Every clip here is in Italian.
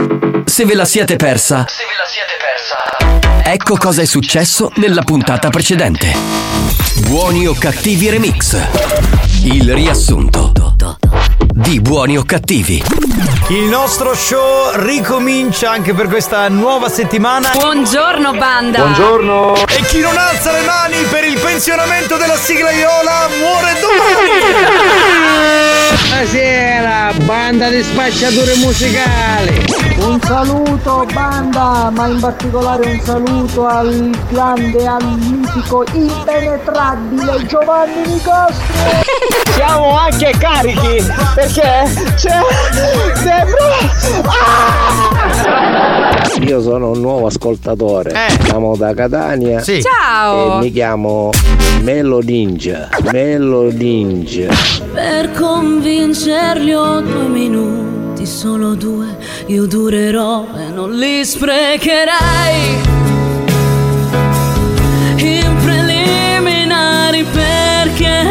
Se ve la siete persa, ecco cosa è successo nella puntata precedente. Buoni o cattivi remix. Il riassunto di Buoni o cattivi. Il nostro show ricomincia anche per questa nuova settimana. Buongiorno banda. Buongiorno. E chi non alza le mani per il pensionamento della sigla Iola muore domani. Buonasera, banda di spacciature musicali. Un saluto banda, ma in particolare un saluto al grande, al mitico, impenetrabile Giovanni Nicastro. Siamo anche carichi perché c'è Io sono un nuovo ascoltatore. Siamo da Catania. Sì. Ciao. E mi chiamo Melo Ninja. Per convincerli ho 2 minuti, solo 2, io durerò e non li sprecherai. In preliminari perché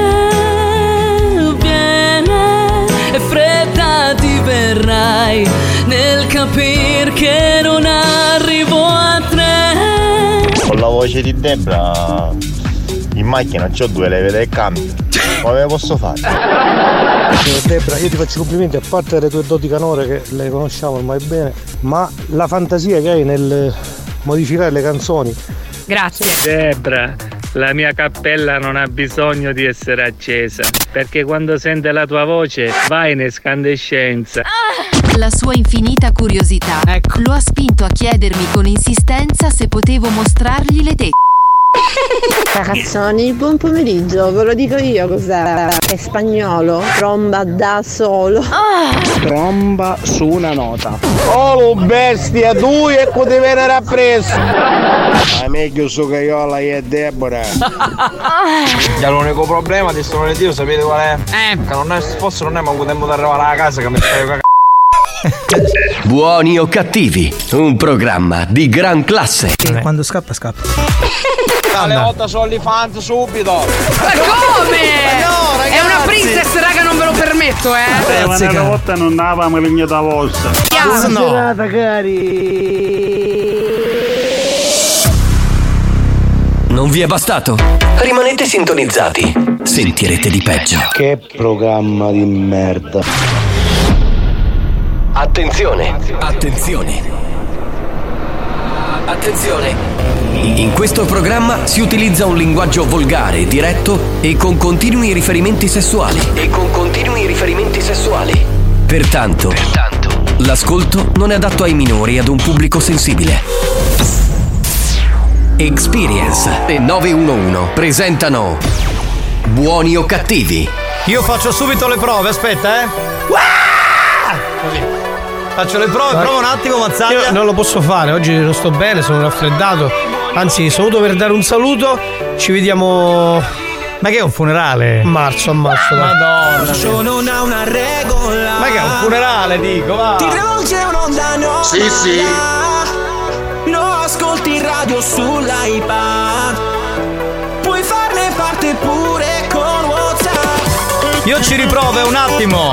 viene e fretta ti verrai nel capir che non arrivo a 3. Con la voce di Debra in macchina c'ho 2 leve del cambio. Come posso fare? Debra, io ti faccio complimenti, a parte le tue doti canore che le conosciamo ormai bene, ma la fantasia che hai nel modificare le canzoni. Grazie. Debra, la mia cappella non ha bisogno di essere accesa, perché quando sente la tua voce va in escandescenza. La sua infinita curiosità lo ha spinto a chiedermi con insistenza se potevo mostrargli le tette. Ragazzoni, buon pomeriggio, ve lo dico io cos'è. È spagnolo, tromba da solo. Tromba su una nota. Oh bestia, tu e potevi venire appresso. È meglio su Caiola e Deborah. L'unico problema di sto lunedì, sapete qual è? Che non è, forse non è manco tempo di arrivare alla casa che mi stai cagando. Buoni o cattivi, un programma di gran classe. Quando scappa. Alle 8 soldi fans subito. Ma come? No, ragazzi. È una princess, raga, non ve lo permetto, Una volta non avevamo legno da vostra. Buona serata, cari. Non vi è bastato? Rimanete sintonizzati. Sentirete di peggio. Che programma di merda. Attenzione. In questo programma si utilizza un linguaggio volgare, diretto e con continui riferimenti sessuali. Pertanto, l'ascolto non è adatto ai minori e ad un pubblico sensibile. Experience e 911 presentano Buoni o cattivi. Io faccio subito le prove, aspetta, Così. Faccio le prove, prova un attimo, Mazzaglia. Io non lo posso fare, oggi non sto bene, sono raffreddato. Anzi, sono venuto per dare un saluto. Ci vediamo. Ma che è un funerale? A marzo. Madonna. Non ha una regola. Ma che è un funerale, dico, va. Ti rivolge un'onda nuova. Sì. Lo ascolti in radio sull'iPad. Puoi farne parte pure con WhatsApp. Io ci riprovo un attimo.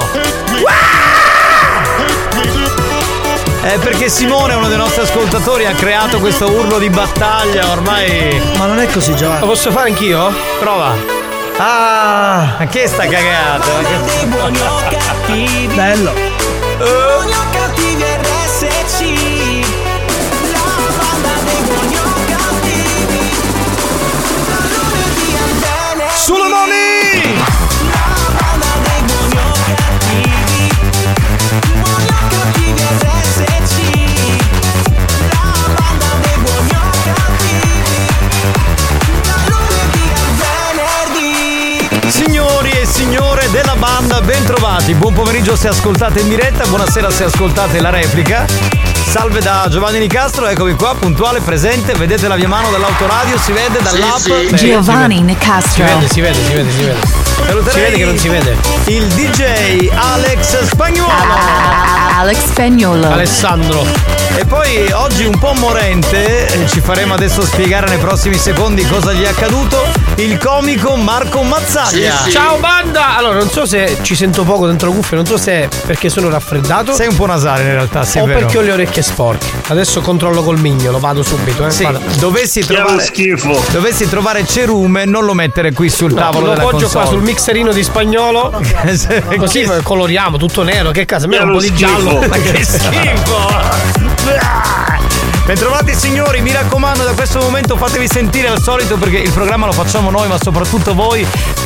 Perché Simone, uno dei nostri ascoltatori, ha creato questo urlo di battaglia ormai. Ma non è così, Giovanni. Lo posso fare anch'io? Prova. Ma che sta cagata? Buoni o cattivi. Bello. Buoni o cattivi RSC. La banda dei buoni o cattivi. Da lunedì al venerdì. Sulle mani! La banda dei buoni o cattivi. Buoni o cattivi RSC. La banda dei buoni o cattivi. Da lunedì al venerdì. Signori e signore della banda, ben trovati. Buon pomeriggio se ascoltate in diretta, buonasera se ascoltate la replica. Salve da Giovanni Nicastro, eccomi qua, puntuale, presente. Vedete la mia mano dall'autoradio, si vede dall'app. Sì. Giovanni Nicastro. Si vede. Si vede che non si vede. Il DJ Alex Spagnuolo. Alex Spagnuolo. Alessandro. E poi oggi un po' morente, ci faremo adesso spiegare nei prossimi secondi cosa gli è accaduto, il comico Marco Mazzaglia. Ciao banda! Allora non so se ci sento poco dentro le cuffie, non so se è perché sono raffreddato. Sei un po' nasale in realtà, sì, o vero. perché ho le orecchie sporche. Adesso controllo col mignolo, vado subito. Sì, Vado. dovessi trovare cerume, non lo mettere qui sul tavolo lo della appoggio console. qua sul mixerino di Spagnolo. Così coloriamo tutto nero. Che casa? A me è un po' di giallo. Ma che schifo! Bentrovati signori, mi raccomando, da questo momento fatevi sentire al solito perché il programma lo facciamo noi, ma soprattutto voi.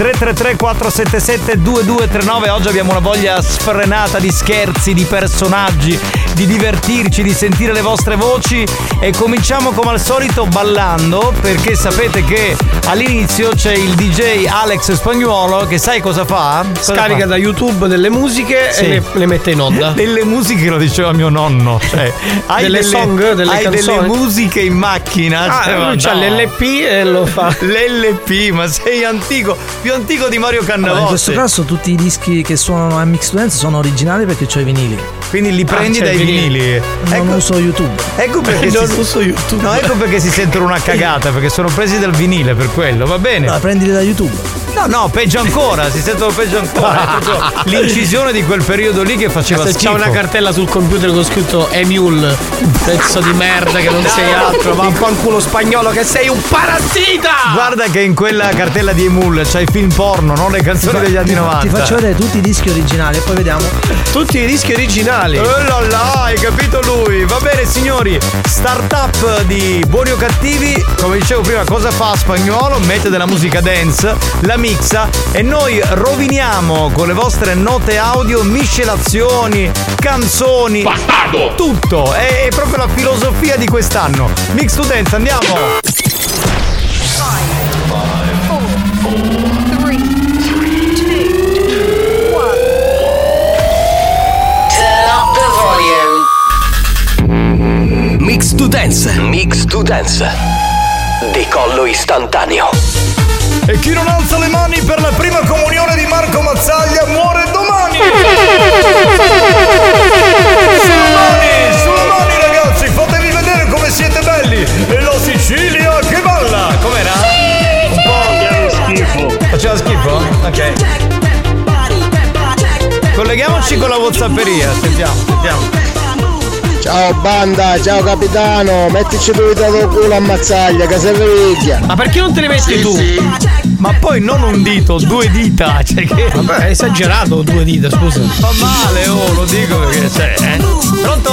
333-477-2239. Oggi abbiamo una voglia sfrenata di scherzi, di personaggi, di divertirci, di sentire le vostre voci. E cominciamo come al solito ballando, perché sapete che all'inizio c'è il DJ Alex Spagnuolo che sai cosa fa? Scarica da YouTube delle musiche e le mette in onda. Delle musiche, lo diceva mio nonno. Cioè, hai delle song, delle hai canzoni. delle musiche in macchina. Lui c'ha l'LP e lo fa. L'LP, ma sei antico, più antico di Mario Cannavò. In questo caso tutti i dischi che suonano a Mix Dance sono originali perché c'ho i vinili. Quindi li prendi dai vinili. Non uso YouTube. Ecco perché uso YouTube. No, ecco perché si sentono una cagata, perché sono presi dal vinile, per quello, va bene. No, prendili da YouTube. No, peggio ancora, si sentono peggio ancora. È proprio l'incisione di quel periodo lì che faceva se schifo. c'è una cartella sul computer con scritto Emule, pezzo di merda che non sei altro, vaffanculo Spagnolo che sei un parassita! Guarda che in quella cartella di Emule c'hai film porno, non le canzoni degli anni 90. Ti faccio vedere tutti i dischi originali e poi vediamo. Tutti i dischi originali. Oh là, hai capito lui. Va bene signori, startup di Buoni o Cattivi. Come dicevo prima, cosa fa Spagnuolo? Mette della musica dance, la mixa e noi roviniamo con le vostre note audio miscelazioni, canzoni, bastardo, tutto. È proprio la filosofia di quest'anno. Mix to Dance, andiamo. 5, 4, 3, 2, 1. Mix to Dance. Mix to Dance. Decollo istantaneo. E chi non alza le mani per la prima comunione di Marco Mazzaglia muore domani! Sulle mani ragazzi, fatevi vedere come siete belli! E la Sicilia che balla! Com'era? Un po' schifo. Faceva schifo? Ok. Colleghiamoci con la WhatsApperia, sentiamo. Ciao banda, ciao capitano, mettici due dita del culo a Mazzaglia, che serve picchia. Ma perché non te le metti tu? Sì. Ma poi non un dito, 2 dita, cioè che. Vabbè, è esagerato 2 dita, scusa. Fa male, lo dico perché c'è, Pronto?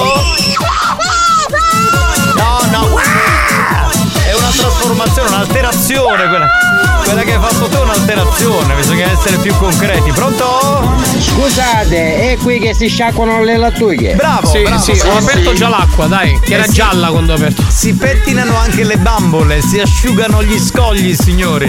No. È una trasformazione, un'alterazione quella che hai fatto tu è un'alterazione, bisogna essere più concreti. Pronto? Scusate, è qui che si sciacquano le lattughe. Bravo, sì, bravo. Sì, ho aperto già l'acqua, dai, che era gialla quando ho aperto. Si pettinano anche le bambole, si asciugano gli scogli, signori.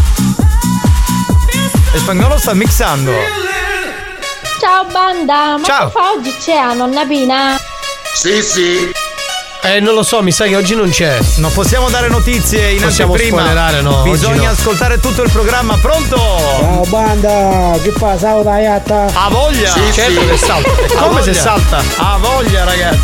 E Spagnolo sta mixando. Ciao banda, ma ciao. Che fa oggi c'è a nonna Pina? Sì. Non lo so, mi sa che oggi non c'è. Non possiamo dare notizie in anteprima. No, bisogna ascoltare tutto il programma. Pronto? Ciao banda, che fa? Salta Iatta. A voglia! Sì, certo che salta. Come se salta? A voglia ragazzi!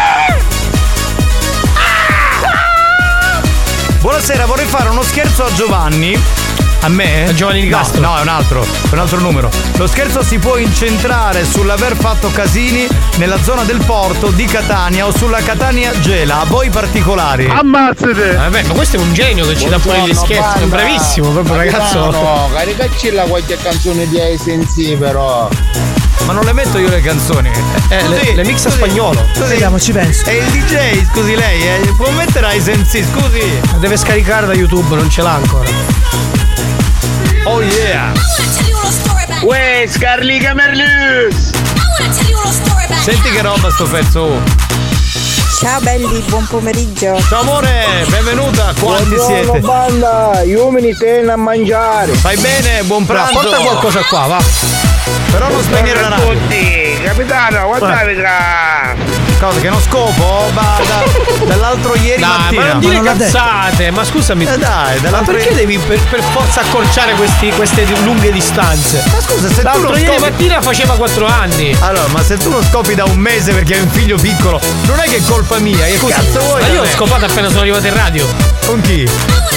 Buonasera, vorrei fare uno scherzo a Giovanni. A me? A Giovanni Di Castro? No, è un altro numero. Lo scherzo si può incentrare sull'aver fatto casini nella zona del porto di Catania o sulla Catania Gela. A voi particolari. Ammazzate! Vabbè, ma questo è un genio che ci dà fuori gli scherzi. È bravissimo, proprio ragazzo. No, caricacci la qualche canzone di Sensi però. Ma non le metto io le canzoni. Le mixa Spagnolo. Vediamo, ci penso. E il DJ, scusi lei, può mettere ai sensi, scusi. Deve scaricare da YouTube, non ce l'ha ancora. Oh yeah! Uè, Scarlica Merlus! Senti che roba sto pezzo. Ciao belli, buon pomeriggio. Ciao amore, benvenuta. Quanti buongiorno, siete? Banda, gli uomini tengono a mangiare. Fai bene, buon pranzo. Porta qualcosa qua, va. Però non spegnere la radio. Tutti, capitano, guardate tra. Cosa che non scopo? Dall'altro ieri mattina. Ma non dire cazzate, ma scusami. Dai, ma perché devi per forza accorciare queste lunghe distanze? Ma scusa, se l'altro ieri mattina faceva 4 anni. Allora, ma se tu non scopi da un mese perché hai un figlio piccolo, non è che è colpa mia, che cazzo vuoi? Ma io ho scopato appena sono arrivato in radio. Con chi?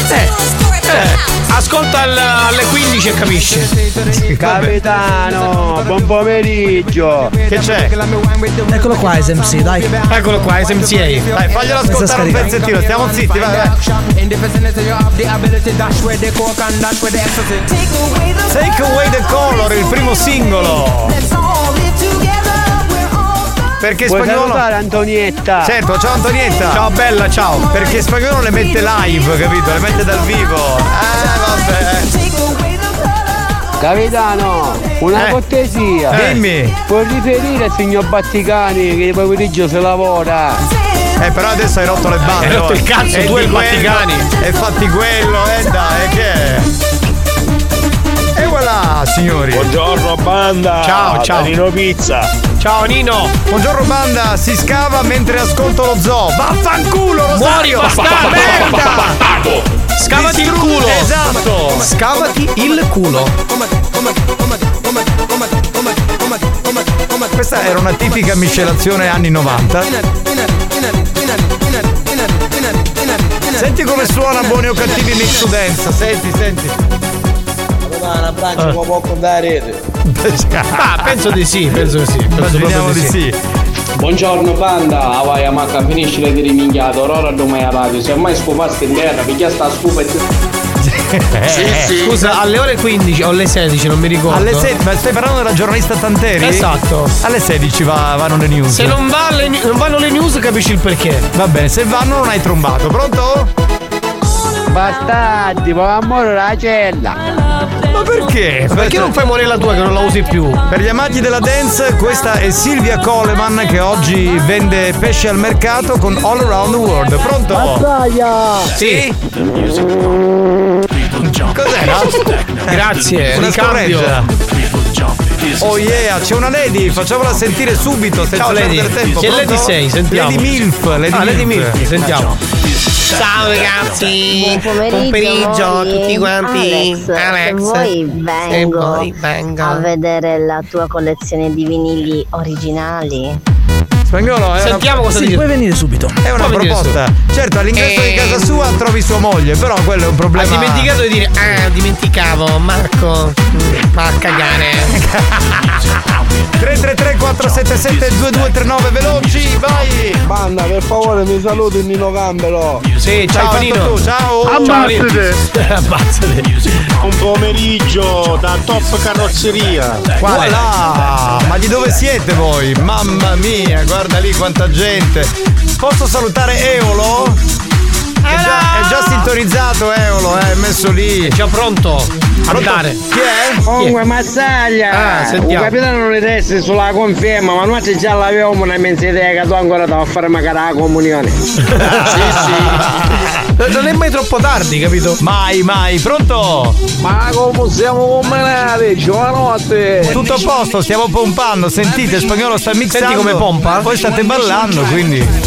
Ascolta alle 15 e capisce. Capitano, buon pomeriggio. Che c'è? Eccolo qua, SMC, dai. Eccolo qua, SMCA. Dai, faglielo ascoltare un pezzettino, stiamo zitti, vai. Take Away the Color, il primo singolo. Perché Puoi Spagnolo. salutare Antonietta. Certo, ciao Antonietta. Ciao bella, ciao. Perché Spagnolo le mette live, capito? Le mette dal vivo. Vabbè. Capitano, una cortesia. Dimmi. Puoi riferire al signor Batticani che poi pomeriggio se lavora? Però adesso hai rotto le balle. Hai rotto il cazzo, tu e il Batticani. E fatti quello, dai, che è? E voilà, signori. Buongiorno banda. Ciao. Nino Pizza. Ciao Nino. Buongiorno banda, si scava mentre ascolto lo zoo. Vaffanculo, Rosario. Merda. Scavati il culo. Esatto. Scavati il culo. Questa era una tipica miscelazione anni 90. Senti come suona Buoni o Cattivi Mix to Dance. Senti. Una Francia può contare rete. Penso di sì, Immaginiamo di sì. Buongiorno banda, vai a macca finisci le tiri minchiato, ora domani a radio, se mai scopaste in terra, picchia sta scupa sì. Scusa, alle ore 15 o alle 16, non mi ricordo. Alle 16, ma stai parlando della giornalista Tanteri? Esatto. Alle 16 vanno le news. Se non vanno le news capisci il perché. Va bene, se vanno non hai trombato. Pronto? Bastardi, ma amore la cella. Ma perché? Perché non fai morire la tua che non la usi più? Per gli amanti della dance, questa è Silvia Coleman che oggi vende pesce al mercato con All Around the World. Pronto? Massaia! Sì? Cos'era? Grazie, una ricambio. scorreggia. Oh yeah, c'è una lady, facciamola sentire subito senza Ciao Lady. perdere tempo. Che Pronto? Lady sei? Sentiamo. Lady Milf. Lady Milf, sentiamo. Ciao ragazzi, buon pomeriggio a tutti quanti. Alex, se vuoi vengo a vedere la tua collezione di vinili originali. Spagnolo, sentiamo cosa sì, dice. puoi venire subito. È una proposta. Certo, all'ingresso di casa sua trovi sua moglie, però quello è un problema. Ha dimenticato di dire, dimenticavo, Marco, va a cagare. 333-477-2239, veloci, vai! Banda, per favore mi saluti Nino Gambero. Sì, ciao Nino. Tu, ciao. Ammazzate. Un pomeriggio da Top Carrozzeria. Voilà. Ma di dove siete voi? Mamma mia, guarda lì quanta gente. Posso salutare Eolo? È già sintonizzato Eolo, è messo lì. È già pronto. Andare. Chi è? Comunque Mazzaglia, sentiamo. un capitano non le teste sulla conferma, ma noi già l'avevamo una mensa idea che tu ancora devi fare magari la comunione. Sì. Non è mai troppo tardi, capito? Mai, pronto? Ma come siamo combinati? Buonanotte. Tutto a posto, stiamo pompando, sentite, Spagnolo sta mixando. Senti come pompa? Poi state ballando, quindi.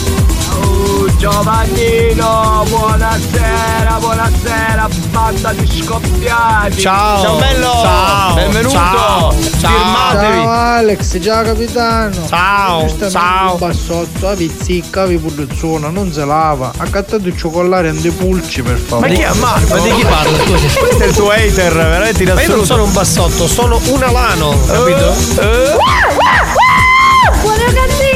Giovannino, buonasera, banda di scoppiati. Ciao bello, ciao, benvenuto. Ciao. Firmatevi. Ciao Alex, ciao capitano. Ciao. Un bassotto, la pizzicca, la pullizzona, non si lava. Accattate il cioccolato e pulci per favore. Ma chi è Marco? Ma di chi parla? Questo è il tuo hater, veramente in Ma io assoluto. non sono un bassotto, sono un alano, capito? Buoni o cattivi!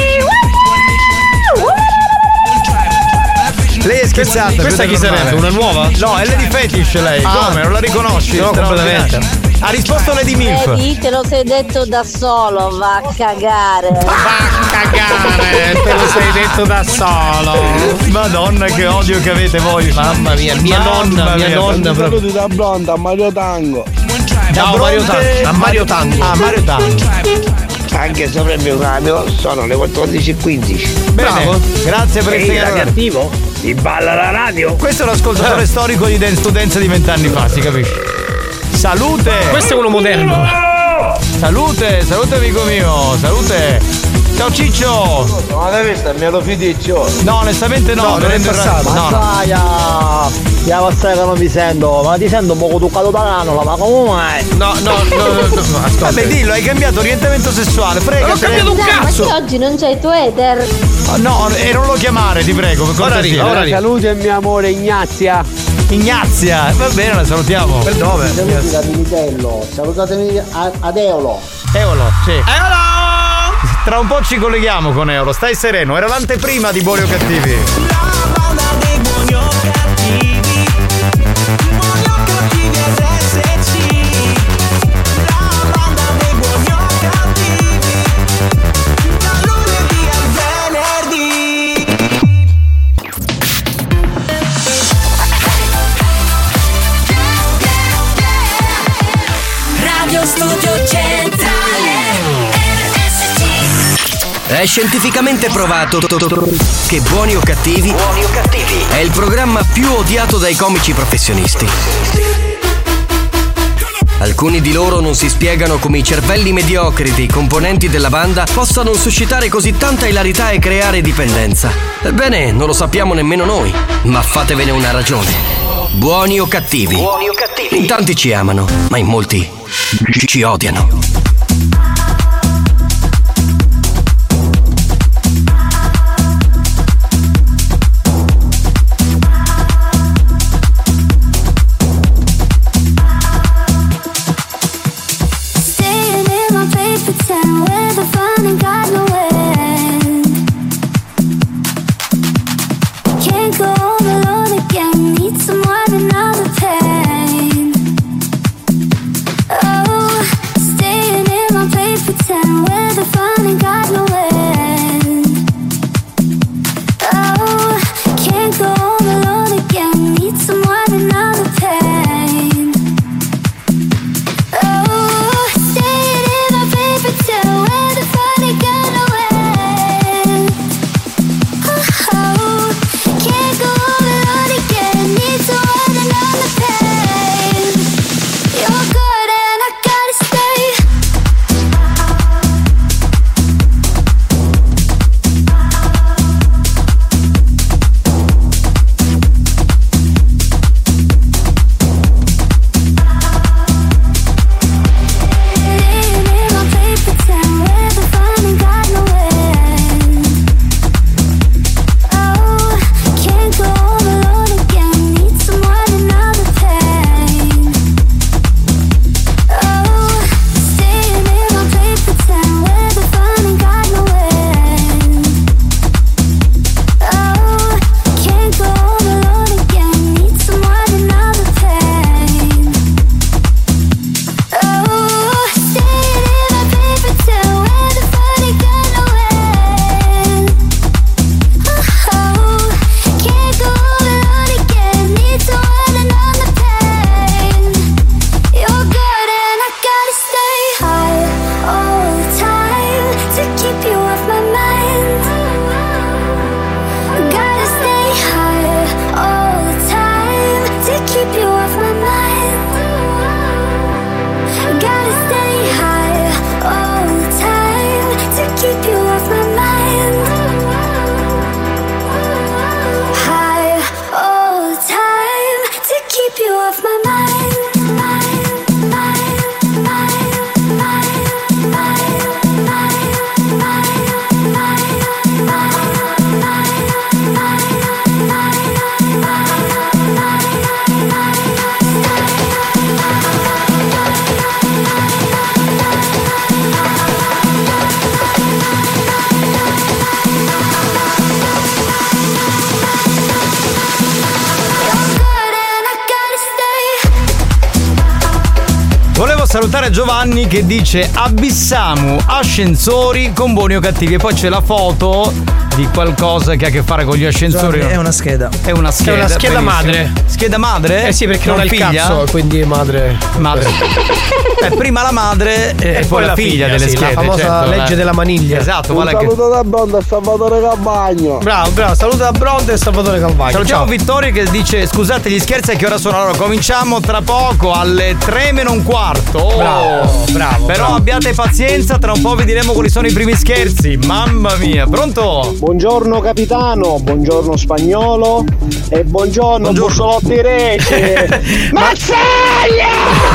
Lei è scherzata. Questa chi sarebbe? Una nuova? No, è Lady Fetish lei. Come? Non la riconosci? No, completamente. Ha risposto Lady Milf. Vedi, te lo sei detto da solo, va a cagare. Te lo sei detto da solo. Madonna che odio che avete voi. Mamma mia, mia nonna proprio. Saluti da Bronda a Mario Tango. Ciao Mario Tango. A Mario Tango. Ah, Mario Tango. Anche sopra il mio radio sono le 14:15. Bravo. Grazie per il segnale. cattivo? Si balla la radio. Questo è l'ascoltatore storico di Dance to Dance di 20 anni fa, si capisce. Salute! Questo è uno moderno. Salute amico mio, salute! Ciao Ciccio! Ma l'hai vista? Me lo fidiccio? No, onestamente no, non è passato. Ma sai, io passare che non mi sento, ma ti sento un po' toccato da canola, ma come mai? No, ascolta. Vabbè, dillo, hai cambiato orientamento sessuale, prego. Non ho cambiato un cazzo! Ma che oggi non c'è il tuo ether? No, e non lo chiamare, ti prego, per cortesia. Salute mio amore Ignazia. Ignazia, va bene, la salutiamo. Per dove? Saluti da Militello, salutatemi ad Eolo. Eolo, sì. Tra un po' ci colleghiamo con Eolo, stai sereno, era l'anteprima di Buoni o Cattivi. La banda dei buoni o cattivi. Buoni o cattivi RSC. La banda dei buoni o cattivi. Da lunedì al venerdì. Radio Studio Centrale. È scientificamente provato che Buoni o Cattivi è il programma più odiato dai comici professionisti. Alcuni di loro non si spiegano come i cervelli mediocri dei componenti della banda possano suscitare così tanta ilarità e creare dipendenza. Ebbene, non lo sappiamo nemmeno noi, ma fatevene una ragione. Buoni o Cattivi. In tanti ci amano, ma in molti ci odiano. Salutare Giovanni che dice Abissamu ascensori con Buoni o Cattivi, e poi c'è la foto di qualcosa che ha a che fare con gli ascensori. È una scheda. È una scheda. È una scheda benissimo. madre. Scheda madre? Eh sì, perché non ha il figlia? cazzo, quindi madre. Prima la madre e poi la figlia delle sì, schede. la famosa certo, legge della maniglia. Esatto, Un saluto da Bronda e Salvatore Calvagno. Bravo, saluto da Bronda e Salvatore Calvagno. Salutiamo Vittorio che dice: scusate gli scherzi, a che ora sono? Allora cominciamo tra poco alle 3:15. Bravo. Però abbiate pazienza, tra un po' vi diremo quali sono i primi scherzi. Mamma mia, pronto? Buongiorno capitano, buongiorno spagnolo e buongiorno bussolotti rece. Mazzaglia!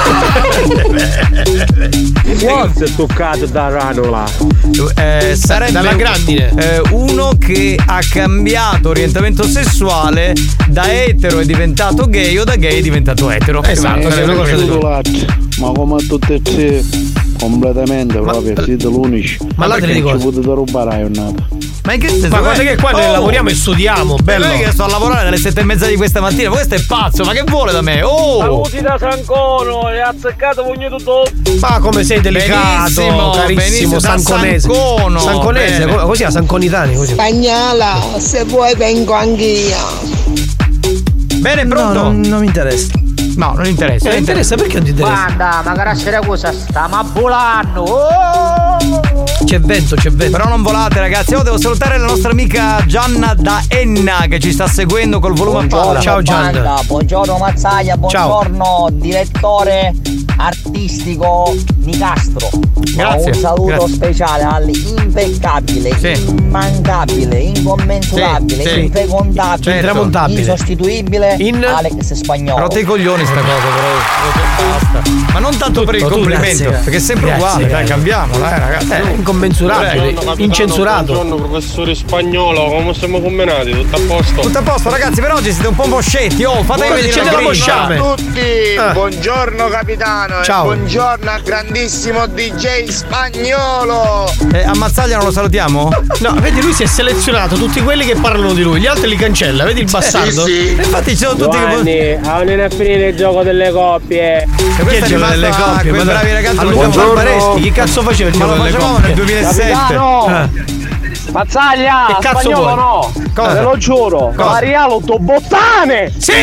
Forse è toccato da ranola. Sarebbe dalla grandine. Uno che ha cambiato orientamento sessuale, da etero è diventato gay o da gay è diventato etero. Esatto, è una cosa del ma come a tutte e tre completamente proprio siete l'unici. Ma là te ne dico, ci potete rubare un nato. Ma in che senso? Ma guarda che qua ne lavoriamo e studiamo, bello. Noi che sto a lavorare dalle 7:30 di questa mattina, ma questo è pazzo, ma che vuole da me? Saluti da Sancono, e ha azzeccato pugno tutto. Ma come sei delicato, benissimo, carissimo Sanconese. Sancono. Sanconese, così a Sanconitani, così. Spagnola, se vuoi vengo anch'io. Bene, pronto? No, non mi interessa. No, non interessa. Non interessa, perché non ti interessa? Guarda, ma carasciera cosa stiamo volando. C'è vento. Però non volate, ragazzi. Io devo salutare la nostra amica Gianna da Enna che ci sta seguendo col volume a palla. Ciao Gianna. Buongiorno Mazzaglia, buongiorno direttore artistico Nicastro. Grazie, Un saluto grazie. speciale all'impeccabile, immancabile, incommensurabile, Sì, infecondabile, intramontabile, insostituibile Alex Spagnolo. Rotte i coglioni sta cosa, però basta. Ma non tanto per il complimento, grazie. perché è sempre Grazie, uguale, grazie. dai, cambiamolo, ragazzi. Incommensurabile, incensurato. Buongiorno professore Spagnolo, come siamo combinati? Tutto a posto? Tutto a posto, ragazzi, per oggi siete un po' moscetti. Oh, fatevi vedere c'è la della grinta. mosciame. Ciao a tutti, buongiorno capitano Ciao. e buongiorno al grandissimo DJ Spagnolo. A Mazzaglia non lo salutiamo? No, vedi, lui si è selezionato tutti quelli che parlano di lui, gli altri li cancella, vedi il bastardo? Infatti ci sono tutti Giovanni, non è finito il gioco delle coppie. Che è il gioco delle coppie? Quei bravi ragazzi a lo Luca facevano. Barbaresti, chi cazzo faceva il Ma gioco lo delle facevamo coppie? nel 2007. Capitano! Mazzaglia! Che cazzo Spagnolo vuoi? no! Cosa? Te lo giuro! Cosa? Mariano Tobottane! Sì!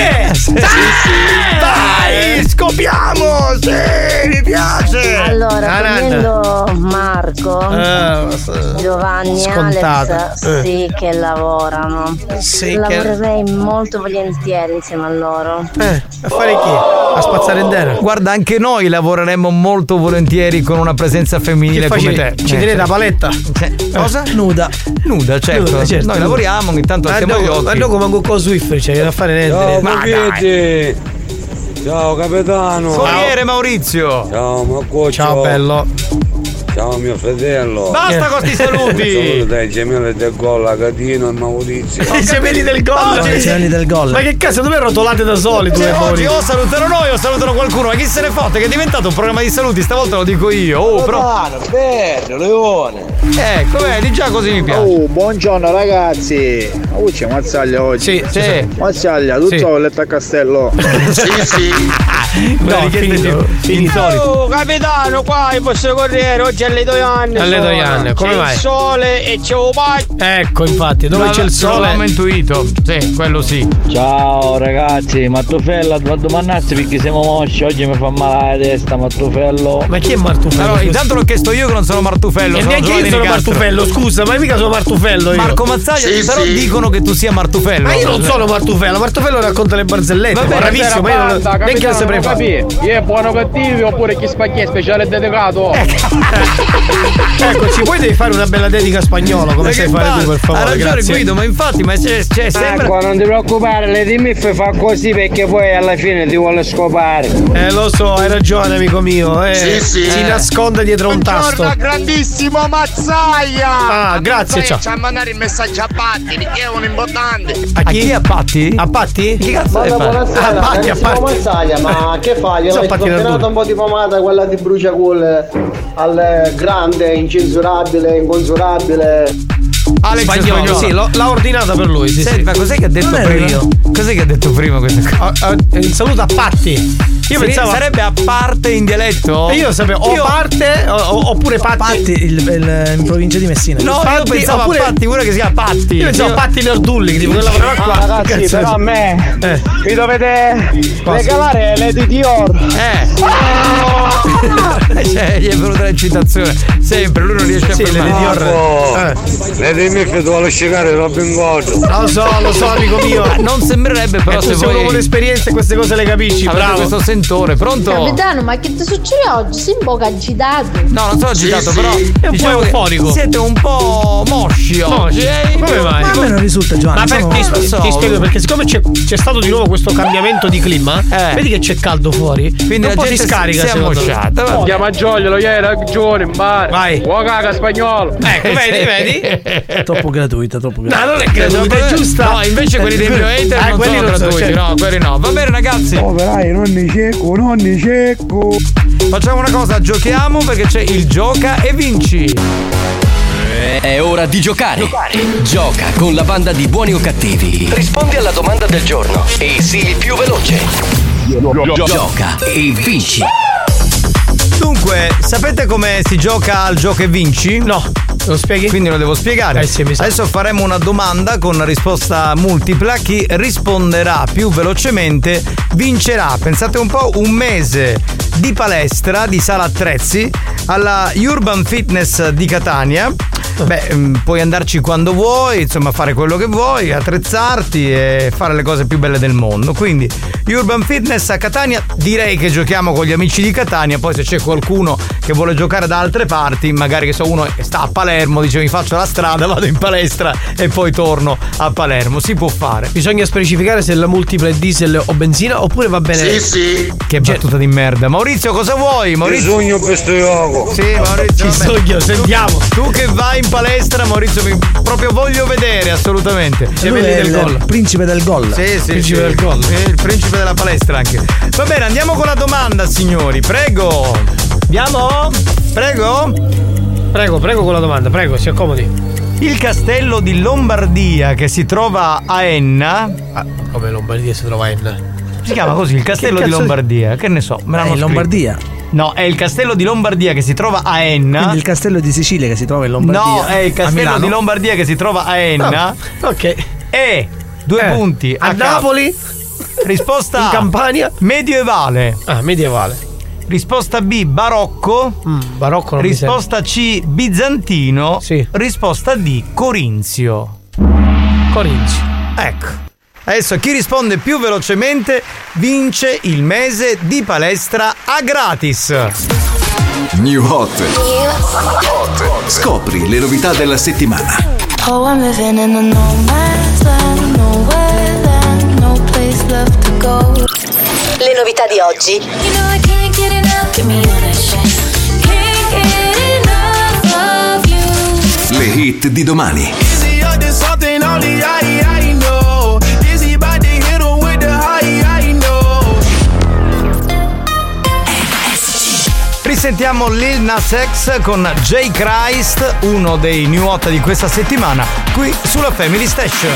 Dai, scopiamo! Sì, mi piace! Allora, togliendo Marco, Giovanni e scontato. Alex, sì che lavorano. Sì, Lavorerei molto volentieri insieme a loro. A fare chi? A spazzare in terra? Guarda, anche noi lavoreremmo molto volentieri con una presenza femminile come te. Ci direi da paletta? Cosa? Nuda. Nuda, certo. Nuda, certo. Noi lavoriamo, ogni tanto alziamo gli occhi. Ma no, come manco con Swift, c'è da fare niente. Ma dai. Ciao capitano. Corriere Maurizio. Ciao Marco. Ciao bello. Ciao mio fratello. Basta con sti saluti. Saluto dai gemelli del gol, Agatino e Maurizio. I gemelli del gol. I gemelli del gol. Ma che cazzo, dove rotolate da soli tu e Oggi Maurizio? o salutano noi o salutano qualcuno, ma chi se ne fotte che è diventato un programma di saluti, stavolta lo dico io. Oh, però. Bello, leone. Com'è? Di già così mi piace. Oh, buongiorno ragazzi. C'è Mazzaglia oggi. Sì. Mazzaglia, tutto Sì. a letto a castello. sì. No, finito. Oh capitano, qua in posto corriere oggi alle Doianne. Alle Doianne, come mai? C'è il sole e c'è un bagno. Ecco, infatti, dove c'è il sole? L'avevamo intuito. Sì, quello sì. Ciao ragazzi, Martufello, non domandate perché siamo mosci, oggi mi fa male la testa, Martufello. Ma chi è Martufello? Allora, intanto l'ho chiesto io che non sono Martufello. E sono neanche io Giovanni sono Nicastro. Martufello, scusa, ma mica sono Martufello io. Marco Mazzaglia, però dicono che tu sia Martufello. Ma io non sono Martufello, Martufello racconta le barzellette, Vabbè, bravissimo, ma io non, neanche lo saprei fare. Io è buono cattivi oppure chi spacchi è speciale dedicato? Ecco, ci puoi devi fare una bella dedica a Spagnolo, come sai fare tu, per favore. Ha ragione grazie. Guido, ma infatti, ma sembra. Ecco, non ti preoccupare, le Dimif fa così perché poi alla fine ti vuole scopare. Lo so, hai ragione amico mio, si nasconde dietro un tasto. Buongiorno grandissimo Mazzaglia. Ah, grazie, ciao. Ci a mandare il messaggio a Patti perché è un importante. A chi? A Patti? A Patti? Che cazzo è Buonasera, a Patti. Mazzaglia, ma che fai? Io Sono ho Patti comprato Nardone. un po' di pomata, quella di bruciaculle al grande, incensurabile, inconsurabile. Alex Spagnolo, sì, l'ha ordinata per lui, sì, Senti, sì. ma cos'è che ha detto Non ero prima? io. Cos'è che ha detto prima questa cosa? Un saluto a Patti. Io pensavo sarebbe a parte in dialetto? E io sapevo o parte oppure Patti in provincia di Messina. No, io pensavo oppure a Patti, pure che si chiama Patti. Io pensavo a Patti Nerdulli, che tipo quella lavorava qua. Ragazzi, però a me mi dovete regalare le di Dior. Cioè, gli è venuta l'eccitazione. Sempre, lui non riesce a fermare. Le di Miff vuole scegare Robin Hood. Lo so, amico mio. Non sembrerebbe, però se se uno vuoi con l'esperienza e queste cose le capisci. avete Bravo. questo sentore. Pronto? Capitano, ma che ti succede oggi? Sei un po' agitato. No, non sono agitato, però È un diciamo po' che euforico. siete un po' mosci oggi. Come mai? Ma a me non risulta, Giovanni. Ma ti spiego perché siccome c'è stato di nuovo questo cambiamento di clima, vedi che c'è caldo fuori, quindi un la po' gente ti scarica. si è ammosciata. Chiama Giolio, gli hai ragione, mare. Vai. Uo caga spagnolo. Ecco, vedi? Troppo gratuita, troppo gratuita. No, non è gratuita, è giusta. No, invece quelli dei mio hater non quelli sono non sono, gratuiti. No, quelli no. Va bene, ragazzi. Operai, non ne cecco. Facciamo una cosa, giochiamo perché c'è il gioca e vinci. È ora di giocare. Gioca con la banda di Buoni o Cattivi. Rispondi alla domanda del giorno e sii il più veloce. Gioca e vinci. Dunque, sapete come si gioca al gioca e vinci? No. Lo spieghi? Quindi lo devo spiegare. Sì, mi sa. Adesso faremo una domanda con risposta multipla. Chi risponderà più velocemente vincerà, pensate un po', un mese di palestra di sala attrezzi alla Urban Fitness di Catania. Beh, puoi andarci quando vuoi, insomma, fare quello che vuoi, attrezzarti e fare le cose più belle del mondo. Quindi Urban Fitness a Catania, direi che giochiamo con gli amici di Catania. Poi se c'è qualcuno che vuole giocare da altre parti, magari che so uno che sta a Palermo, dice mi faccio la strada, vado in palestra e poi torno a Palermo, si può fare. Bisogna specificare se la multipla è diesel o benzina oppure va bene. Sì. Che battuta di merda. Maurizio, cosa vuoi? Maurizio, Bisogno per sto gioco. sì, Maurizio, vabbè. Bisogna, sentiamo. Tu che vai in palestra, Maurizio, mi proprio voglio vedere, assolutamente. Lui è il principe del gol. Sì, Principe del gol. Il principe della palestra anche. Va bene, andiamo con la domanda, signori. Prego. Andiamo? Prego. Prego con la domanda, prego, si accomodi. Il castello di Lombardia che si trova a Enna. Come Lombardia si trova a Enna? Si chiama così, il castello di Lombardia. Che ne so, me l'hanno in scritto. Lombardia. No, è il castello di Lombardia che si trova a Enna. Quindi il castello di Sicilia che si trova in Lombardia. No, è il castello di Lombardia che si trova a Enna. Ok. E due punti a Napoli. Risposta in A, Campania. medievale. Ah, medievale. Risposta B, barocco. Barocco non Risposta C, bizantino. Sì. Risposta D, corinzio. Corinzio. Ecco. Adesso chi risponde più velocemente vince il mese di palestra a gratis. New Hot. Scopri le novità della settimana. Oh, I'm living in a no man's land, nowhere land, no place left to go. Le novità di oggi. You know I can't get enough, give me all that shit. Can't get enough of you. Le hit di domani. Easy up to something only I know. Easy about to hit him with the I know. Risentiamo Lil Nas X con J. Christ, uno dei new hot di questa settimana, qui sulla Family Station.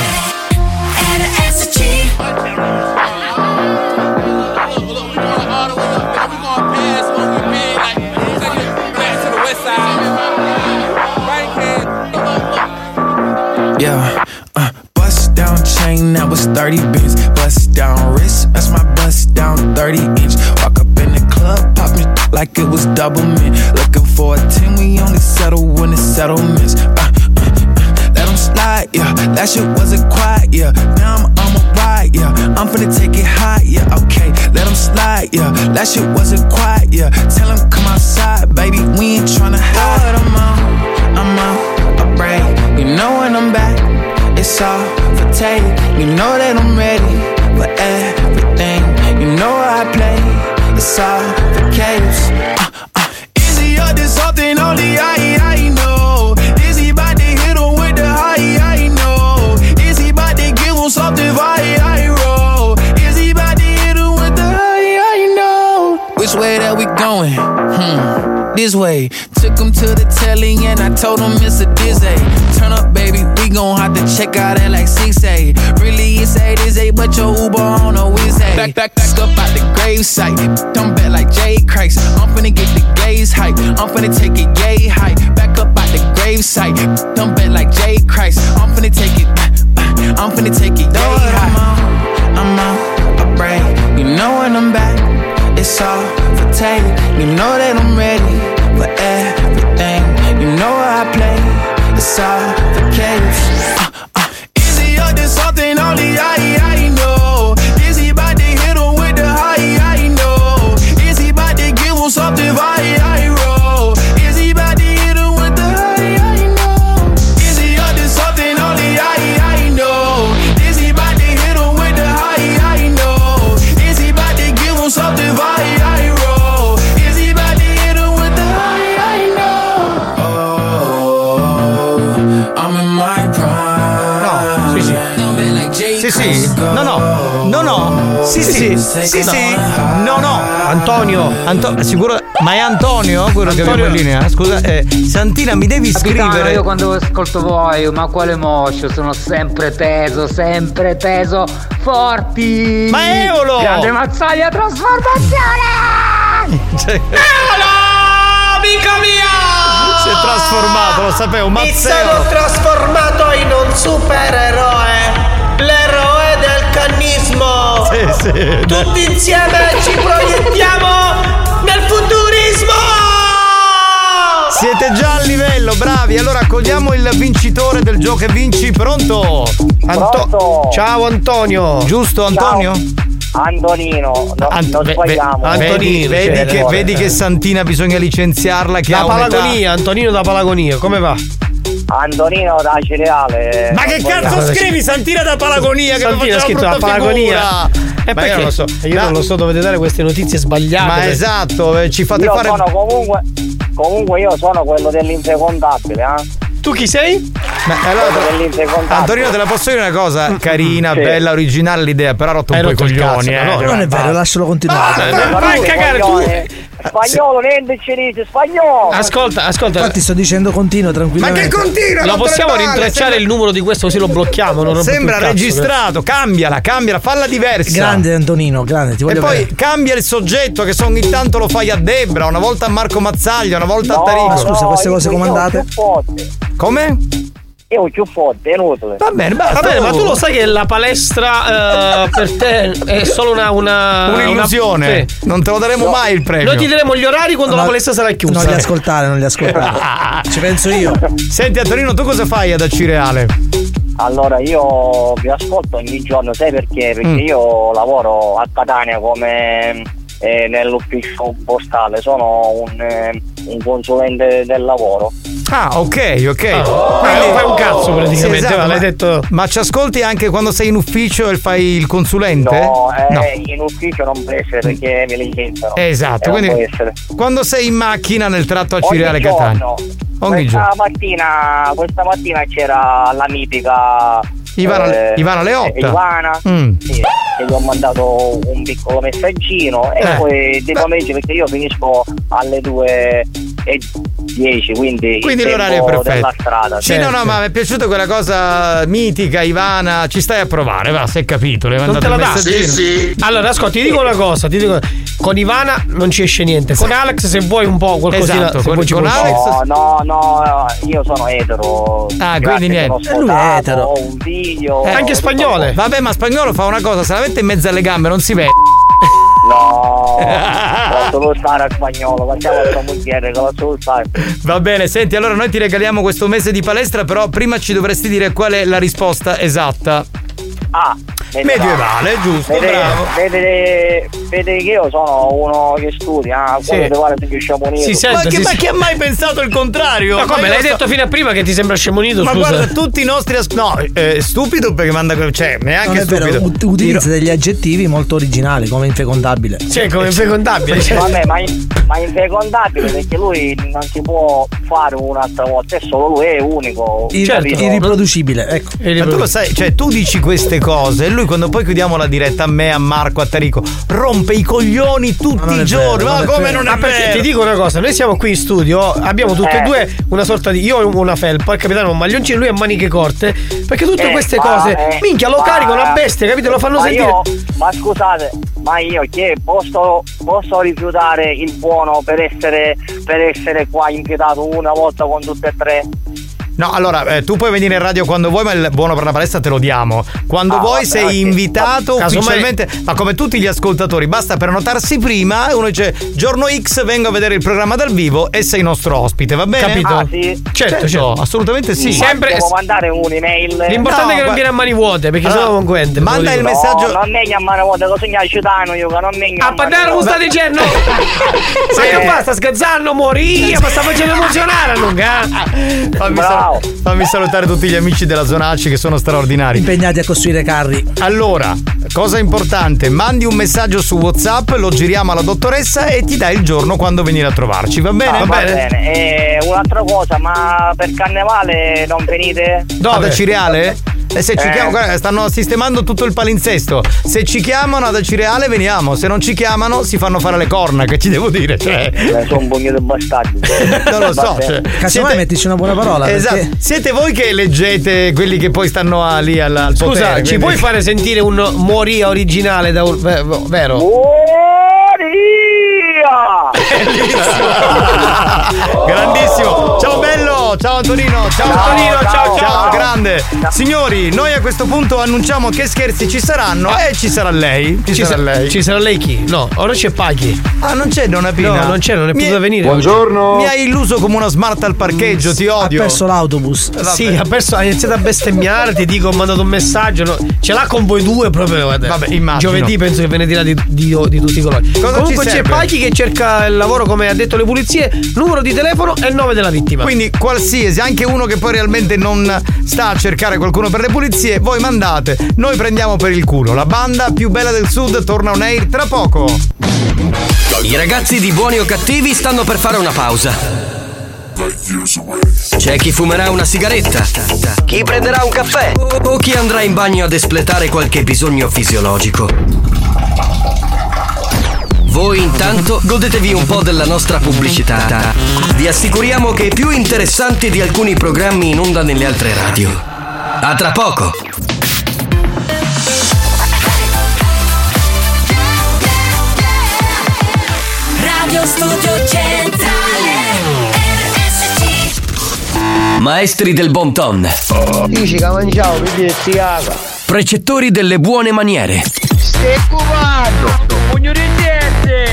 Yeah, bust down chain, that was 30 bits. Bust down wrist, that's my bust down 30-inch. Walk up in the club, pop me like it was double mint. Looking for a 10, we only settle when it's settlements. Let them slide, yeah, that shit wasn't quiet, yeah. Now I'm on a ride, yeah, I'm finna take it high, yeah, okay. Let them slide, yeah, that shit wasn't quiet, yeah. Tell them come outside, baby, we ain't tryna hide. I'm out, I break. You know when I'm back, it's all for take. You know that I'm ready for everything. You know I play, it's all for caves. Easy up to something only I know. Easy about to hit him with the I know. Easy about to give him something I roll. Easy about to hit him with the I know. Which way that we going? This way. Took him to the telly and I told him it's a dizzy. Turn up, baby, we gon' have to check out at like 6-8. Really it's 8, but your Uber on a Wednesday. Back up out the gravesite. Come back like J. Christ. I'm finna get the gaze hype. I'm finna take it yay hype. Back up out the gravesite. Come back like J. Christ. I'm finna take it. I'm finna take it yay hype. I'm on a break. You know when I'm back, it's all for tape. You know that I'm ready for everything. You know how I play. It's all for caves. Is he up to something only I know? Is he about to hit him with the high? I know. Is he about to give him something I roll? Is he about to hit him with the high? I know. Is he up to something only I know? Is he about to hit him with the high? I know. Is he about to give him something I roll? Is he about to hit him with the high? I know. Oh, I'm in my prime. No, sì. No. Sì. No. Antonio. Sicuro. Ma è Antonio quello che abbiamo in linea? Scusa, Santina, mi devi scrivere. Io quando ascolto voi, ma quale moscio, sono sempre teso, forti. Ma Eolo! Grande Mazzaglia trasformazione! Eolo! Amica mia! Si è trasformato, lo sapevo, Mi Mazzeo. sono trasformato in un supereroe. L'eroe del cannismo. Sì. Tutti insieme ci proiettiamo nel futurismo. Siete già a livello, bravi. Allora accogliamo il vincitore del gioco e vinci. Pronto? Pronto. Ciao Antonio. Giusto Antonio? Ciao. Antonino, non sbagliamo. Antonino, vedi che Santina bisogna licenziarla che da ha Palagonia, Antonino da Palagonia, come va? Antonino da Cereale. Ma che cazzo scrivi Santina da Palagonia? Santina ha scritto da Palagonia. E perché? Io non lo so, dovete dare queste notizie sbagliate. Ma esatto, ci fate io fare. Sono comunque io sono quello dell'infecondabile, Tu chi sei? Ma allora, Antonino, te la posso dire una cosa? Carina, bella, originale l'idea, però ha rotto un po' i coglioni. No, non è vero, lascialo continuare. Vai a cagare tu. Spagnolo, niente ci dice spagnolo. Ascolta. Infatti sto dicendo continua tranquillamente. Ma che continua? Lo possiamo rintracciare il numero di questo così lo blocchiamo. Non sembra registrato. Cambiala, falla diversa. Grande Antonino, grande, ti voglio bene. E bene. poi cambia il soggetto, che ogni tanto lo fai a Debra, una volta a Marco Mazzaglia, una volta a Tarico. Ma scusa, queste cose comandate? Come? Io più forte, è inutile. Va bene, ma tu lo sai che la palestra per te è solo un'illusione. Sì. Non te lo daremo mai il premio. Noi ti diremo gli orari quando la palestra sarà chiusa. Non li ascoltare. Ci penso io. Senti Antonino, tu cosa fai ad Acireale? Allora io vi ascolto ogni giorno, sai perché? Perché io lavoro a Catania come nell'ufficio postale, sono un consulente del lavoro. Ah, ok. Fai un cazzo praticamente, sì, esatto, l'hai detto. Ma ci ascolti anche quando sei in ufficio e fai il consulente? No, in ufficio non può essere perché mi licenziano. Esatto, quindi quando sei in macchina nel tratto Acireale Catania. Ogni giorno. Questa mattina c'era la mitica Ivana Leotta. Ivana, sì, e gli ho mandato un piccolo messaggino e poi di pomeriggio, perché io finisco alle 2:10, quindi l'orario è perfetto della strada. Sì, no, ma mi è piaciuta quella cosa mitica. Ivana, ci stai a provare, va, se hai capito, le hai mandato il messaggino. Sì. Allora ascolta, ti dico una cosa, con Ivana non ci esce niente, con Alex se vuoi un po' qualcosina. Esatto, con Alex no, io sono etero. Quindi niente. Lui è etero. Ho un video. Anche spagnole. Vabbè, ma spagnolo fa una cosa, se la mette in mezzo alle gambe non si vede. No, solo stare a spagnolo, facciamo la tua moglie, solo stare. Va bene, senti, allora noi ti regaliamo questo mese di palestra, però prima ci dovresti dire qual è la risposta esatta. Medievale, giusto, bravo. Vede che io sono uno che studia, quello che vale più sciamonito. Ma chi ha mai pensato il contrario? Ma come, l'hai detto fino a prima che ti sembra sciamonito? Ma guarda, tutti i nostri stupido perché manda, cioè, neanche non è stupido. Vero, utilizza degli aggettivi molto originali, come infecondabile. Sì, come infecondabile. Vabbè, ma infecondabile perché lui non si può fare un'altra volta, è solo lui, è unico. Irriproducibile, ecco. Ma tu lo sai, cioè tu dici queste cose e lui lui quando poi chiudiamo la diretta, a me, a Marco, a Tarico, rompe i coglioni tutti i giorni. Ma come non è vero? Ti dico una cosa, noi siamo qui in studio, abbiamo tutte e due una sorta di, io ho una felpa, il capitano un maglioncino, lui ha maniche corte, perché tutte queste cose minchia lo caricano a bestia, capito? Lo fanno sentire. Ma scusate, ma io che posso rifiutare il buono per essere qua invitato una volta con tutte e tre? No, allora, tu puoi venire in radio quando vuoi, ma il buono per la palestra te lo diamo. Quando vuoi sei invitato ufficialmente, ma come tutti gli ascoltatori, basta prenotarsi prima e uno dice giorno X vengo a vedere il programma dal vivo e sei nostro ospite, va bene? Capito? Sì. Certo, assolutamente sì. Sempre devo mandare un'email. L'importante è che non viene a mani vuote, perché sono concorrente. Manda il messaggio. No, non è a mani vuote, lo segna cittadino io che non è a Pandaro non sta dicendo. Sai che fa? Sta scherzando, moria, ma sta facendo emozionare a lunga. Fammi salutare tutti gli amici della Zona ACI che sono straordinari, impegnati a costruire carri. Allora, cosa importante, mandi un messaggio su WhatsApp, lo giriamo alla dottoressa e ti dai il giorno quando venire a trovarci, va bene? Va bene. E un'altra cosa, ma per carnevale non venite? Dove? Ad Cireale? E se ci chiamano, guarda, stanno sistemando tutto il palinsesto. Se ci chiamano ad Cireale veniamo, se non ci chiamano si fanno fare le corna, che ci devo dire? Cioè, sono un pugno di bastardi. Non lo so. Casomai mettici una buona parola. Esatto. Perché... Siete voi che eleggete quelli che poi stanno lì al Scusa, potere. ci puoi fare sentire un moria originale da un. Vero? Grandissimo. Ciao bello, ciao Antonino, ciao Antonino, ciao grande. Signori, noi a questo punto annunciamo che scherzi ci saranno e ci sarà lei. Ci sarà lei chi? No, ora c'è Paghi. Ah, non c'è Donna Pina. No, non c'è, non è potuta venire. Buongiorno. Mi hai illuso come una smart al parcheggio, ti odio. Ha perso l'autobus. Sì, ha iniziato a bestemmiare, ti dico, ho mandato un messaggio. No, ce l'ha con voi due proprio. Vabbè, immagino. Giovedì penso che ve ne dirà di tutti i colori. Comunque c'è Paghi che cerca il lavoro come ha detto le pulizie, numero di telefono e il nome della vittima. Quindi qualsiasi, anche uno che poi realmente non sta a cercare qualcuno per le pulizie, voi mandate, noi prendiamo per il culo. La banda più bella del sud torna on air tra poco. I ragazzi di Buoni o Cattivi stanno per fare una pausa. C'è chi fumerà una sigaretta, chi prenderà un caffè o chi andrà in bagno ad espletare qualche bisogno fisiologico. Voi intanto godetevi un po' della nostra pubblicità. Vi assicuriamo che è più interessante di alcuni programmi in onda nelle altre radio. A tra poco! Radio Studio Centrale RSC. Maestri del bon ton. Dici che mangiavo, mi dici caga. Precettori delle buone maniere. Stai cubando! Pugno di gente!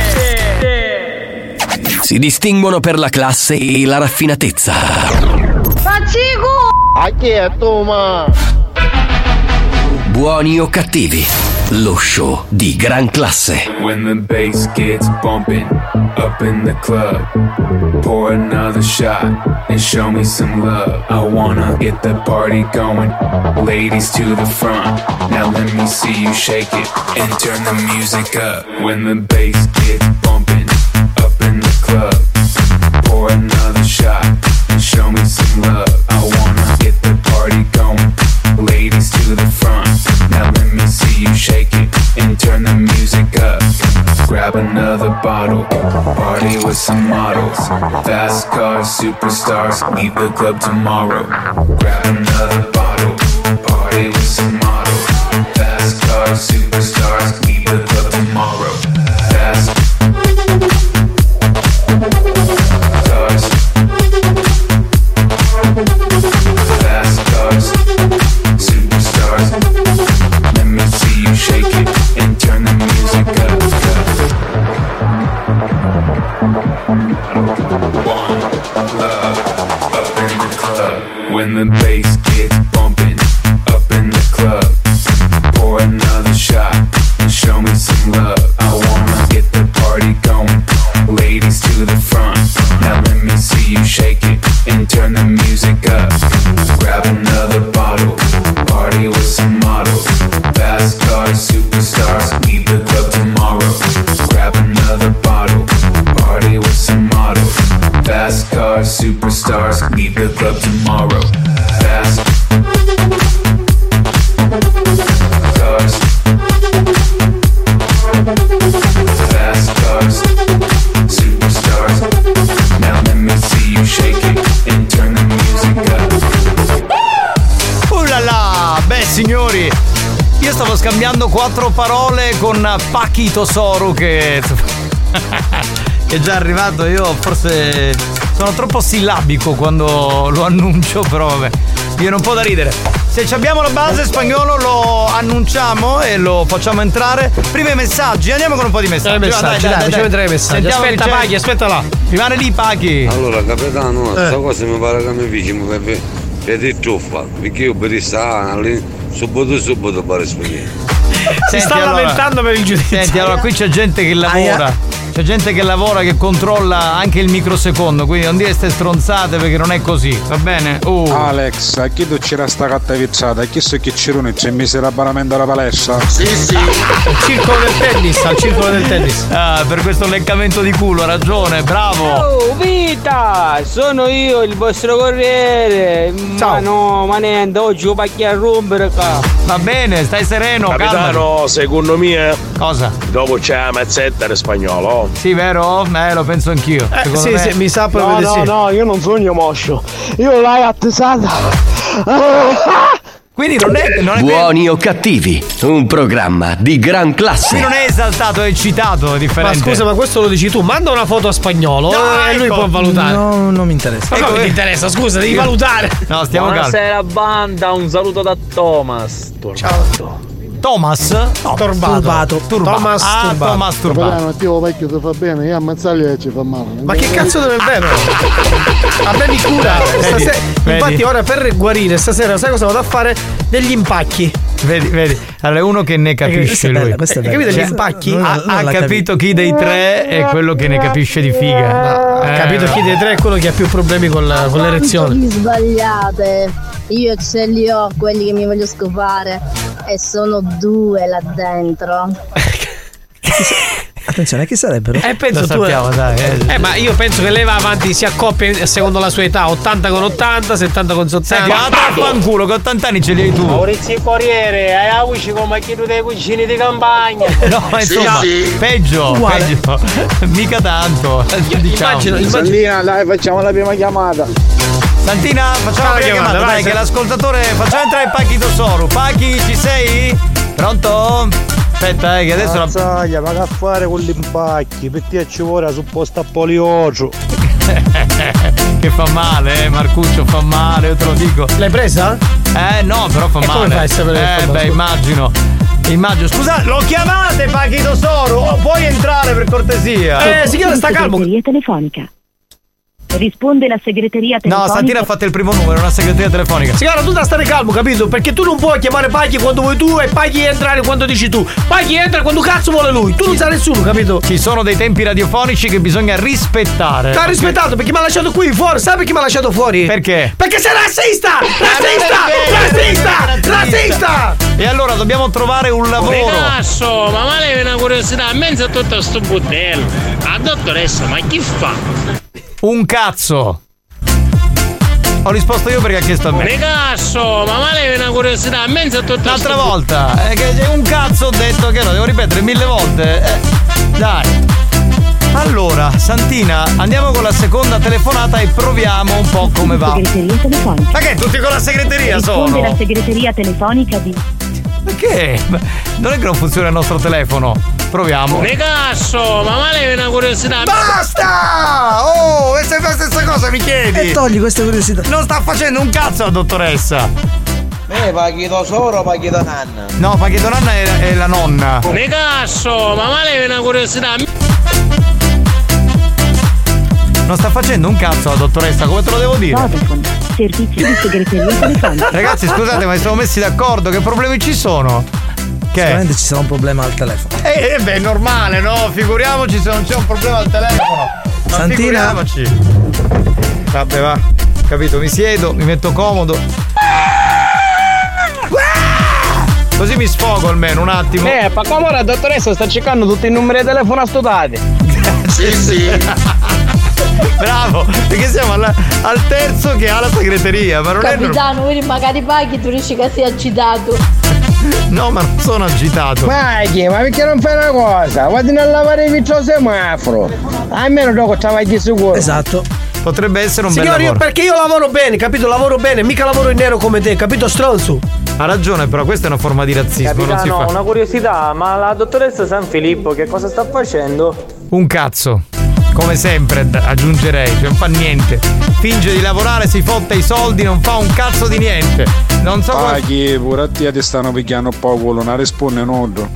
Si distinguono per la classe e la raffinatezza. Pazzico! A chi è tu, ma? Buoni o cattivi, lo show di gran classe. When the bass gets bumping up in the club, pour another shot and show me some love. I wanna get the party going, ladies to the front. Now let me see you shake it and turn the music up. When the bass gets bumping up in the club, pour another shot and show me some love. I wanna get the party going, ladies to the front. Now let me see you shake it and turn the music up. Grab another bottle, party with some models. Fast cars, superstars, leave the club tomorrow. Grab another bottle, party with some models. Fast cars, superstars, leave the club tomorrow. Fast cars, fast cars, superstars. Let me see you shake it and turn the music up. One love up in the club. When the bass gets signori, io stavo scambiando 4 parole con Pakito Soru che è già arrivato. Io forse sono troppo sillabico quando lo annuncio, però vabbè, viene un po' da ridere. Se abbiamo la base spagnolo lo annunciamo e lo facciamo entrare. Prima i messaggi, andiamo con un po' di messaggi. Dai, facciamo entrare i messaggi. Aspetta Paghi, aspetta là. Rimane lì Paghi. Allora capitano, questa cosa mi pare che mi dici per truffa, perché io per lì subito pare spagnolo. Si sta lamentando per il giudizio. Senti, allora qui c'è gente che lavora. C'è gente che lavora, che controlla anche il microsecondo, quindi non dire ste stronzate perché non è così, va bene? Alex, a chi tu c'era sta cattavizzata? A chi so che c'erano 3 mesi di abbonamento alla palestra? Sì. Al circolo del tennis. Ah, per questo leccamento di culo, ha ragione, bravo. Oh, vita! Sono io, il vostro corriere. Ciao. Ma no, ma niente, oggi lo pacchi a rompere qua. Va bene, stai sereno, capitano, secondo me. Cosa? Dopo c'è la mazzetta in spagnolo. Sì, vero? Lo penso anch'io. Sì, mi sa proprio di sì. No, io non sogno moscio. Io l'hai attesata. Quindi non è Buoni o cattivi, un programma di gran classe. Qui non è esaltato, è eccitato, è differente. Ma scusa, ma questo lo dici tu? Manda una foto a spagnolo e lui può valutare. No, non mi interessa. Ma come ti interessa? Scusa, devi valutare. No, stiamo calmi. Buonasera banda, un saluto da Thomas. Ciao. Thomas? No, Turbato. Thomas turbato. Ma io vecchio ti fa bene, io ammazzarli e ci fa male. Ma che cazzo non è vero? A me mi cura. Infatti ora per guarire stasera sai cosa vado a fare? Degli impacchi. Vedi. Allora uno che ne capisce lui. Hai capito gli impacchi? Ha capito chi dei tre è quello che ne capisce di figa. Ha capito chi dei tre è quello che ha più problemi con l'erezione. Vi sbagliate. Io ce li ho quelli che mi voglio scopare e sono 2 là dentro. Attenzione, chi sarebbero? Penso lo sappiamo, dai. Ma io penso che lei va avanti, si accoppia secondo la sua età, 80 con 80, 70 con 70. Senti, fanculo, che 80 anni ce li hai tu. Maurizio Corriere, hai avuto come chi tu dei cugini di campagna. No, ma insomma, peggio. Mica tanto. Diciamo. Santina, dai, facciamo la prima chiamata. Santina, facciamo la prima chiamata, dai, che l'ascoltatore. Facciamo entrare Pakito Soru. Paki, ci sei? Pronto? Aspetta, che adesso ma che fare con gli impacchi? Perché ci vuole supposta a polioso. Che fa male, Marcuccio, fa male, io te lo dico. L'hai presa? No, però fa male. Come fai a sapere? Immagino. Scusa, lo chiamate Pakito Soru? Puoi entrare per cortesia? Signora, sta calmo. Telefonica. Risponde la segreteria telefonica. No, Santina ha fatto il primo numero, una segreteria telefonica. Signora, tu da stare calmo, capito? Perché tu non puoi chiamare Paghi quando vuoi tu e Paghi entrare quando dici tu. Paghi entra quando cazzo vuole lui. Tu non sai nessuno, capito? Ci sono dei tempi radiofonici che bisogna rispettare. L'ha rispettato perché mi ha lasciato qui fuori. Sai perché mi ha lasciato fuori? Perché? Perché sei razzista! E allora dobbiamo trovare un lavoro. Cazzo, ma lei è una curiosità, a mezzo a tutto sto budello. La dottoressa, ma chi fa? Un cazzo. Ho risposto io perché ha chiesto a me. Cazzo, ma lei è una curiosità, a mezzo a tutto l'altra volta che un cazzo ho detto che lo devo ripetere 1000 volte. Dai. Allora, Santina, andiamo con la seconda telefonata e proviamo un po' come va. Segreteria telefonica. Ma che tutti con la segreteria Risponde sono? la segreteria telefonica di. Perché? Non è che non funziona il nostro telefono. Proviamo. Cazzo, ma lei è una curiosità. Basta! Oh, e se fa la stessa cosa mi chiedi? E togli queste curiosità. Non sta facendo un cazzo la dottoressa. Pakito Soru o Pakito Nanna? No, Pakito Nanna è la nonna. Cazzo, ma lei è una curiosità. Non sta facendo un cazzo la dottoressa, come te lo devo dire? Servizio di segreteria telefonica. Ragazzi, scusate, ma siamo messi d'accordo, che problemi ci sono? Che? Sicuramente ci sarà un problema al telefono. Beh, è normale, no? Figuriamoci se non c'è un problema al telefono. Ma Santina? figuriamoci. Vabbè, va. Capito, mi siedo, mi metto comodo. Così mi sfogo almeno un attimo. Ma come la dottoressa sta cercando tutti i numeri di telefono studati. Sì. Bravo, perché siamo al terzo che ha la segreteria. Ma non Capitano, vedi magari Paghi, tu dici che sei agitato. No, ma non sono agitato. Ma perché non fai una cosa? Guardi a lavare il vitro semaforo. Almeno dopo travagli sicuro. Esatto. Potrebbe essere un bel lavoro. lavoro. Perché io lavoro bene, capito? Lavoro bene, mica lavoro in nero come te, capito, stronzo? Ha ragione, però questa è una forma di razzismo. Capitano, non si fa. una curiosità, ma la dottoressa San Filippo che cosa sta facendo? Un cazzo. Come sempre, aggiungerei, cioè non fa niente. Finge di lavorare, si fotte i soldi, non fa un cazzo di niente. Non so come. Che pure a te ti stanno picchiando un po' quello, non risponde nudo.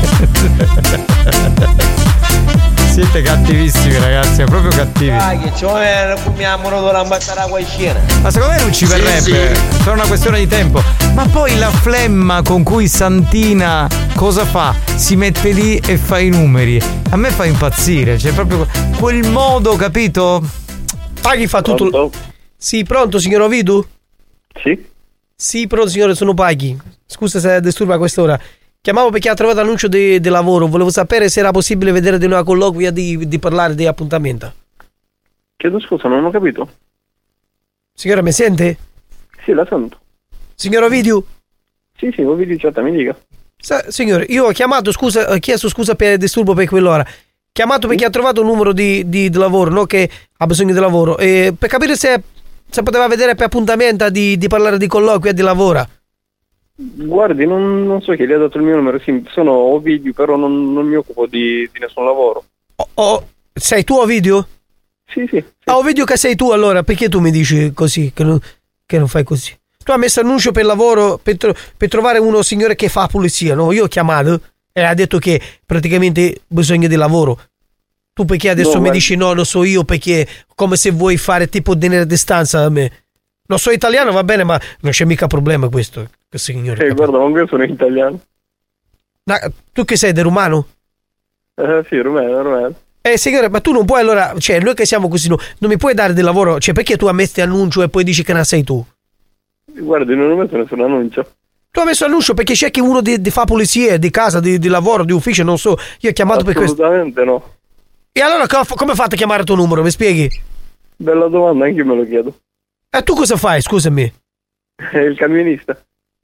Siete cattivissimi, ragazzi, è proprio cattivi. Che cioè comiamo la battere qua in scena. Ma secondo me non ci verrebbe, è solo una questione di tempo. Ma poi la flemma con cui Santina cosa fa? Si mette lì e fa i numeri. A me fa impazzire, cioè proprio quel modo, capito? Paghi fa tutto. Pronto? Sì, pronto, signor Ovidu? Sì. Sì, pronto, signore, sono Paghi. Scusa se disturba a quest'ora. Chiamavo perché ha trovato annuncio di lavoro. Volevo sapere se era possibile vedere di una colloquia di parlare di appuntamento. Chiedo scusa, non ho capito. Signora, mi sente? Sì, la sento. Signor Ovidio? Sì, Ovidio Ciotta, mi dica. Signore, io ho chiamato, scusa, ho chiesto scusa per il disturbo per quell'ora. Chiamato perché ha trovato un numero di lavoro, no? Che ha bisogno di lavoro. E per capire se poteva vedere per appuntamento di parlare di colloquia di lavoro. Guardi, non so chi le ha dato il mio numero, sì, sono Ovidio, però non mi occupo di nessun lavoro. Sei tu Ovidio? Sì. Ah, Ovidio che sei tu allora, perché tu mi dici così, che non fai così? Tu hai messo annuncio per lavoro, per trovare uno signore che fa pulizia, no? Io ho chiamato e ha detto che praticamente bisogna di lavoro. Tu perché adesso mi dici no, non so io, perché come se vuoi fare tipo tenere distanza da me. Non so italiano, va bene, ma non c'è mica problema questo signore. Guarda, ma io sono italiano. Tu che sei, del rumano? Sì, rumeno. Signore, ma tu non puoi allora, cioè noi che siamo così, non mi puoi dare del lavoro, cioè perché tu hai messo annuncio e poi dici che non sei tu? Guardi, non ho messo nessun annuncio. Tu hai messo annuncio perché cerchi uno di fa pulizie, di casa, di lavoro, di ufficio, non so, io ho chiamato per questo. Assolutamente no. E allora come fate a chiamare il tuo numero, mi spieghi? Bella domanda, anche io me lo chiedo. E tu cosa fai, scusami? Il camionista.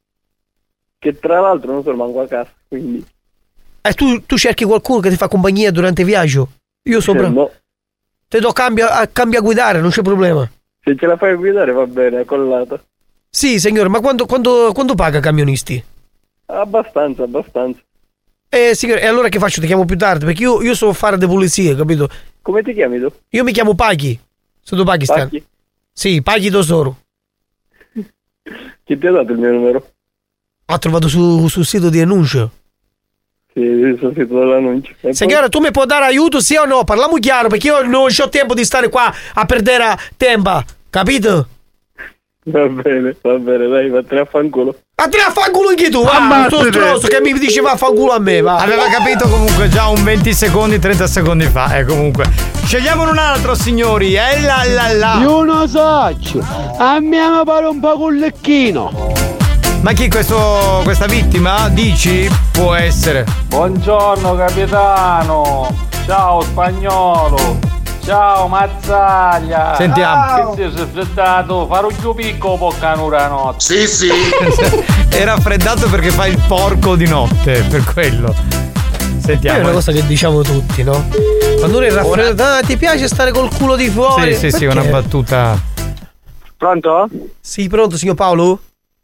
Che tra l'altro non sono manco a casa, quindi. E tu cerchi qualcuno che ti fa compagnia durante il viaggio? Io sono bravo. No. Te do cambia a guidare, non c'è problema. Se ce la fai a guidare va bene, è collata. Sì, signore, ma quando paga camionisti? Abbastanza. Signore, e allora che faccio? Ti chiamo più tardi, perché io so fare le pulizie, capito? Come ti chiami tu? Io mi chiamo Paghi. Sono Pakistan. Paghi? Sì, Paghi Tesoro. Chi ti ha dato il mio numero? Ha trovato sul sito di annuncio. Sì, sul sito dell'annuncio. Signora, tu mi puoi dare aiuto, sì o no? Parliamo chiaro, perché io non ho tempo di stare qua a perdere tempo, capito? Va bene, dai, vattene a fanculo. Vattene a fanculo anche tu, tu stronzo che mi diceva a fanculo a me, va. Aveva capito comunque già un 20 secondi, 30 secondi fa, comunque. Scegliamone un altro, signori, Io non so, andiamo a fare un po' con lecchino. Ma chi questa vittima, dici? Può essere. Buongiorno capitano, ciao spagnolo. Ciao Mazzaglia. Sentiamo. Che sei raffreddato? Farò più piccolo poccanura notte. Sì. Era raffreddato perché fa il porco di notte, per quello. Sentiamo. È una cosa che diciamo tutti, no? Quando uno è raffreddato, ti piace stare col culo di fuori? Sì, una battuta. Pronto? Sì, pronto, signor Paolo?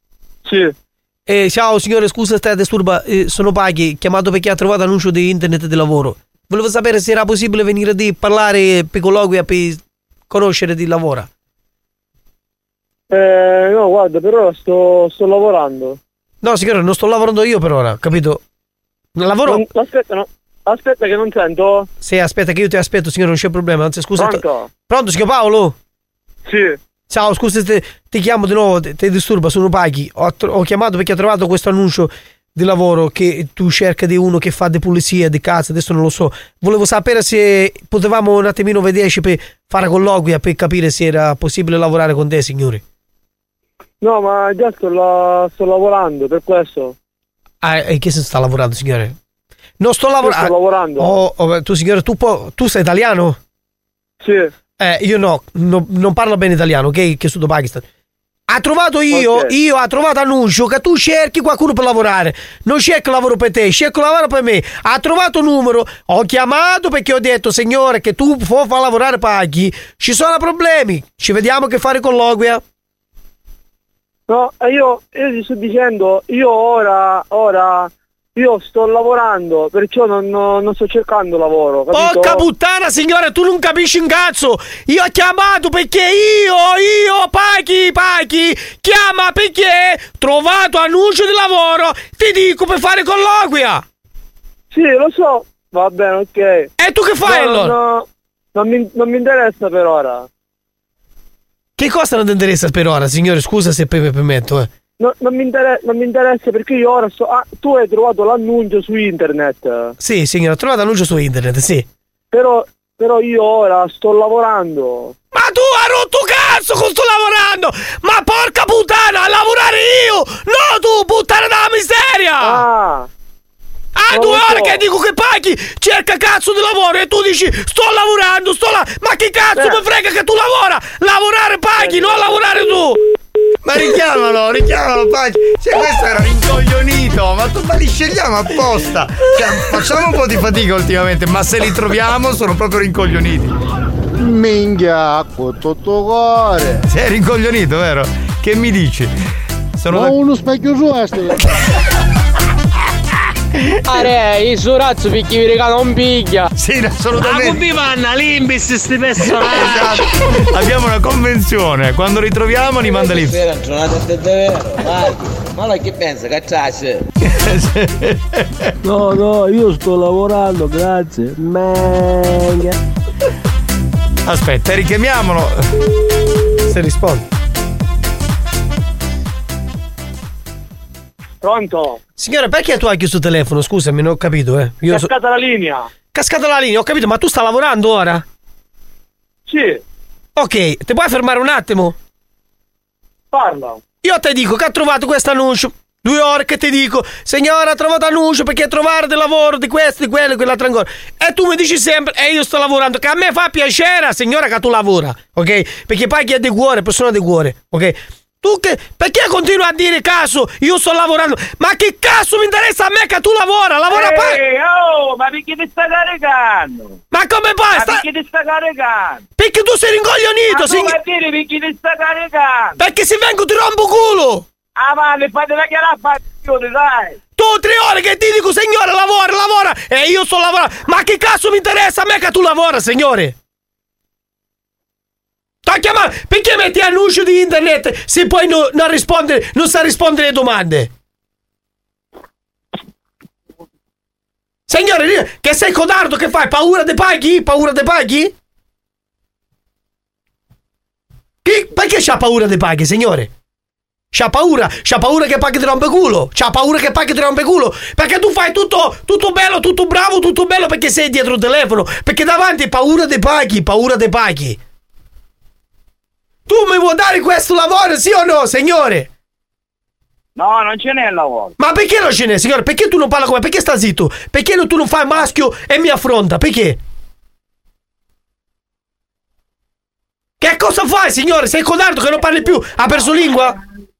Sì. Ciao signore, scusa se disturba, sono Paghi, chiamato perché ha trovato annuncio di internet di lavoro. Volevo sapere se era possibile venire a parlare per colloquia, per conoscere di lavoro. No, guarda, per ora sto lavorando. No, signore, non sto lavorando io per ora, capito? Lavoro. Aspetta che non sento. Sì, aspetta che io ti aspetto, signore, non c'è problema. Anzi, scusa. Pronto, signor Paolo? Sì. Ciao, scusa se ti chiamo di nuovo, ti disturba, sono Paghi. Ho chiamato perché ho trovato questo annuncio di lavoro che tu cerca di uno che fa di pulizia di casa, adesso non lo so. Volevo sapere se potevamo un attimino vederci per fare colloquia, per capire se era possibile lavorare con te, signore. No, ma già sto lavorando, per questo. E che senso sta lavorando, signore? Non sto lavorando. Sto lavorando. Tu, signore, tu sei italiano? Sì. Io no, non parlo bene italiano, ok? Che sono Pakistan. Ha trovato io ho trovato annuncio che tu cerchi qualcuno per lavorare. Non cerco lavoro per te, cerco lavoro per me. Ha trovato numero, ho chiamato perché ho detto, signore, che tu puoi far lavorare Paghi. Ci sono problemi, ci vediamo che fare colloquia. No, io ti sto dicendo, io ora io sto lavorando, perciò non sto cercando lavoro, capito? Porca puttana, signore, tu non capisci un cazzo. Io ho chiamato perché io Paghi chiama perché trovato annuncio di lavoro, ti dico, per fare colloquia. Sì, lo so, va bene, ok. E tu che fai allora? No, non mi interessa per ora. Che cosa non ti interessa per ora, signore? Scusa se mi permetto, No, non mi interessa perché io ora tu hai trovato l'annuncio su internet. Sì, signore, ho trovato l'annuncio su internet, sì. Però io ora sto lavorando. Ma tu hai rotto cazzo con sto lavorando! Ma porca puttana, a lavorare io! No, tu, puttana della miseria! Ah, 2 ore che dico che Paghi cerca cazzo di lavoro e tu dici sto lavorando, ma che cazzo mi frega che tu lavora? Lavorare Paghi, non lavorare tu! Ma richiamalo Paghi. Cioè, questo era rincoglionito. Ma li scegliamo apposta. Cioè, facciamo un po' di fatica ultimamente, ma se li troviamo sono proprio rincoglioniti. Minchia, con tutto cuore. Sei rincoglionito, vero? Che mi dici? Ma uno specchio su I suo razzo picchi vi regala un piglia. Sì, assolutamente. Ma come vanno l'imbis sti personaggi? Esatto. Abbiamo una convenzione, quando li troviamo li manda lì. Sera giornata è vero, ma che pensa, cacciace? No, io sto lavorando, grazie. Menga. Aspetta, richiamiamolo. Se risponde. Pronto? Signore, perché tu hai chiuso il telefono? Scusami, non ho capito, Cascata la linea. Cascata la linea, ho capito, ma tu stai lavorando ora? Sì. Ok, ti puoi fermare un attimo? Parla. Io ti dico che ha trovato questo annuncio. 2 ore che ti dico, signora, ha trovato annuncio perché trovare del lavoro, di questo, di quello, quell'altro ancora. E tu mi dici sempre, io sto lavorando, che a me fa piacere, signora, che tu lavora, ok? Perché poi chi è di cuore, persona di cuore, ok? Tu che, perché continui a dire caso, io sto lavorando? Ma che cazzo mi interessa a me che tu lavora ma perché ti sta caricando? Ma come fai? Perché ti sta caricando? Perché tu sei rincoglionito, signora? Ma dire perché ti sta caricando? Perché se vengo ti rompo culo! Ah, ma ne fate la chiara fazione, dai! Tu 3 ore che ti dico, signore, lavora, e io sto lavorando. Ma che cazzo mi interessa a me che tu lavora, signore? T'ho chiamato, perché metti annuncio di internet se poi non sa rispondere alle domande? Signore, che sei codardo, che fai? Paura de Paghi? Perché c'ha paura de Paghi, signore? C'ha paura che Paghi ti rompe culo. Perché tu fai tutto bello, tutto bravo, tutto bello perché sei dietro il telefono. Perché davanti paura de Paghi. Tu mi vuoi dare questo lavoro, sì o no, signore? No, non ce n'è il lavoro. Ma perché non ce n'è, signore? Perché tu non parla come? Perché sta zitto? Perché tu non fai maschio e mi affronta? Perché? Che cosa fai, signore? Sei codardo che non parli più? Ha perso lingua?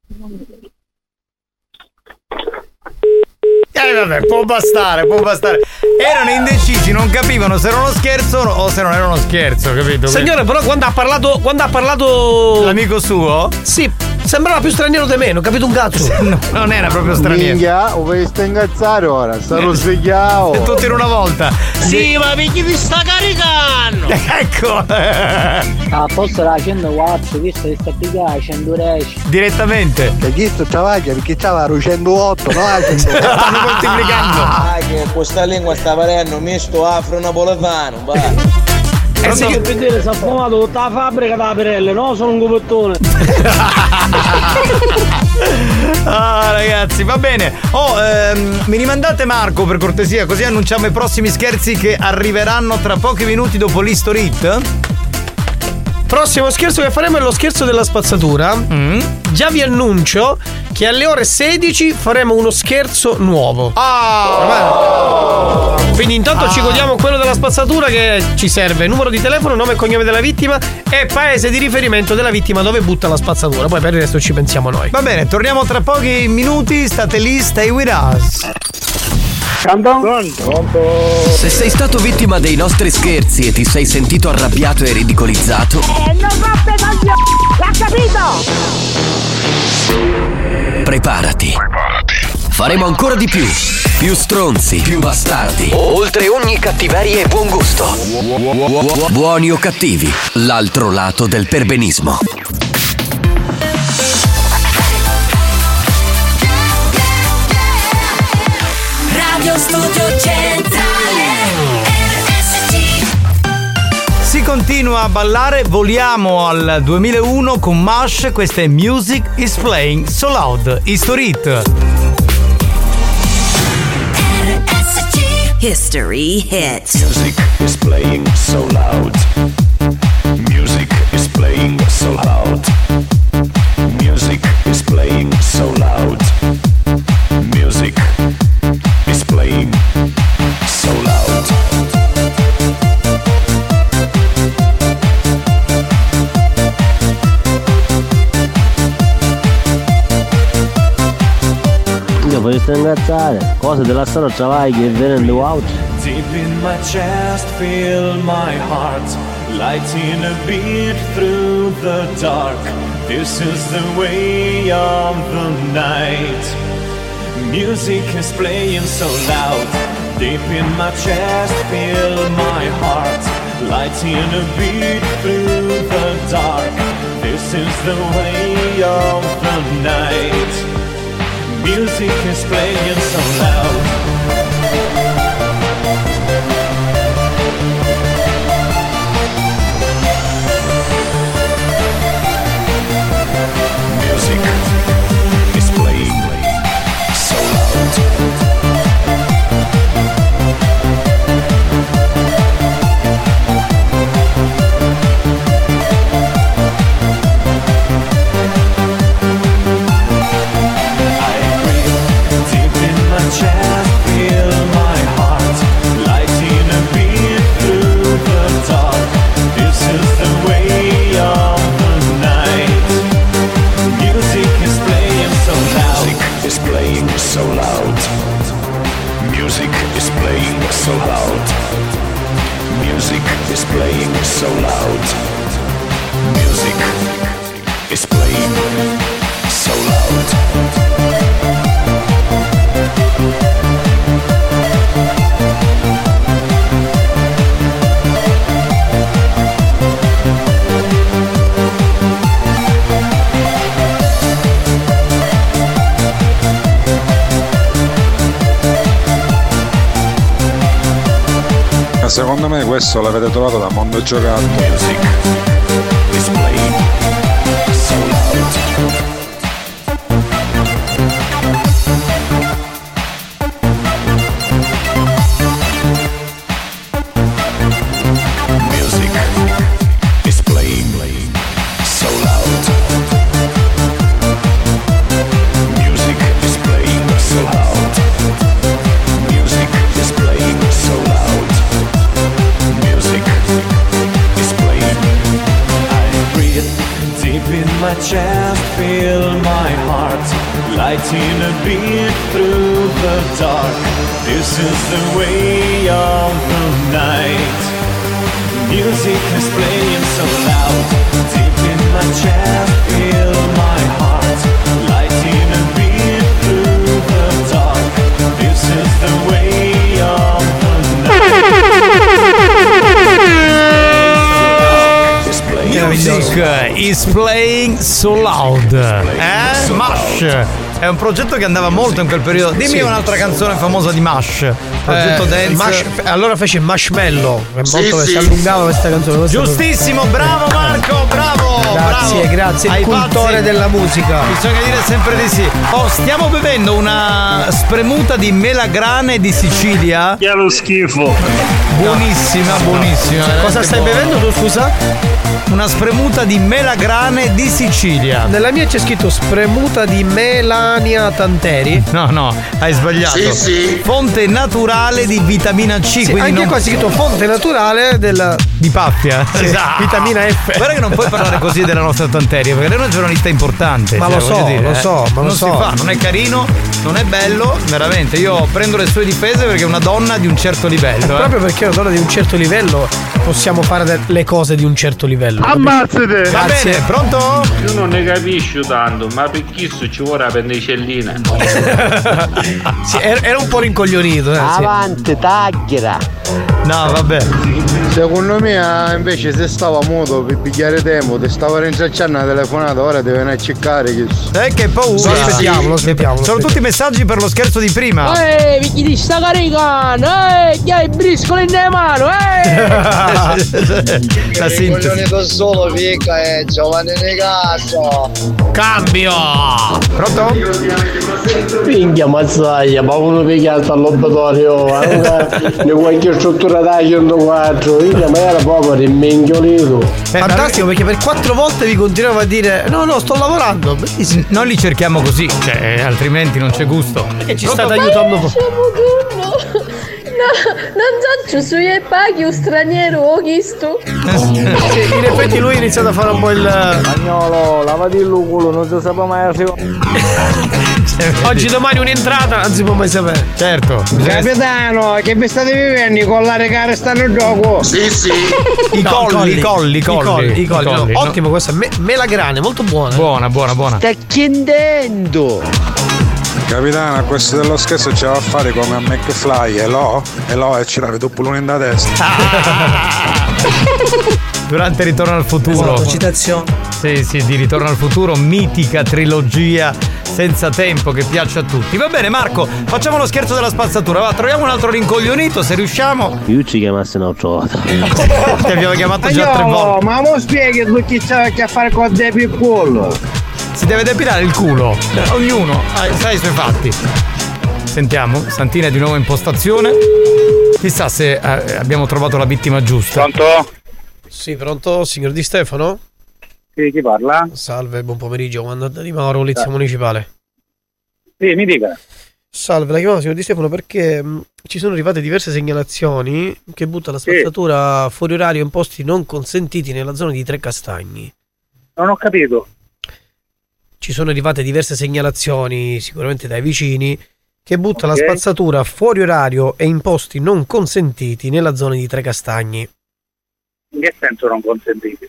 Vabbè, può bastare. Erano indecisi, non capivano se era uno scherzo o se non era uno scherzo, capito? Signore, però quando ha parlato l'amico suo? Sì, sembrava più straniero di me, non ho capito un cazzo. No, non era proprio straniero. Minchia, o vuoi ingazzare ora? Sarò svegliato. Tutti in una volta. Sì, ma perché ti sta caricando? Ecco. Posso la 104, visto che sta pigliando 110. Direttamente. E chi sto travaglia perché c'ava 108, no? Stanno moltiplicando. Che questa lingua sta parendo misto afro-napoletano, Se che vedere si è fumato tutta la fabbrica da Perelle, no? Sono un copettone. Ragazzi, va bene. Mi rimandate Marco per cortesia, così annunciamo i prossimi scherzi che arriveranno tra pochi minuti dopo l'History Hit. Prossimo scherzo che faremo è lo scherzo della spazzatura. Già vi annuncio che alle ore 16 faremo uno scherzo nuovo. Quindi intanto ci godiamo quello della spazzatura che ci serve numero di telefono, nome e cognome della vittima e paese di riferimento della vittima dove butta la spazzatura. Poi per il resto ci pensiamo noi. Va bene, torniamo tra pochi minuti. State lì, stay with us. Se sei stato vittima dei nostri scherzi e ti sei sentito arrabbiato e ridicolizzato, non roppe coglioni! L'ha capito? Preparati. Faremo ancora di più. Più stronzi, più bastardi. Oltre ogni cattiveria e buon gusto. Buoni o cattivi, l'altro lato del perbenismo. Radio Studio Centrale RSC. Si continua a ballare, voliamo al 2001 con Mash, questa è Music is Playing So Loud, History Hit. History Hit. Music is playing so loud. Music is playing so loud. Music is playing so loud. Music is playing so loud. Io voglio ingazzare, cose della storia travai che venendo out. Deep in my chest, feel my heart lighting a beat through the dark. This is the way of the night. Music is playing so loud. Deep in my chest, feel my heart lighting a beat through the dark. This is the way of the night. Music is playing so loud. Music is playing so loud. Chest, feel my heart lighting a beat through the dark. This is the way of the night. Music is playing so loud. Music is playing so loud. Music is playing so loud. Music is playing so loud. Music is playing so loud. Secondo me questo l'avete trovato da Mondo Giocato. Music is playing so loud. Music is playing so loud. Music is playing so loud. Music is playing so loud. Music is playing. I breathe deep in my chest, feel my heart lighting a beat through the dark. This is the way of the night. Music is playing so loud. Deep in my chest, feel my heart lighting a beat through the dark. This is the way of the night. Music is playing so loud. Mash è un progetto che andava molto in quel periodo. Dimmi un'altra canzone famosa di Mash. Progetto Dance. Allora fece Marshmallow. Si allungava questa canzone. Giustissimo, bravo Marco, bravo. Grazie, il cultore della musica. Bisogna dire sempre di sì. Stiamo bevendo una spremuta di melagrane di Sicilia. Che è lo schifo. Buonissima. Cosa stai bevendo tu, scusa? Una spremuta di melagrane di Sicilia. Nella mia c'è scritto spremuta di Melania Tanteri. No, hai sbagliato. Sì. Fonte naturale di vitamina C. Sì, anche qua c'è scritto fonte naturale di Pappia. Esatto. Vitamina F. Guarda che non puoi parlare così così della nostra Tanteria, perché lei è una giornalista importante. Ma cioè, lo so, voglio dire, lo so, ma non lo si so. fa, non è carino, non è bello, veramente. Io prendo le sue difese perché è una donna di un certo livello. Proprio perché è una donna di un certo livello possiamo fare le cose di un certo livello. Ammazzate! Va bene, pronto? Io non ne capisco tanto, ma per chi ci vuole la pennicellina? Sì, era un po' rincoglionito. Sì. Avanti, tagliera. No, vabbè. Secondo me invece se stava muto per pigliare tempo, ti stava rintracciando una telefonata, ora deve andare a cercare che paura. Lo aspettiamo. Sono tutti messaggi per lo scherzo di prima. Picchi di sta caricana, che hai briscola in mano, La sintesi. coglione solo fica Giovanni De Castro. Cambio. Pronto? Minchia mazzaglia, ma uno picchiato all'obitorio, ne qualche struttura da 104, minchia, ma era proprio rimminchiolito. Fantastico, perché per 4 volte vi continuavo a dire no, sto lavorando. Bellissimo. Noi li cerchiamo così, cioè, altrimenti non c'è gusto. Perché ci state aiutando un po'. No, non so, sui paghi un straniero ho visto. Sì, in effetti lui ha iniziato a fare un po' il Spagnolo, lavati il culo, non si sa mai arrivare. Oggi domani un'entrata non si può mai sapere. Certo. Capitano, che vi state vivendo con la regare stanno in gioco? Sì. I colli. No, ottimo, questa melagrane, molto buona. Buona. Sta chiedendo. Capitano, a questo dello scherzo ce la fa a fare come a McFly, e ce l'avete pure in da testa. Durante Ritorno al futuro. Citazione. Sì, di Ritorno al futuro, mitica trilogia senza tempo che piace a tutti. Va bene Marco, facciamo lo scherzo della spazzatura, va, troviamo un altro rincoglionito se riusciamo. Io ci chiamassi una trovata. Ti abbiamo chiamato già 3 volte. Ma mo spieghi tu chi c'ha a fare con dei piccolo. Si deve depilare il culo. Ognuno sa i suoi fatti. Sentiamo, Santina di nuovo in postazione. Chissà se abbiamo trovato la vittima giusta. Pronto? Sì, pronto, signor Di Stefano? Sì, chi parla? Salve, buon pomeriggio, comandante Di Mauro, Polizia Municipale. Sì, mi dica. Salve, la chiamavo signor Di Stefano perché ci sono arrivate diverse segnalazioni che butta la spazzatura fuori orario in posti non consentiti nella zona di Trecastagni. Non ho capito. Ci sono arrivate diverse segnalazioni, sicuramente dai vicini, che butta la spazzatura fuori orario e in posti non consentiti nella zona di Trecastagni. In che senso non consentiti?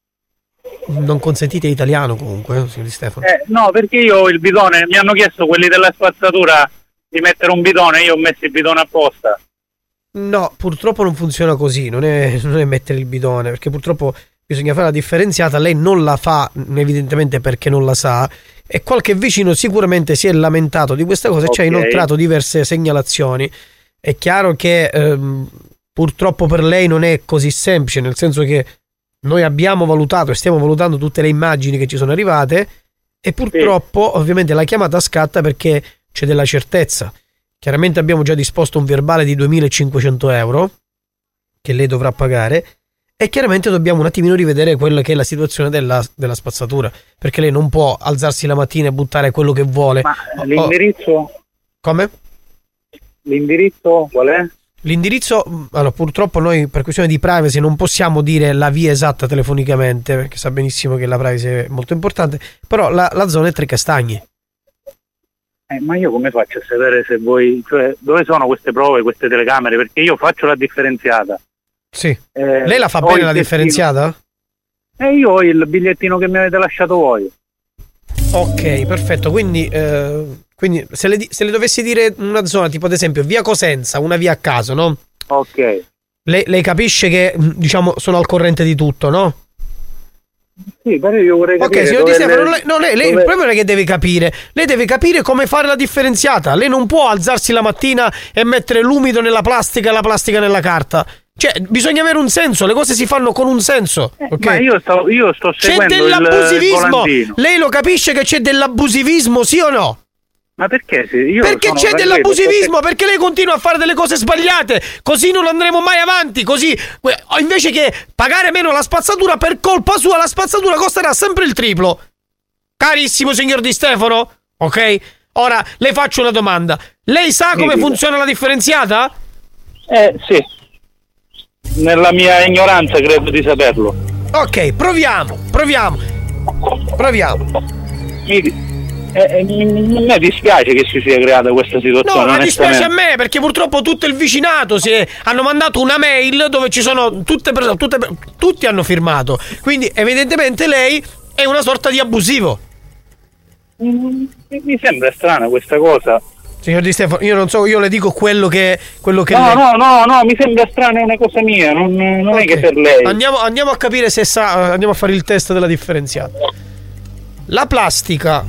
Non consentiti è italiano comunque, signor Di Stefano. No, perché io il bidone, mi hanno chiesto quelli della spazzatura di mettere un bidone, io ho messo il bidone apposta. No, purtroppo non funziona così, non è mettere il bidone, perché purtroppo bisogna fare la differenziata, lei non la fa evidentemente perché non la sa, e qualche vicino sicuramente si è lamentato di questa cosa e ci ha inoltrato diverse segnalazioni. È chiaro che purtroppo per lei non è così semplice, nel senso che noi abbiamo valutato e stiamo valutando tutte le immagini che ci sono arrivate e purtroppo ovviamente la chiamata scatta perché c'è della certezza. Chiaramente abbiamo già disposto un verbale di 2.500 euro che lei dovrà pagare e chiaramente dobbiamo un attimino rivedere quella che è la situazione della spazzatura, perché lei non può alzarsi la mattina e buttare quello che vuole. Ma l'indirizzo? Come? L'indirizzo qual è? L'indirizzo, allora purtroppo noi per questione di privacy non possiamo dire la via esatta telefonicamente, perché sa benissimo che la privacy è molto importante, però la zona è Trecastagni. Ma io come faccio a sapere se voi, cioè, dove sono queste prove, queste telecamere? Perché io faccio la differenziata. Sì. Lei la fa bene la differenziata? Io ho il bigliettino che mi avete lasciato voi. Ok, perfetto. Quindi se le dovessi dire una zona, tipo ad esempio via Cosenza, una via a caso, no? Ok. Lei capisce che, diciamo, sono al corrente di tutto, no? Sì, però io vorrei capire. Ok, signor Di Stefano, lei il problema è che deve capire. Lei deve capire come fare la differenziata. Lei non può alzarsi la mattina e mettere l'umido nella plastica e la plastica nella carta. Cioè, bisogna avere un senso, le cose si fanno con un senso. Okay? Ma io sto seguendo c'è dell'abusivismo. Lei lo capisce che c'è dell'abusivismo, sì o no? Ma perché? Perché c'è dell'abusivismo, perché lei continua a fare delle cose sbagliate, così non andremo mai avanti, così invece che pagare meno la spazzatura, per colpa sua la spazzatura costerà sempre il triplo. Carissimo signor Di Stefano, ok? Ora le faccio una domanda. Lei sa come funziona la differenziata? Sì. Nella mia ignoranza credo di saperlo. Ok, proviamo. Mi dispiace che si sia creata questa situazione. No, mi dispiace a me perché purtroppo tutto il vicinato hanno mandato una mail dove ci sono tutti hanno firmato. Quindi evidentemente lei è una sorta di abusivo. Mi sembra strana questa cosa. Signor Di Stefano, io non so, io le dico quello che No, lei... no, mi sembra strana, è una cosa mia, non Okay. è che per lei. Andiamo a capire se andiamo a fare il test della differenziata. La plastica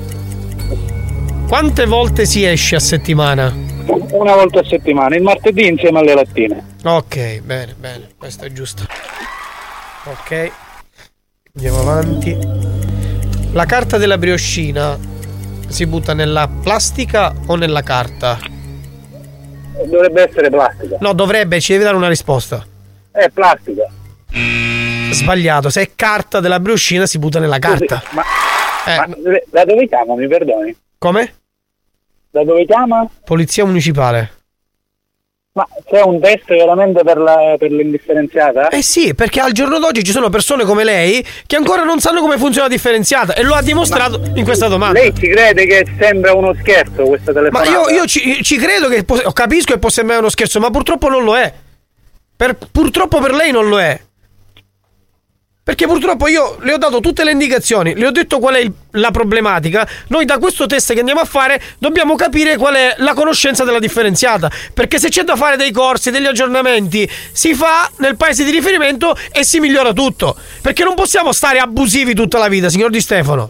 quante volte si esce a settimana? Una volta a settimana, il martedì insieme alle lattine. Ok, bene, questo è giusto. Ok, andiamo avanti. La carta della brioscina si butta nella plastica o nella carta? Dovrebbe essere plastica. No, dovrebbe, ci devi dare una risposta. È plastica. Sbagliato, se è carta della brioscina si butta nella carta. Ma da dove chiama, mi perdoni? Come? Da dove chiama? Polizia municipale. Ma c'è un test veramente per l'indifferenziata? Eh sì, perché al giorno d'oggi ci sono persone come lei che ancora non sanno come funziona la differenziata e lo ha dimostrato in questa domanda. Lei ci crede che sembra uno scherzo questa telefonata? Ma io ci credo che capisco che può sembrare uno scherzo, ma purtroppo non lo è. Purtroppo per lei non lo è. Perché purtroppo io le ho dato tutte le indicazioni, le ho detto qual è la problematica. Noi da questo test che andiamo a fare dobbiamo capire qual è la conoscenza della differenziata. Perché se c'è da fare dei corsi, degli aggiornamenti, si fa nel paese di riferimento e si migliora tutto. Perché non possiamo stare abusivi tutta la vita, signor Di Stefano.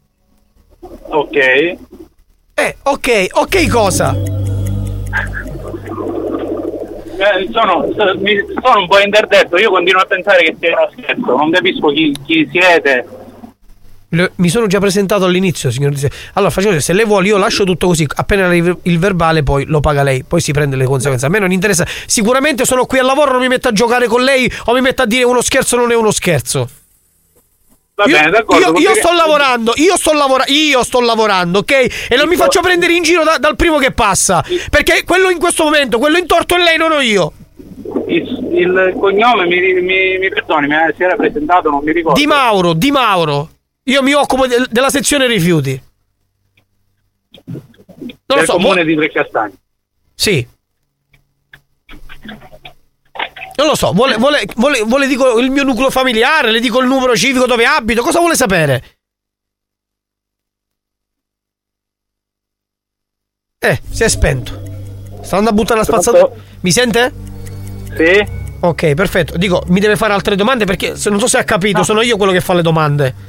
Ok. Ok cosa? Sono un po' interdetto, io continuo a pensare che sia uno scherzo, non capisco chi siete. Mi sono già presentato all'inizio, signor Di Stefano. Allora facciamo così, se lei vuole io lascio tutto così, appena arriva il verbale poi lo paga lei, poi si prende le conseguenze. A me non interessa, sicuramente sono qui al lavoro, non mi metto a giocare con lei o mi metto a dire uno scherzo non è uno scherzo. Va bene, d'accordo. Io sto lavorando, ok? E non mi faccio prendere in giro dal primo che passa. Perché quello in questo momento, quello in torto è lei, non ho io. Il cognome mi perdoni, si era presentato, non mi ricordo. Di Mauro. Io mi occupo della sezione rifiuti. Non lo so. Comune di Trecastagni. Sì. Non lo so, vuole dico il mio nucleo familiare, le dico il numero civico dove abito, cosa vuole sapere? Si è spento. Sta andando a buttare la spazzatura. Mi sente? Sì. Ok, perfetto. Dico, mi deve fare altre domande perché non so se ha capito, sono io quello che fa le domande.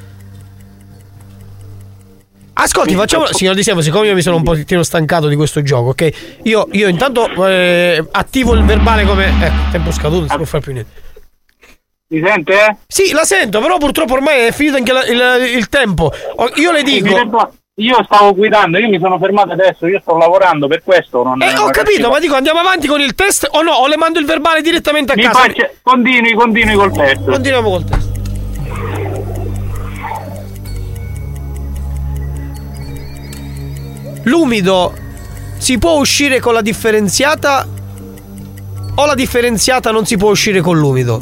Ascolti, facciamo, signor Di Stefano, siccome io mi sono un pochettino stancato di questo gioco, ok? Io intanto attivo il verbale come... tempo scaduto, non si può fare più niente. Mi sente? Sì, la sento, però purtroppo ormai è finito anche il tempo. Io le dico... Io stavo guidando, io mi sono fermato adesso, io sto lavorando, per questo ho capito, ma dico, andiamo avanti con il test o no? O le mando il verbale direttamente a casa? Continui col test. Continuiamo col test. L'umido si può uscire con la differenziata o la differenziata non si può uscire con l'umido?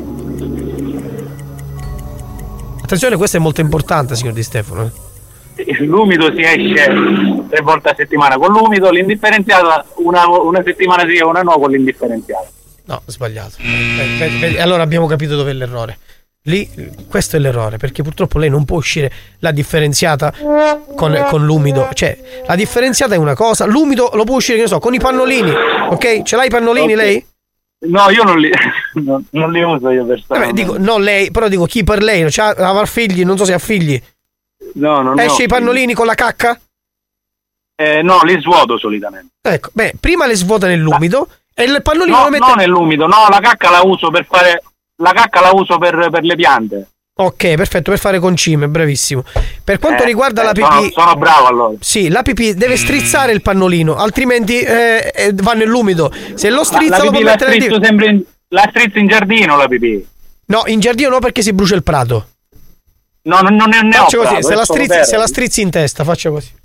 Attenzione, questo è molto importante, signor Di Stefano. L'umido si esce 3 volte a settimana con l'umido, l'indifferenziata una settimana sì e una no con l'indifferenziata. No, sbagliato. Allora abbiamo capito dov'è l'errore. Lì, questo è l'errore, perché purtroppo lei non può uscire la differenziata con l'umido. Cioè, la differenziata è una cosa, l'umido lo può uscire, che ne so, con i pannolini. Ok? Ce l'ha i pannolini lei? No, io non li uso io personalmente. Dico, no lei, però dico chi per lei, avrà figli, non so se ha figli. No, non esce i pannolini con la cacca? No, li svuoto solitamente. Ecco, prima le svuota nell'umido e il pannolino lo mette... No, nell'umido, no, la cacca la uso per fare... La cacca la uso per le piante. Ok, perfetto, per fare concime, bravissimo. Per quanto riguarda la pipì... Sono bravo allora. Sì, la pipì deve strizzare il pannolino, altrimenti va nell'umido. Se lo strizza lo può mettere... La strizzo in giardino la pipì. No, in giardino no, perché si brucia il prato. No, non ne ho faccio così, prato, se la strizzi in testa, faccia così.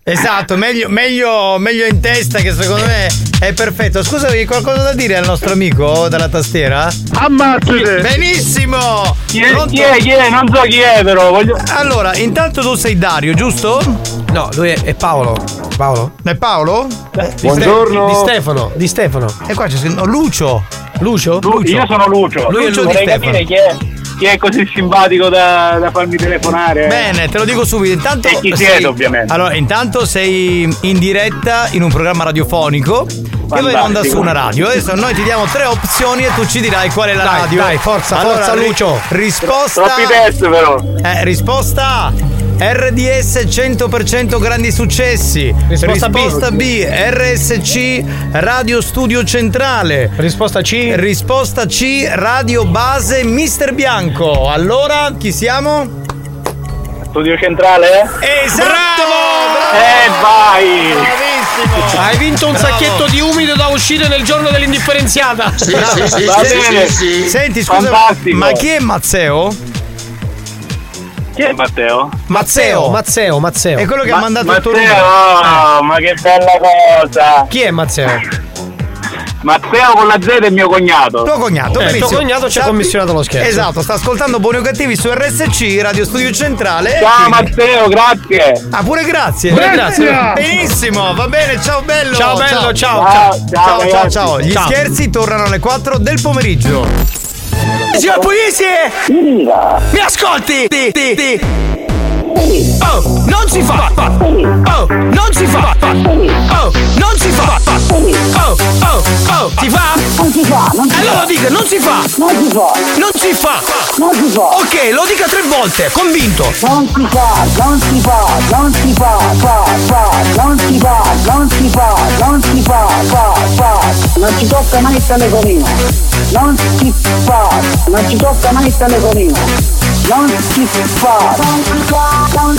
Esatto, meglio in testa, che secondo me è perfetto. Scusa, avevi qualcosa da dire al nostro amico dalla tastiera? Ammazzate! Benissimo! Chi è? Non so chi è, però voglio. Allora, intanto tu sei Dario, giusto? No, lui è Paolo. Paolo? È Paolo? Buongiorno. Di Stefano. E qua c'è scritto Lucio. Io sono Lucio. Lui è Vorrei capire chi è così simpatico da farmi telefonare. Bene, te lo dico subito. Intanto e chi siete, ovviamente. Allora, intanto sei in diretta in un programma radiofonico che va in onda su una radio. Adesso noi ti diamo 3 opzioni e tu ci dirai qual è la radio. Dai, forza Lucio. Risposta. Troppi test, però. Risposta A: RDS 100% grandi successi. Risposta B: RSC Radio Studio Centrale. Risposta C: Radio Base Mister Bianco. Allora, chi siamo? Studio Centrale? Esatto! Vai! Bravissimo! Hai vinto un sacchetto di umido da uscire nel giorno dell'indifferenziata. Sì. Va bene. Senti, scusa, fantastico. ma chi è Mazzeo? Chi è Matteo? Mazzeo. È quello che ha mandato il tuo numero. Matteo, ma che bella cosa! Chi è Mazzeo? Matteo con la Z è mio cognato. Tuo cognato, benissimo. Tuo cognato ci ha commissionato lo scherzo. Esatto, sta ascoltando Buoni o Cattivi su RSC, Radio Studio Centrale. Ciao Matteo, grazie. Ah, pure grazie. Grazie. Benissimo, va bene, ciao bello. Ciao bello, ciao. Ciao. Gli scherzi tornano alle 4 del pomeriggio. Signor Pugliese! Mi ascolti? Oh, non si fa! Oh, non si fa! Oh, non si fa! Oh, si fa? Non si fa! Allora dica, non si fa! Non si fa! Ok, lo dica 3 volte, convinto! Non si fa! Non ci tocca mai il telefonino! Non si fa! Non ci tocca mai il telefonino! Non si fa! Non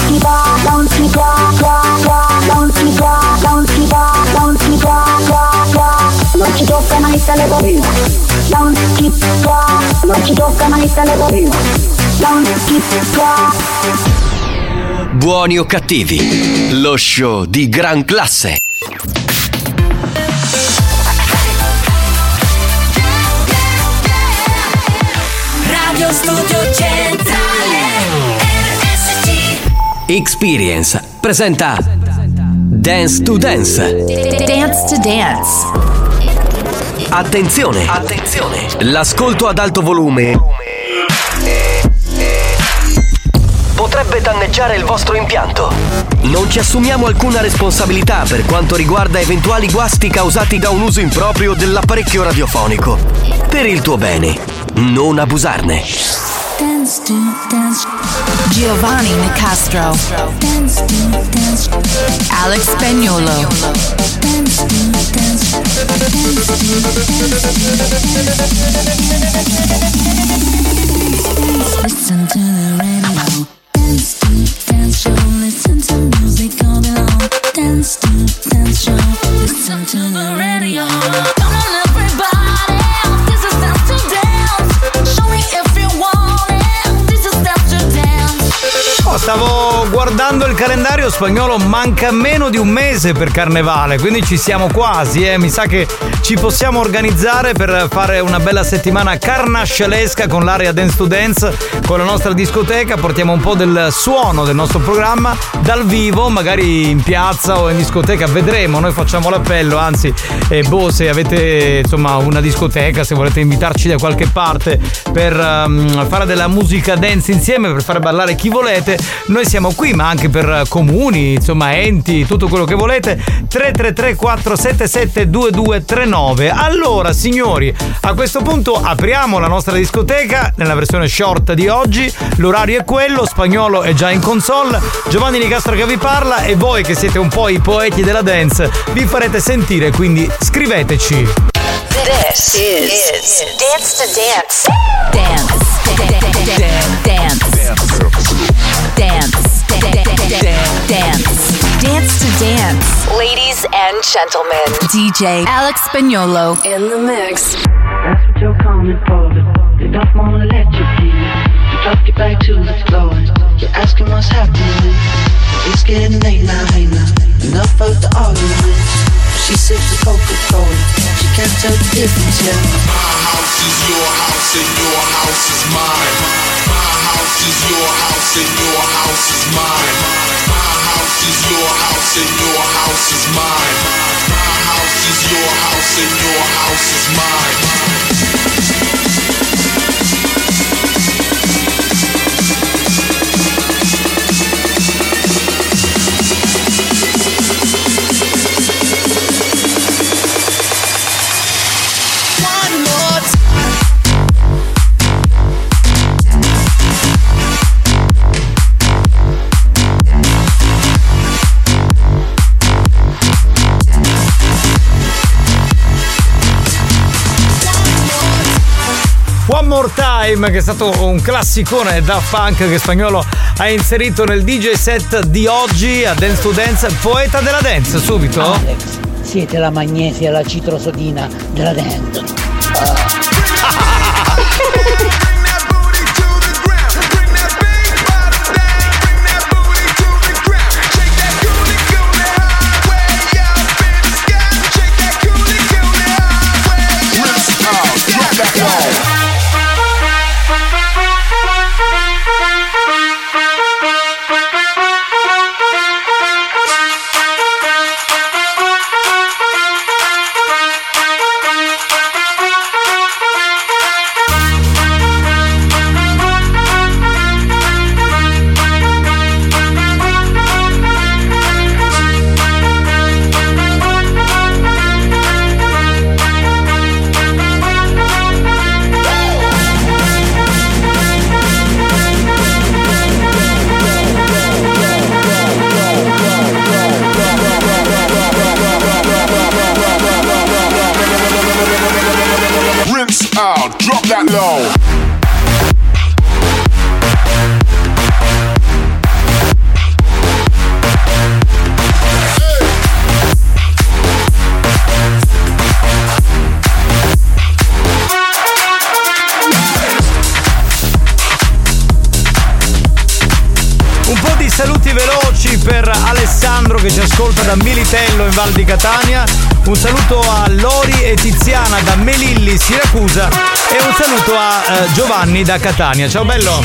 ci tocca mai il telefonino! Non ci tocca mai il telefonino! Non si fa! Buoni o cattivi, lo show di gran classe. Radio Studio Centrale RSC. Experience presenta Dance to Dance. Dance to Dance. Attenzione! L'ascolto ad alto volume potrebbe danneggiare il vostro impianto. Non ci assumiamo alcuna responsabilità per quanto riguarda eventuali guasti causati da un uso improprio dell'apparecchio radiofonico. Per il tuo bene, non abusarne. Dance to Dance. Giovanni Nicastro. Dance to Dance. Alex Spagnuolo. Dance to Dance. Listen to the radio. Dance to Dance show. Listen to music all day long. Dance to Dance show. Listen to the radio. Come on everybody, this is Dance to Dance. Show me if you want it. This is Dance to Dance. Stavo guardando il calendario spagnolo, manca meno di un mese per Carnevale, quindi ci siamo quasi, mi sa che ci possiamo organizzare per fare una bella settimana carnascialesca con l'area Dance to Dance, con la nostra discoteca. Portiamo un po' del suono del nostro programma dal vivo, magari in piazza o in discoteca, vedremo. Noi facciamo l'appello, anzi se avete insomma una discoteca, se volete invitarci da qualche parte per fare della musica dance insieme, per fare ballare chi volete, noi siamo qui, ma anche per comuni, insomma enti, tutto quello che volete. 333 477 2239. Allora signori, a questo punto apriamo la nostra discoteca nella versione short di oggi. L'orario è quello, Spagnuolo è già in console, Giovanni Nicastro che vi parla, e voi che siete un po' i poeti della dance vi farete sentire, quindi scriveteci. This is Dance to Dance. Dance. Dance to Dance. Ladies and gentlemen, DJ Alex Spagnuolo in the mix. That's what you're coming for. They don't wanna let you be. You drop your back to the floor. You're asking what's happening. It's getting late now, hey now. Enough of the arguments. She sips the Coca-Cola. She can't tell the difference yet. My house is your house and your house is mine. My house is your house and your house is mine. My house is your house and your house is mine. My house is your house and your house is mine. One More Time, che è stato un classicone da Funk che Spagnolo ha inserito nel DJ set di oggi a Dance to Dance. Poeta della dance, subito. Alex, siete la magnesia e la citrosodina della dance. Drop that low. Un po' di saluti veloci per Alessandro che ci ascolta da Militello in Val di Catania. Un saluto a Lori e Tiziana da Melilli, Siracusa, e un saluto a Giovanni da Catania. Ciao bello!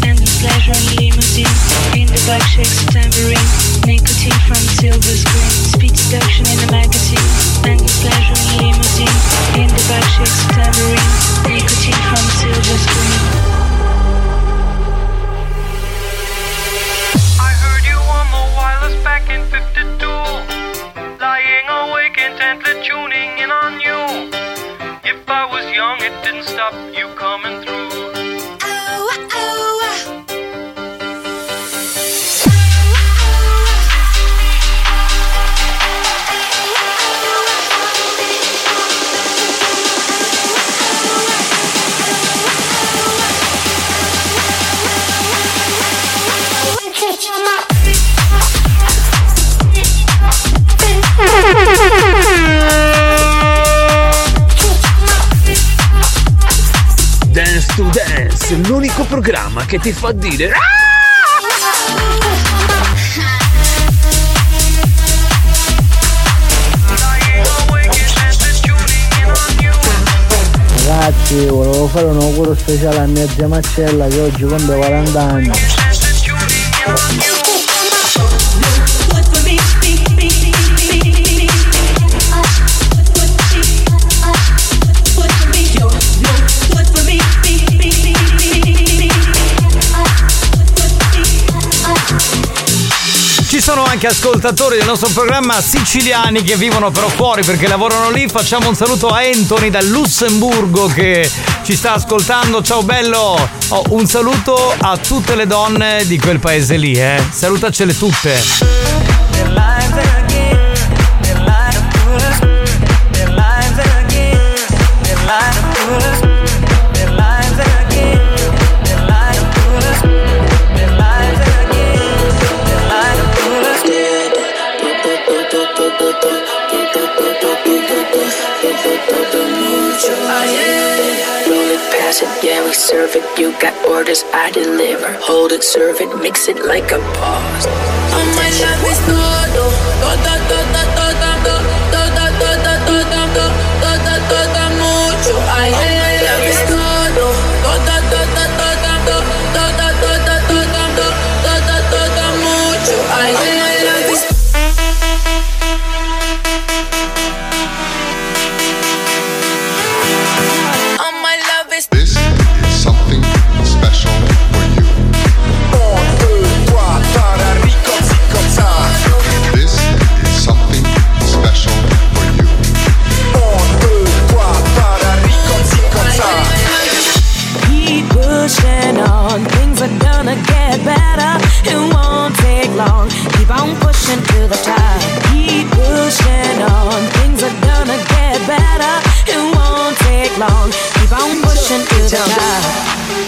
Intently tuning in on you. If I was young, it didn't stop you coming through. Dance to Dance, l'unico programma che ti fa dire Ragazzi, volevo fare un auguro speciale a mia zia Marcella che oggi compie 40 anni. Ci sono anche ascoltatori del nostro programma siciliani che vivono però fuori perché lavorano lì. Facciamo un saluto a Anthony dal Lussemburgo che ci sta ascoltando. Ciao bello! Un saluto a tutte le donne di quel paese lì, salutacele tutte. Roll it back. pass it, yeah, we serve it. You got orders, I deliver. Hold it, serve it, mix it like a boss. Oh my love is todo, todo, todo, todo, todo, todo, todo, todo, todo, mucho. Ay, my love is todo, todo, todo, todo, todo, todo, todo, todo, todo, mucho. Ay, my love is. This is something special for you. This is something special for you. Keep pushing on, things are gonna get better. It won't take long. Keep on pushing to the top. Keep pushing on, things are gonna get better. It won't take long. Keep on pushing to the top.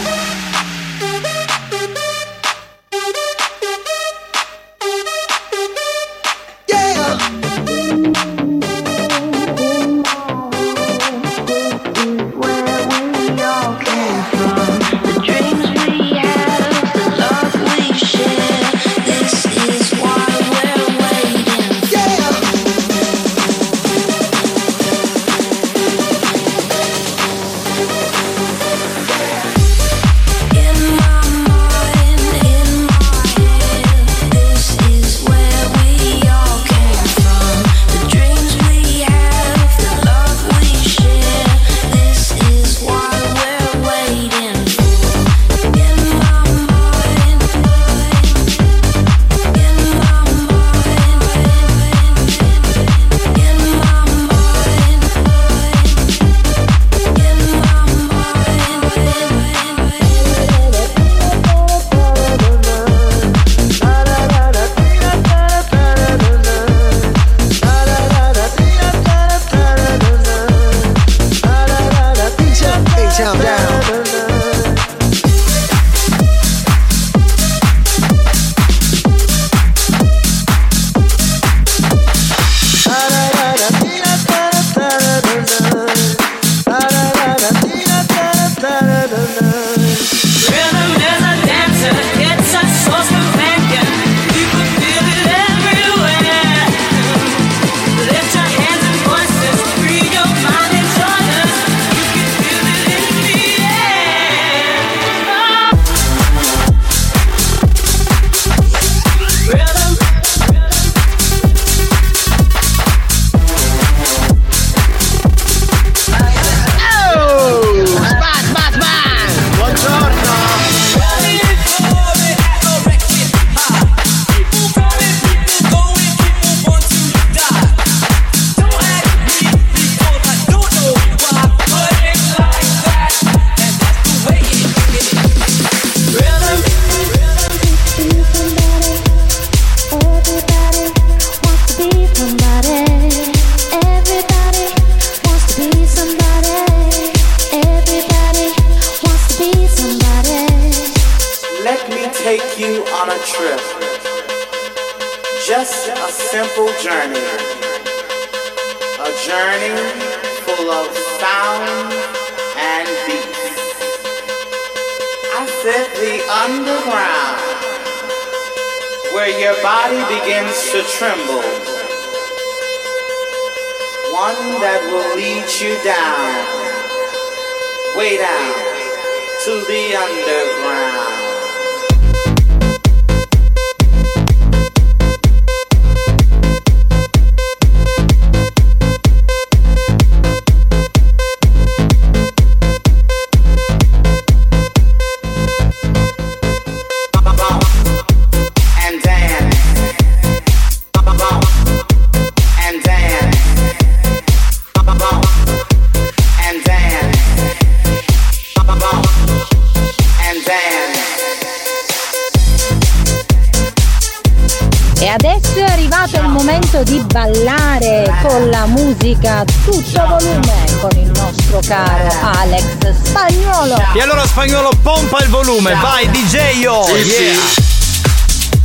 Di ballare con la musica a tutto volume con il nostro caro Alex Spagnuolo. E allora Spagnuolo pompa il volume, vai DJ! Sì, yeah. sì.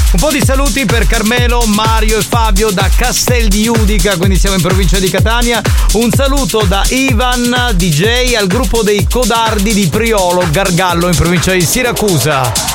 Un po' di saluti per Carmelo, Mario e Fabio da Castel di Udica, quindi siamo in provincia di Catania. Un saluto da Ivan DJ al gruppo dei Codardi di Priolo, Gargallo, in provincia di Siracusa.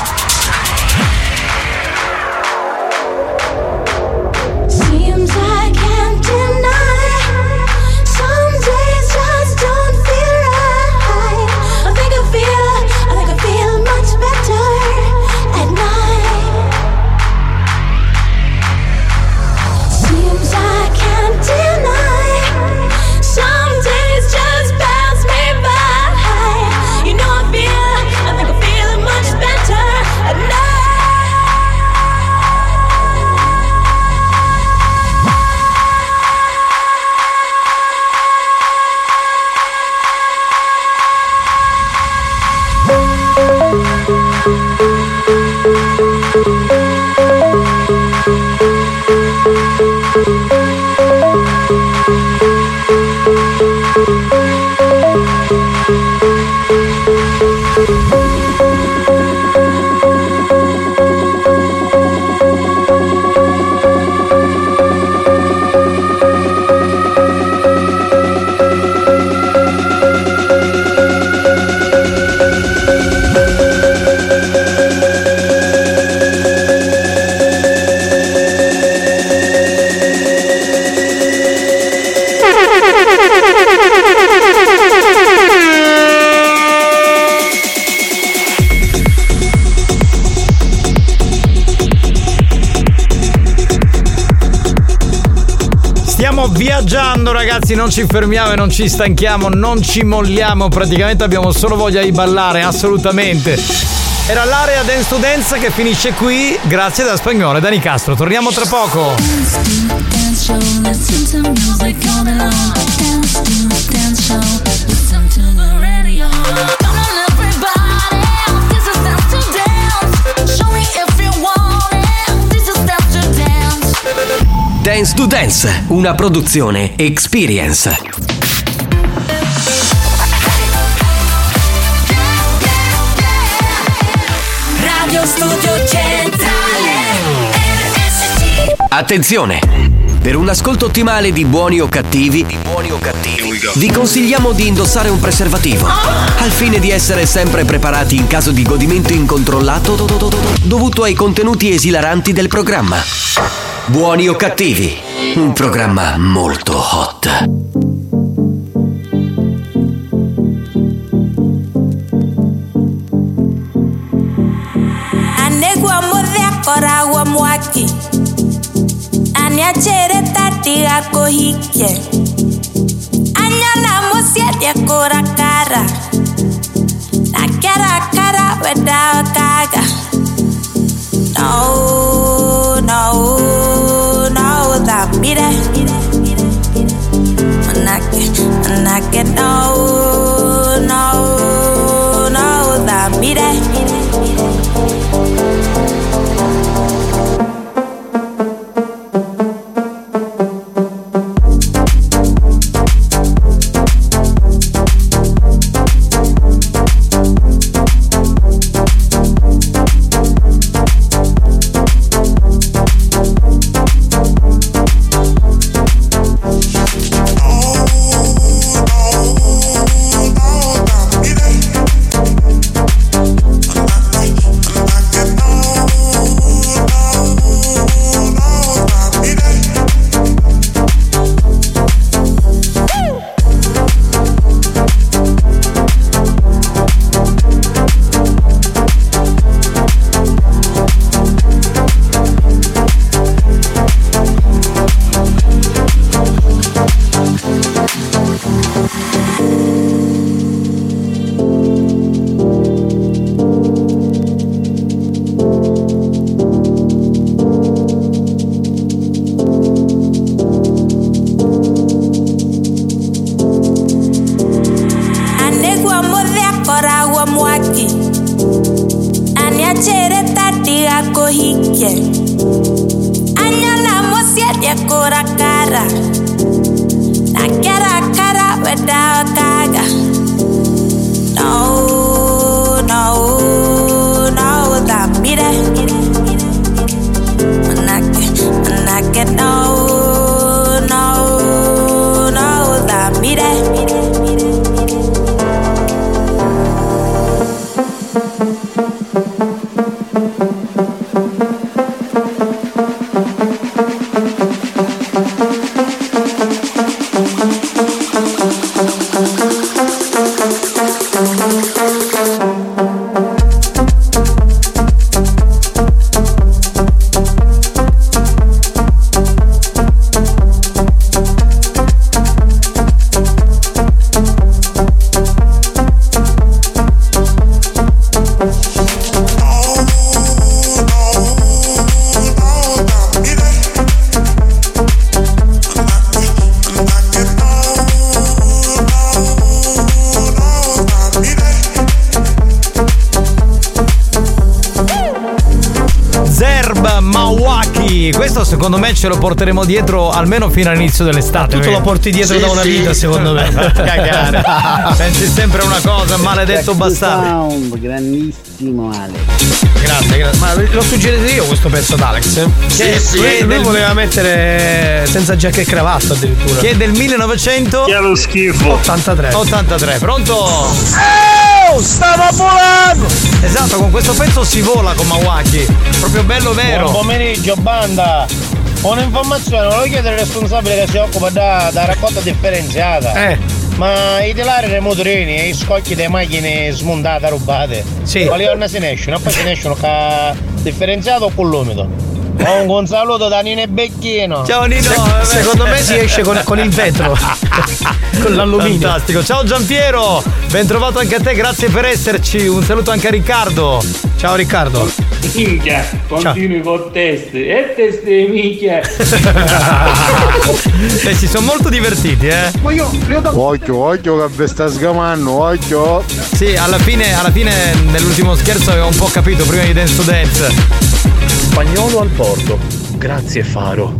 Viaggiando, ragazzi, non ci fermiamo e non ci stanchiamo, non ci molliamo, praticamente abbiamo solo voglia di ballare, assolutamente. Era l'area Dance to Dance che finisce qui, grazie da Spagnolo e da Nicastro. Torniamo tra poco. Dance to Dance, una produzione Experience. Radio Studio Centrale RSC. Attenzione! Per un ascolto ottimale di Buoni o Cattivi, vi consigliamo di indossare un preservativo, al fine di essere sempre preparati in caso di godimento incontrollato dovuto ai contenuti esilaranti del programma. Buoni o Cattivi, un programma molto hot. Anegua modea koragua mwaki Aniachere tatiga kohike Anyana musiedia kora kara Nakera kara weda kaga No, no, no, that mire Manake, no, no, no, that mire questo secondo me ce lo porteremo dietro almeno fino all'inizio dell'estate. Tu te lo porti dietro da una vita, secondo me. Cagare. Pensi sempre una cosa, maledetto bastardo. Grandissimo Alex. Grazie. Ma l'ho suggerito io questo pezzo ad Alex. Lui voleva mettere senza giacca e cravatta addirittura. Che è del 1900? Che è lo schifo. 83. Pronto? Stava volando! Esatto, con questo pezzo si vola con Mawaki. Proprio bello vero. Buon pomeriggio, banda. Un'informazione, volevo chiedere al responsabile che si occupa da raccolta differenziata. Ma i telari dei motorini e i scocchi delle macchine smontate, rubate. Sì. Quali giorni se ne escono? Poi se ne escono con differenziato o con l'umido? Un saluto da Nino e Becchino. Ciao Nino. Secondo me si esce con il vetro. Con l'alluminio. Fantastico. Ciao Giampiero. Ben trovato anche a te, grazie per esserci. Un saluto anche a Riccardo. Ciao Riccardo. Minchia, continui con teste. E teste minchia. Si sono molto divertiti, Occhio che sta sgamando, occhio. Sì, alla fine nell'ultimo scherzo avevo un po' capito prima di Dance to Dance. Spagnolo al bordo. Grazie Faro.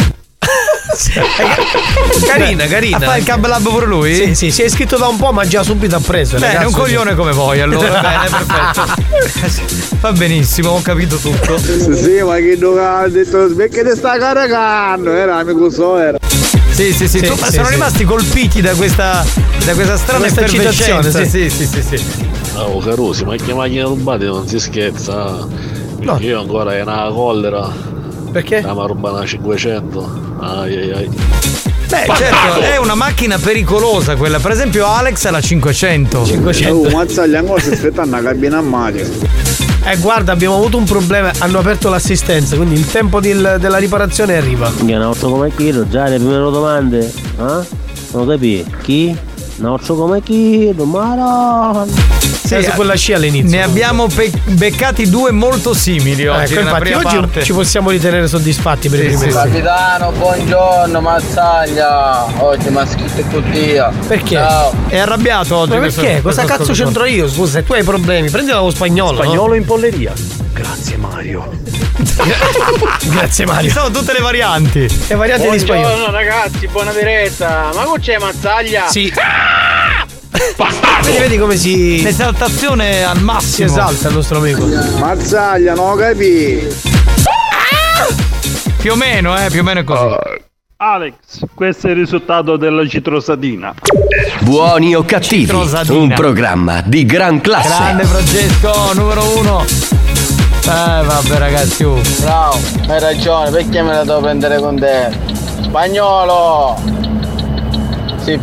Carina. Fa il Cab Lab pure lui? Sì, si è iscritto da un po', ma già subito ha preso. Bene, è un coglione come voi, allora. Bene, perfetto. Va benissimo, ho capito tutto. Sì, ma che ha detto che te sta caricando, era amico era. Sì. Sono rimasti colpiti da questa strana effervescenza. Sì. Oh Carusi, ma che macchine rubate non si scherza. No. Io ancora è una collera. Perché? Ma ruba una 500. Ai. Beh, certo, è una macchina pericolosa quella. Per esempio Alex ha la 500. Mazzaglia ancora si aspetta una cabina a mare. Guarda, abbiamo avuto un problema, hanno aperto l'assistenza, quindi il tempo della riparazione arriva. Non so come chiedo, già le prime domande. Non capisci? Chi? Non so come chiedo, ma Sì, su quella scia all'inizio. Ne abbiamo beccati due molto simili oggi. Infatti oggi ci possiamo ritenere soddisfatti per il primo. Capitano, buongiorno, Mazzaglia. Oggi mi ha scritto Cuttia. Perché? Ciao. È arrabbiato oggi. Ma perché? Cosa cazzo c'entro io? Scusa, se tu hai problemi, prendila con spagnolo. Spagnolo in polleria. Grazie Mario. Grazie Mario. Ci sono tutte le varianti. Le varianti di spagnolo. Buongiorno ragazzi, buona diretta. Ma con c'è Mazzaglia? Sì. Vedi come si. L'esaltazione al massimo. Si esalta il nostro amico. Mazzaglia, non capi. Più o meno è così. Alex, questo è il risultato della citrosadina. Buoni o cattivi, Citrosadina. un programma di gran classe. Grande Francesco, numero 1. Vabbè ragazzi. Bravo, hai ragione, perché me la devo prendere con te? Spagnolo. Sì,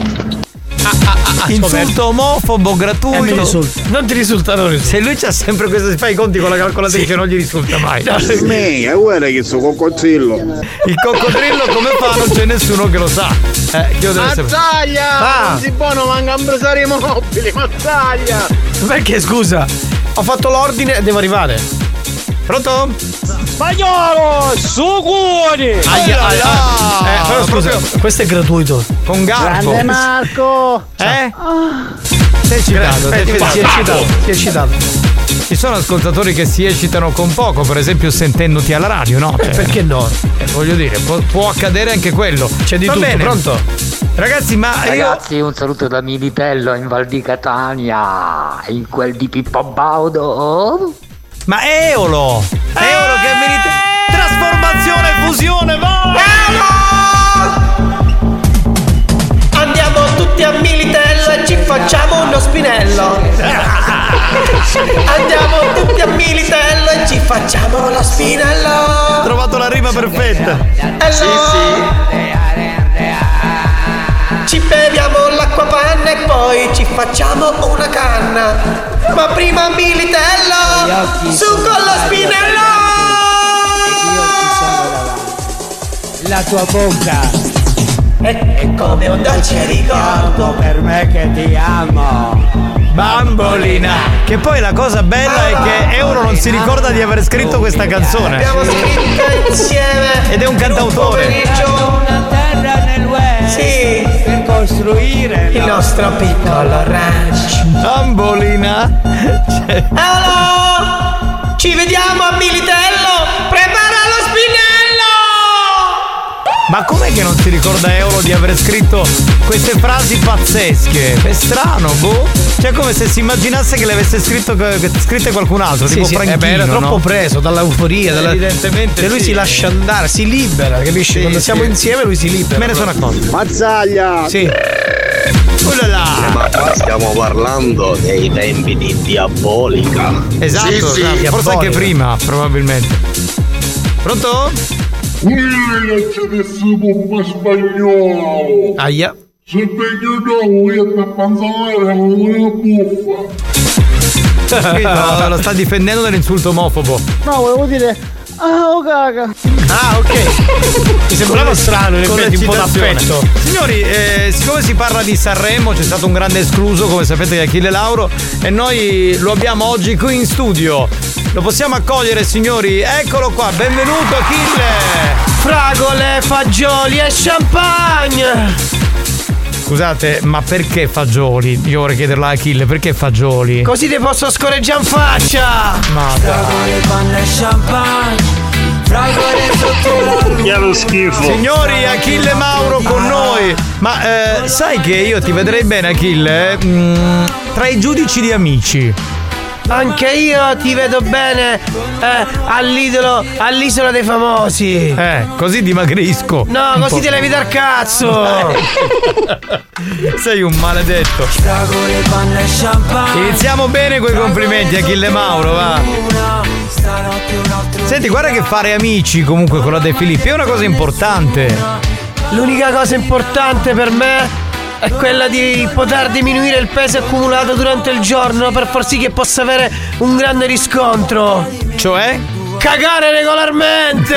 Insulto omofobo gratuito. Non ti risulta. Se lui c'ha sempre questo, si fa i conti con la calcolatrice, non gli risulta mai. Guarda che so coccodrillo. Il coccodrillo come fa? Non c'è nessuno che lo sa. Mazzaglia! Non si può, non manca impresari mobili, Mazzaglia! Perché scusa? Ho fatto l'ordine e devo arrivare. Pronto? Spagnolo! Su cuori! Però scusa, questo è gratuito. Con garbo. Grande Marco! Si è eccitato. Ci sono ascoltatori che si eccitano con poco, per esempio sentendoti alla radio, no? Perché no? Voglio dire, può accadere anche quello. C'è di Va tutto, bene. pronto? Ragazzi, un saluto da Militello in Val di Catania, in quel di Pippo Baudo. Ma Eolo che venite. Trasformazione, fusione, vai! Andiamo tutti a Militello e ci facciamo uno spinello. Andiamo tutti a Militello e ci facciamo lo spinello. Ho trovato la rima perfetta. Ci beviamo l'acqua panna e poi ci facciamo una canna. Ma prima Militello, su con lo spinello. La tua bocca è come un dolce ricordo per me che ti amo. Bambolina. Che poi la cosa bella è che Euro non si ricorda di aver scritto questa canzone. Abbiamo scritto insieme ed è un cantautore. Una terra nel West. Sì. Per costruire il nostro piccolo ranch. Bambolina. Allora, ci vediamo a Militello. Prepara lo spinello. Ma com'è che non si ricorda Eolo di aver scritto queste frasi pazzesche? È strano, boh. Cioè come se si immaginasse che le avesse scritte qualcun altro, tipo Franchino, era troppo no? preso dall'euforia, evidentemente e lui si lascia andare, si libera, capisci? Quando siamo insieme lui si libera. Me ne sono accorto. Mazzaglia! Sì. Ma qua stiamo parlando dei tempi di Diabolica. Esatto, Sì, esatto. Forse anche prima, probabilmente. Pronto? Aia. Se vedo dopo io sto pensare una buffa. No, lo sta difendendo dall'insulto omofobo. No, volevo dire oh caga. Ah, ok. Mi sembrava strano, in effetti, un po' d'affetto. Signori, siccome si parla di Sanremo, c'è stato un grande escluso, come sapete, di Achille Lauro, e noi lo abbiamo oggi qui in studio. Lo possiamo accogliere, signori? Eccolo qua, benvenuto Achille! Fragole, fagioli e champagne! Scusate, ma perché fagioli? Io vorrei chiederla a Achille, perché fagioli? Così ti posso scorreggiare in faccia! Ma Fragole, panna e champagne. Fragole sotto la lo schifo. Signori, Achille Mauro con noi. Ma sai che io ti vedrei bene, Achille, tra i giudici di Amici. Anche io ti vedo bene all'isola dei famosi. Così dimagrisco. No, così ti levi dal cazzo. Sei un maledetto. Fragole, panna e champagne. Iniziamo bene coi complimenti, Achille Mauro, va. Senti, guarda che fare Amici comunque con la De Filippi è una cosa importante. L'unica cosa importante per me è quella di poter diminuire il peso accumulato durante il giorno per far sì che possa avere un grande riscontro. Cioè? Cagare regolarmente!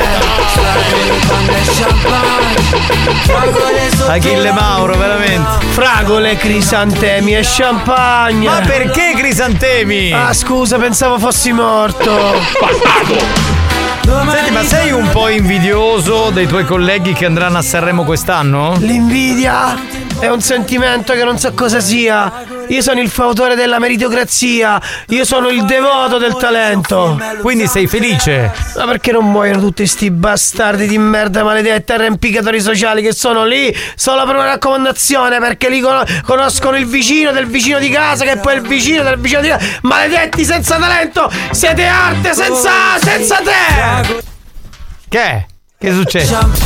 Achille Mauro, veramente. Fragole, crisantemi e champagne. Ma perché crisantemi? Ah, scusa, pensavo fossi morto. Senti, ma sei un po' invidioso dei tuoi colleghi che andranno a Sanremo quest'anno? L'invidia è un sentimento che non so cosa sia. Io sono il fautore della meritocrazia. Io sono il devoto del talento. Quindi sei felice? Ma perché non muoiono tutti sti bastardi di merda maledetti arrampicatori sociali che sono lì solo per una raccomandazione, perché lì conoscono il vicino del vicino di casa, che poi è il vicino del vicino di casa. Maledetti senza talento. Siete arte senza te. Che è successo?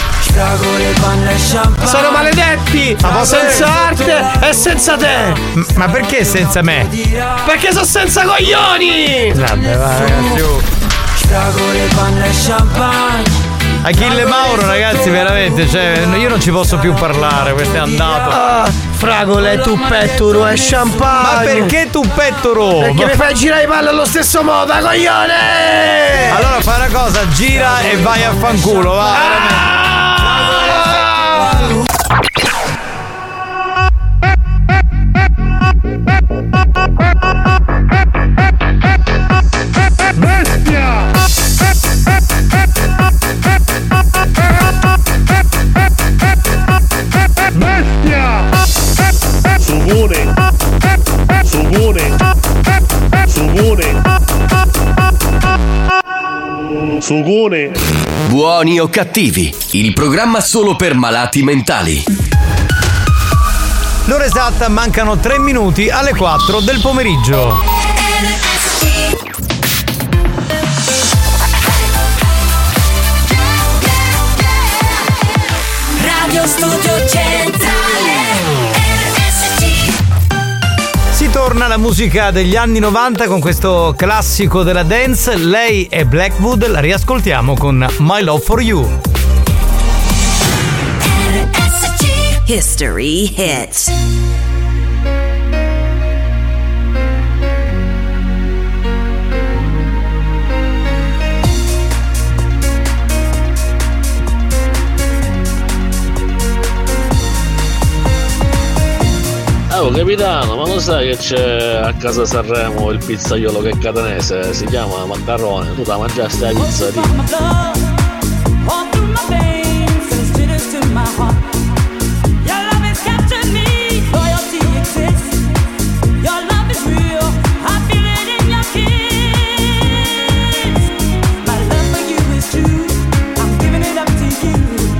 Sono maledetti, ma senza arte e senza te. Ma perché senza me? Perché sono senza coglioni. Vabbè, va, ragazzi. Achille Mauro, ragazzi, veramente, cioè, io non ci posso più parlare, questo è andato. Fragole, tuppetturo e champagne. Ma perché tuppetturo? Perché mi fai girare i palle allo stesso modo, coglione! Allora fai una cosa, gira e vai a fanculo, va. Bestia! Bestia! Sugone! Sugone! Sugone! Sugone! Buoni o cattivi, il programma solo per malati mentali. L'ora esatta, mancano 3 minuti alle 4 del pomeriggio. Radio Studio Centrale RSC. Si torna alla musica degli anni 90 con questo classico della dance. Lei è Blackwood, la riascoltiamo con My Love For You. History Hit. Oh capitano, ma lo sai che c'è a casa Sanremo il pizzaiolo che è catanese, si chiama Mandarrone, tu da mangiaste la pizza lì? My love for you is true. I'm giving it up to you.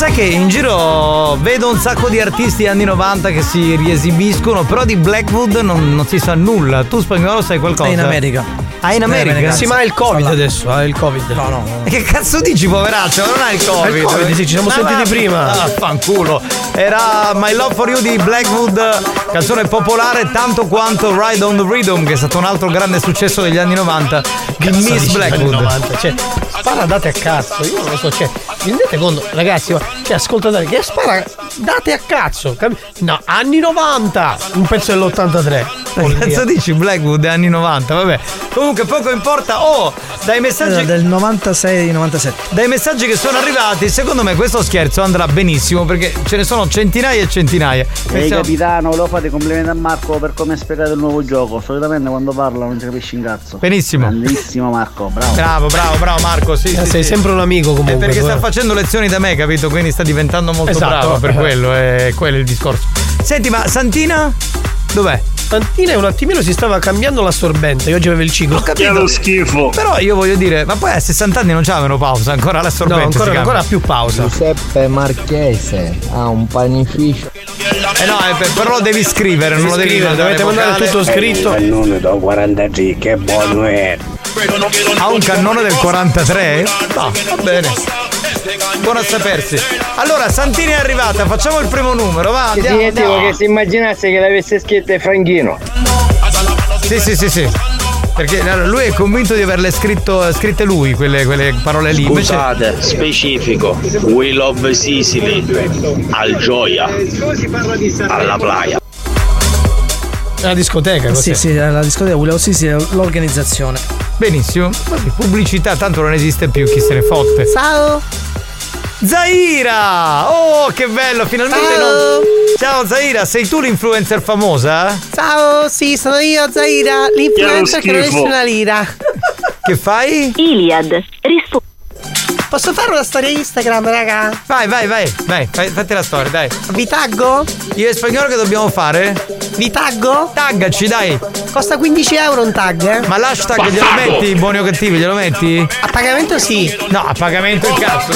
sai che in giro vedo un sacco di artisti anni 90 che si riesibiscono, però di Blackwood non si sa nulla. Tu Spagnolo sai qualcosa? È in America. Ah, in America? Sì, ma è il Covid adesso, ha il Covid. No. Che cazzo dici, poveraccio? Non hai il Covid. Il Covid, sì, ci siamo sentiti prima. Ah, fanculo. Era My Love For You di Blackwood, canzone popolare tanto quanto Ride On The Rhythm, che è stato un altro grande successo degli anni 90 di Miss Blackwood. 90, cioè, spara date a cazzo, io non lo so, cioè, vi rendete conto, ragazzi, cioè, ascoltate, che spara date a cazzo, no, anni 90, un pezzo dell'83. Che cazzo dici Blackwood anni 90, vabbè. Comunque poco importa. Dai messaggi del 96-97. Dai messaggi che sono arrivati, secondo me questo scherzo andrà benissimo, perché ce ne sono centinaia e centinaia. Ehi capitano, lo fate complimenti a Marco per come ha spiegato il nuovo gioco. Solitamente quando parla non ci capisci un cazzo. Benissimo. Grandissimo Marco, bravo. Bravo Marco, sì. Sei sempre un amico comunque. Perché sta facendo lezioni da me, capito? Quindi sta diventando molto bravo, per quello è il discorso. Senti, ma Santina? Dov'è? Santina un attimino si stava cambiando l'assorbente. Oggi aveva il ciclo. Ho capito. Che lo schifo. Però io voglio dire, ma poi a 60 anni non c'avevano pausa, ancora l'assorbente. No, ancora più pausa. Giuseppe Marchese ha un panificio. No, però lo devi scrivere, non lo devi mandare. Dovete mandare tutto scritto. Il cannone da 43, che buono è. Ha un cannone del 43? No, va bene. Buono a sapersi. Allora, Santini è arrivata, facciamo il primo numero, va. Andiamo. Che si immaginasse che l'avesse scritto Franchino. Sì. Perché lui è convinto di averle scritte lui, quelle parole lì. Scusate, specifico. We love Sicily. Al Gioia. Alla playa. La discoteca, cos'è? Sì, la discoteca We Love Sicily, l'organizzazione. Benissimo. Pubblicità, tanto non esiste più, chi se ne fotte. Ciao. Zaira! Oh, che bello, finalmente Ciao Zaira, sei tu l'influencer famosa? Ciao, sì, sono io Zaira, l'influencer che non esce una lira. Che fai? Iliad, posso fare una storia Instagram, raga? Vai, fatti la storia, dai. Vi taggo? Io e Spagnolo che dobbiamo fare? Vi taggo? Taggaci, dai. Costa 15 euro un tag, eh? Ma l'hashtag glielo metti, buoni o cattivi, glielo metti? A pagamento sì. No, a pagamento il cazzo.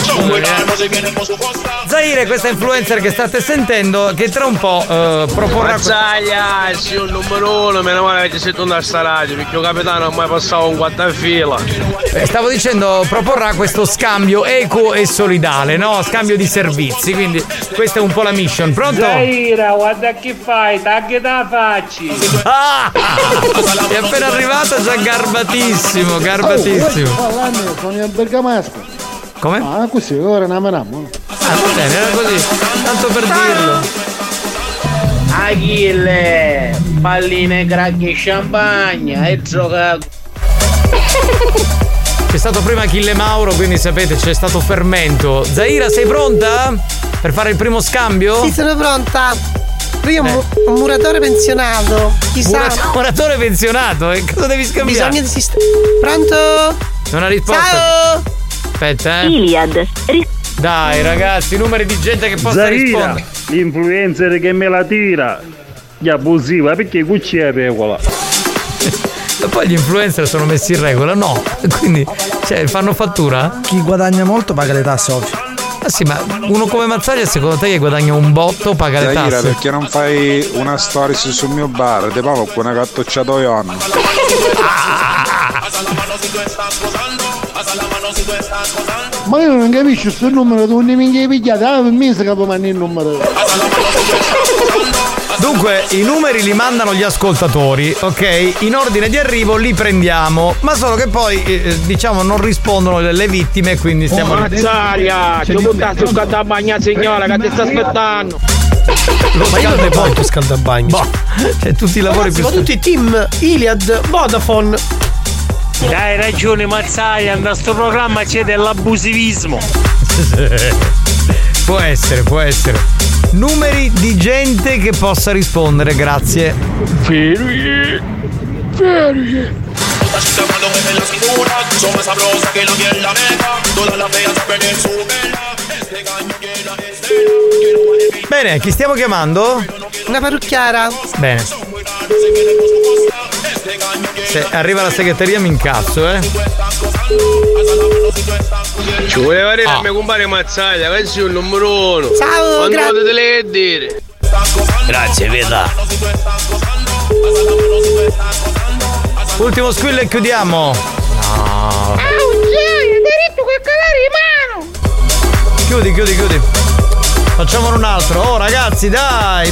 Zaire, questa influencer che state sentendo, che tra un po' proporrà. Mazzaglia, sì, un numero uno, meno male che sei tu da sta radio, perché il capitano ormai passava un quarto in fila. Stavo dicendo, proporrà questo scambio equo e solidale, no? Scambio di servizi, quindi questa è un po' la mission. Pronto? Zaira, guarda che fai, taglia da facci. È appena arrivato già garbatissimo. Sono il bergamasco. Come? Ah, così, ora ne ameniamo. Ah, va bene, era così. Tanto per dirlo. Achille, palline, cracchi, champagne e giocato. C'è stato prima Achille Mauro, quindi sapete c'è stato fermento. Zaira, sei pronta? Per fare il primo scambio? Sì, sono pronta. Io un muratore pensionato. Chissà. Muratore pensionato? E cosa devi scambiare? Bisogna di Pronto? Non ha risposto. Ciao. Aspetta, Iliad. Dai ragazzi, numeri di gente che possa rispondere. L'influencer che me la tira. Gli abusiva, perché qui c'è regola. E poi gli influencer sono messi in regola? No. Quindi, fanno fattura? Chi guadagna molto paga le tasse, ovvio. Ah sì, ma uno come Mazzaglia secondo te che guadagna un botto paga le tasse? Perché non fai una stories sul mio bar? Ti pago con una cartocciatoionna. Ma io non capisco questo numero, tu ne mi hai pigliato, per me si capisce il numero. Dunque, i numeri li mandano gli ascoltatori, ok? In ordine di arrivo li prendiamo, ma solo che poi, diciamo, non rispondono le vittime, quindi stiamo... Mazzaria, ti ho buttato sul scaldabagno, signora, che ti sta aspettando. Ma io non ne porto scaldabagno. Tutti i lavori più... Ma tutti team Iliad, Vodafone. Hai ragione Mazzaia, in questo programma c'è dell'abusivismo. Può essere. Numeri di gente che possa rispondere, grazie. Ferie. Bene, chi stiamo chiamando? Una parrucchiara. Bene. Se arriva la segreteria mi incazzo, Ci voleva dire a mio compare Mazzaglia, questo è il numero 1. Ciao, quando te le che dire? Grazie, veda. Ultimo squillo e chiudiamo. No. Chiudi. Facciamone un altro. Oh ragazzi, dai.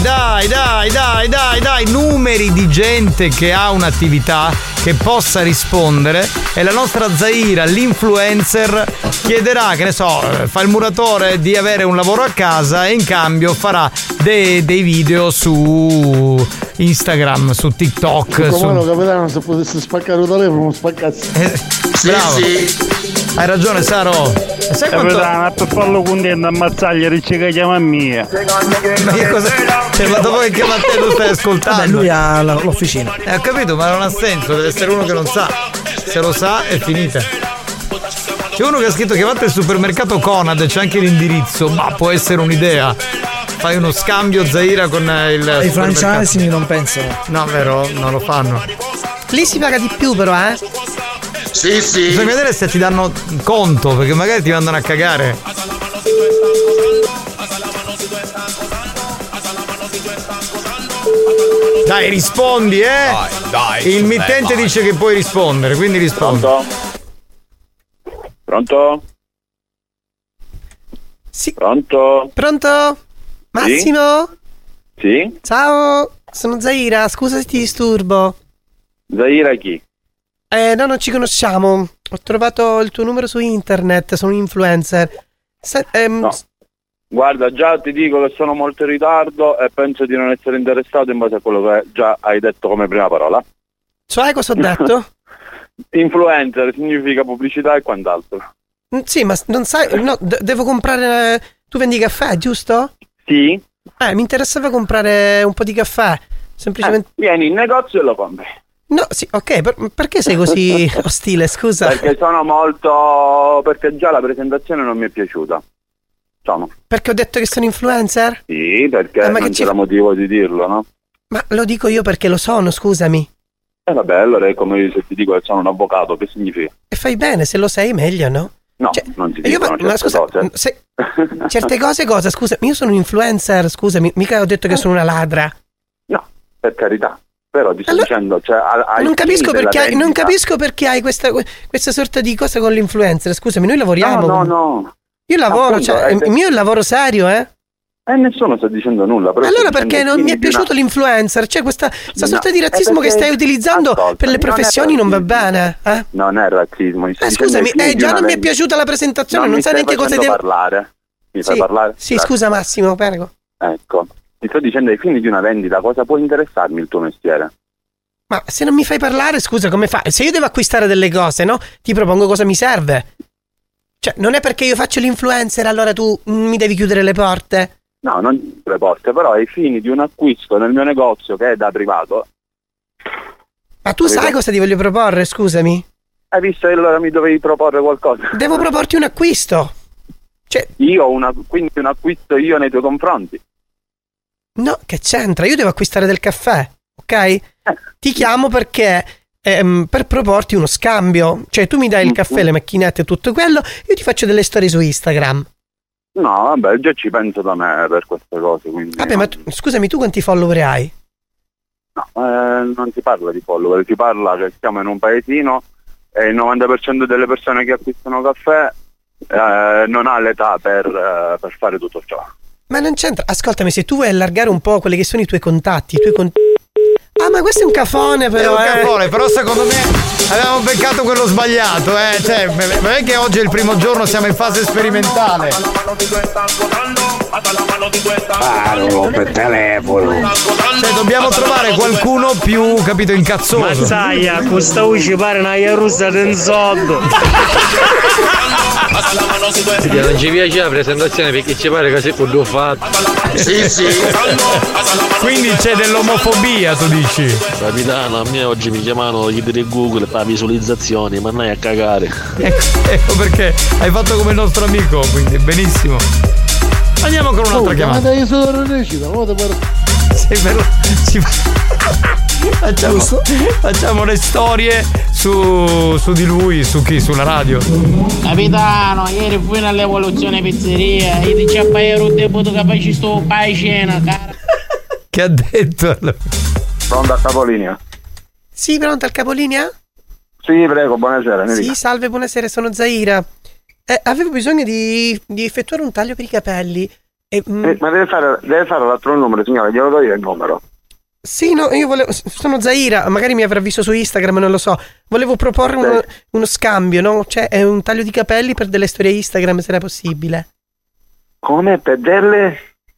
Numeri di gente che ha un'attività che possa rispondere. E la nostra Zaira, l'influencer, chiederà, che ne so, fa il muratore di avere un lavoro a casa e in cambio farà dei video su Instagram, su TikTok. Capitano, se potesse spaccare il telefono, spaccassi. Bravo. Hai ragione, Saro. Sai quanto... per farlo contento ammazzaglia dice che chiama mia. Ma che cosa? Cioè, ma dopo che chiama te lo stai ascoltando? Vabbè, lui ha l'officina. Ho capito, ma non ha senso, deve essere uno che non sa. Se lo sa è finita. C'è uno che ha scritto chiamate il supermercato Conad, c'è anche l'indirizzo, ma può essere un'idea. Fai uno scambio Zaira con il I franchising non pensano. No, vero, non lo fanno. Lì si paga di più però, Sì. Bisogna vedere se ti danno conto, perché magari ti mandano a cagare. Dai, rispondi, Dai, il mittente dice che puoi rispondere, quindi rispondi. Pronto? Sì. Pronto? Massimo? Sì? Ciao, sono Zaira, scusa se ti disturbo. Zaira chi? No, non ci conosciamo. Ho trovato il tuo numero su internet, sono un influencer. No. Guarda, già ti dico che sono molto in ritardo e penso di non essere interessato in base a quello che già hai detto come prima parola. Cioè, cosa ho detto? Influencer significa pubblicità e quant'altro. Sì, ma non sai, no, devo comprare... Tu vendi caffè, giusto? Sì. Mi interessava comprare un po' di caffè, semplicemente... Vieni in negozio e lo compri. No, sì, ok, perché sei così ostile, scusa? Perché sono molto... perché già la presentazione non mi è piaciuta. Perché ho detto che sono influencer? Sì, perché non c'era motivo di dirlo, no? Ma lo dico io perché lo sono, scusami. Vabbè, allora è come se ti dico che sono un avvocato, che significa? E fai bene, se lo sei meglio, no? No, non si dicono certe cose. Certe cose cosa? Scusa, io sono un influencer, scusami, mica ho detto che sono una ladra. No, per carità. Però ti sto dicendo, cioè, non capisco perché hai questa sorta di cosa con l'influencer. Scusami, noi lavoriamo. No. Io lavoro, appunto, il mio è il lavoro serio, nessuno sta dicendo nulla. Però allora perché non mi è piaciuto l'influencer? Cioè questa sorta di razzismo che stai utilizzando per le professioni non va bene, Non è razzismo. Scusami, già non mi è piaciuta la presentazione, non sai neanche cosa devo parlare. Mi fai parlare? Sì, scusa Massimo, prego. Ecco, ti sto dicendo ai fini di una vendita, cosa può interessarmi il tuo mestiere? Ma se non mi fai parlare, scusa, come fai? Se io devo acquistare delle cose, no? Ti propongo cosa mi serve. Cioè, non è perché io faccio l'influencer allora tu mi devi chiudere le porte? No, non le porte, però ai fini di un acquisto nel mio negozio che è da privato. Ma tu sai cosa ti voglio proporre, scusami? Hai visto che allora mi dovevi proporre qualcosa? Devo proporti un acquisto. Cioè... quindi un acquisto io nei tuoi confronti? No, che c'entra? Io devo acquistare del caffè, ok? Ti chiamo perché... per proporti uno scambio. Cioè tu mi dai il caffè, le macchinette e tutto quello, io ti faccio delle storie su Instagram. No, vabbè, già ci penso da me per queste cose, quindi... Vabbè, ma scusami, tu quanti follower hai? No, non si parla di follower, si parla che siamo in un paesino e il 90% delle persone che acquistano caffè non ha l'età per fare tutto ciò. Ma non c'entra, ascoltami, se tu vuoi allargare un po' quelli che sono i tuoi contatti, Ah, ma questo è un cafone però, È un cafone, però secondo me avevamo beccato quello sbagliato, Cioè, non è che oggi è il primo giorno, siamo in fase sperimentale. Parlo per telefono. Cioè, dobbiamo trovare qualcuno più, capito, incazzoso. Mazzaia, questa voce pare una iarusa d'enzotto. Non ci piace la presentazione perché ci pare che sei quello fatto. Sì. Quindi c'è dell'omofobia, tu dici? Capitano, a me oggi mi chiamano gli di Google per la visualizzazione, ma andai a cagare. Ecco perché hai fatto come il nostro amico, quindi benissimo. Andiamo con un'altra chiamata. Ma dai, sono recita, Sei bello. Facciamo le storie su di lui, su chi? Sulla radio. Capitano, ieri fui nell'evoluzione pizzeria e ti c'è paero un debutto che facci sto paicena, cara. Che ha detto? Pronto al capolinea? Sì, pronto al capolinea? Sì, prego, buonasera. Sì, salve, buonasera, sono Zaira. Avevo bisogno di effettuare un taglio per i capelli. Ma deve fare l'altro numero, signore, glielo do io il numero. Sì, no, io sono Zaira, magari mi avrà visto su Instagram, non lo so. Volevo proporre uno scambio, no? Cioè, è un taglio di capelli per delle storie Instagram, se era possibile. Come? Per delle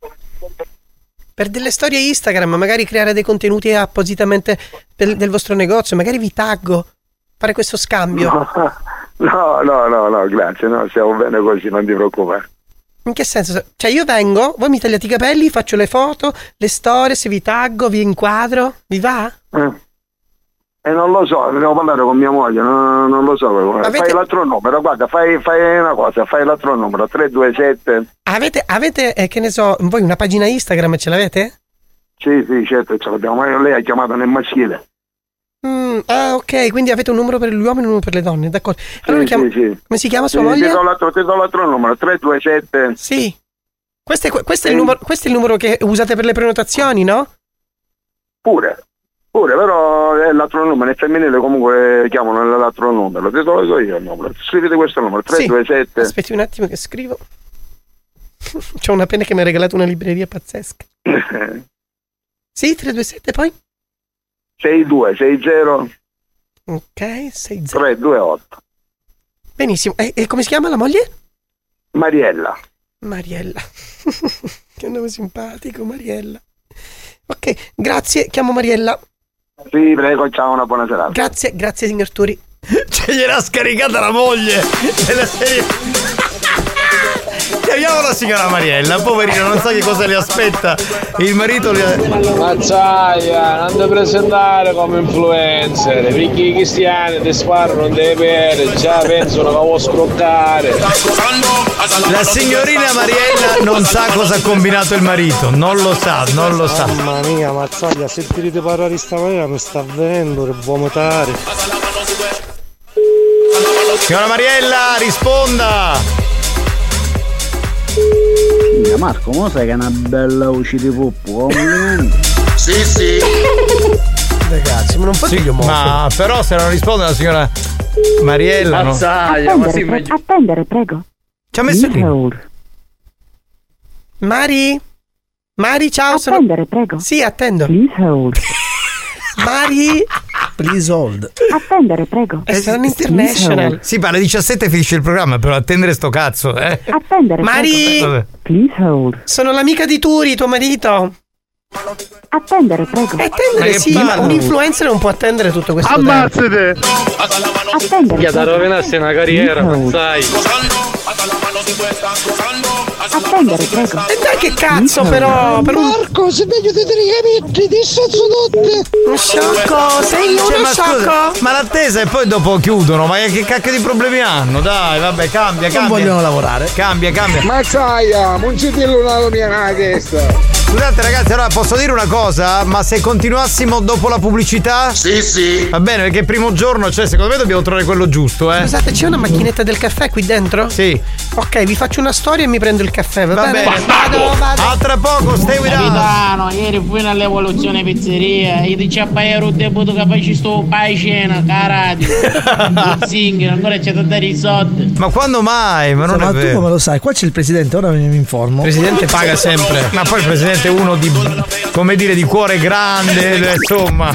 storie Instagram, magari creare dei contenuti appositamente del vostro negozio, magari vi taggo. Fare questo scambio. No, grazie, no, stiamo bene così, non ti preoccupare. In che senso? Cioè io vengo, voi mi tagliate i capelli, faccio le foto, le storie, se vi taggo, vi inquadro, vi va? Non lo so, devo parlare con mia moglie, non lo so. Fai l'altro numero, guarda, fai una cosa, fai l'altro numero, 327. Avete che ne so, voi una pagina Instagram ce l'avete? Sì, certo, ce l'abbiamo, ma lei ha chiamato nel maschile. Ok, quindi avete un numero per gli uomini e un numero per le donne, d'accordo. Allora sì. Come si chiama sua moglie? Ti do l'altro numero, 327. Sì. Questo è il numero che usate per le prenotazioni, no? Pure, però è l'altro numero, è femminile, comunque chiamano l'altro numero. Ti do io il numero. Scrivete questo numero, 327. Sì. Aspetti un attimo che scrivo. C'ho una penna che mi ha regalato una libreria pazzesca. Sì, 327 poi? 6260. Ok, 60. 328. Benissimo. E come si chiama la moglie? Mariella. Che nome simpatico, Mariella. Ok, grazie, chiamo Mariella. Sì, prego, ciao, una buona serata. Grazie signor Turi. Cioè gliel'ha scaricata la moglie della serie. Chiamiamo la signora Mariella, poverina, non sa che cosa le aspetta. Il marito Mazzaia, non ti presentare come influencer, perché i cristiani ti sparano, non devi bere, già pensano che vuoi scroccare. La signorina Mariella non sa cosa ha combinato il marito, non lo sa. Mamma mia, Mazzaglia, se ti ridi parlare di sta maniera mi sta avvenendo per vomitare. Signora Mariella, risponda! Marco, ma sai che è una bella voce di poppo? Sì. Ragazzi, ma non fate gli omofoni. Ma però se non risponde la signora Mariella, Attendere, prego. Ci ha messo lì. Mari, ciao. Attendere, prego. Sì, attendo. Please hold. Mari, please hold. Attendere, prego. Saranno international. Sì, ma alle 17 finisce il programma, però attendere sto cazzo, Attendere, Mari, prego. Please hold. Sono l'amica di Turi, tuo marito. Attendere, prego. Attendere, sì, ma un influencer non può attendere tutto questo Ammazzate! Attendere. Che da rovinarsi una carriera, non sai. Attendere, prego. E dai che cazzo però per un... Marco, se meglio di trigamitti di sozzodotte. Un sciocco, sei uno sciocco. Ma l'attesa e poi dopo chiudono, ma che cacchio di problemi hanno? Dai, vabbè, cambia. Non vogliono lavorare. Cambia. Mazzaia, non ci dillo una mia testa. Scusate ragazzi, allora posso dire una cosa? Ma se continuassimo dopo la pubblicità? Sì. Va bene, perché il primo giorno, cioè secondo me dobbiamo trovare quello giusto, Scusate, c'è una macchinetta del caffè qui dentro? Sì. Ok, vi faccio una storia e mi prendo il caffè, va bene? Vado. A tra poco, stay with us. Capitano, ieri fui nell'evoluzione pizzeria e ti c'è paero un debutto che facci sto paicena, caradio. Zinghi, ancora c'è da dare i soldi. Ma quando mai? Ma non è Ma vero. tu come lo sai? Qua c'è il presidente, ora mi informo. Il presidente paga sempre. Ma poi il presidente è uno di, come dire, di cuore grande, insomma.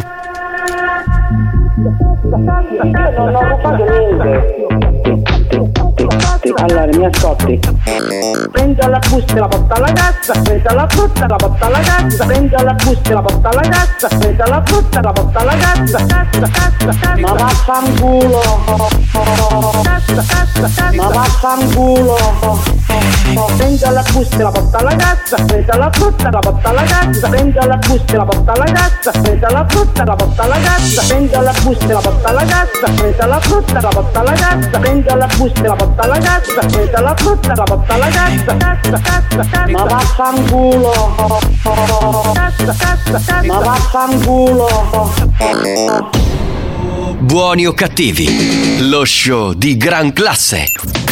Non ho rubato niente. Allora, mi ascolti. Prendi la busta e la porta alla cassa, prendi la frutta e la porta alla cassa, prendi la busta e la porta alla cassa, prendi la frutta e la porta alla cassa, cassa. Ma vaffanculo. Ma vaffanculo. Prendi alla busta e la porta alla cassa, prendi alla frutta e la porta alla cassa, prendi alla busta e la porta alla cassa, prendi alla frutta e la porta alla cassa, prendi alla busta e la porta alla cassa, prendi alla frutta e la porta alla cassa, prendi alla busta e la porta alla cassa, prendi alla frutta e la porta alla cassa, cassa, ma vaffanculo, ma vaffanculo. Buoni o cattivi, lo show di gran classe.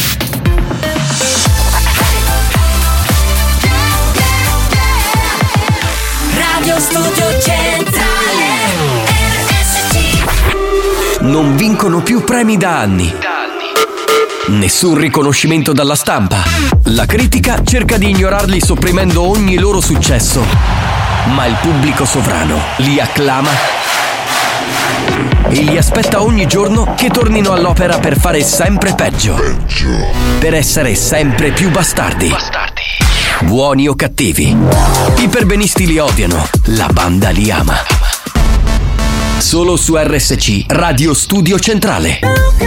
Radio Studio Centrale RSC. Non vincono più premi da anni. Nessun riconoscimento dalla stampa. La critica cerca di ignorarli sopprimendo ogni loro successo. Ma il pubblico sovrano li acclama e li aspetta ogni giorno che tornino all'opera per fare sempre peggio. Per essere sempre più bastardi. Buoni o cattivi, i perbenisti li odiano, la banda li ama. Solo su RSC, Radio Studio Centrale.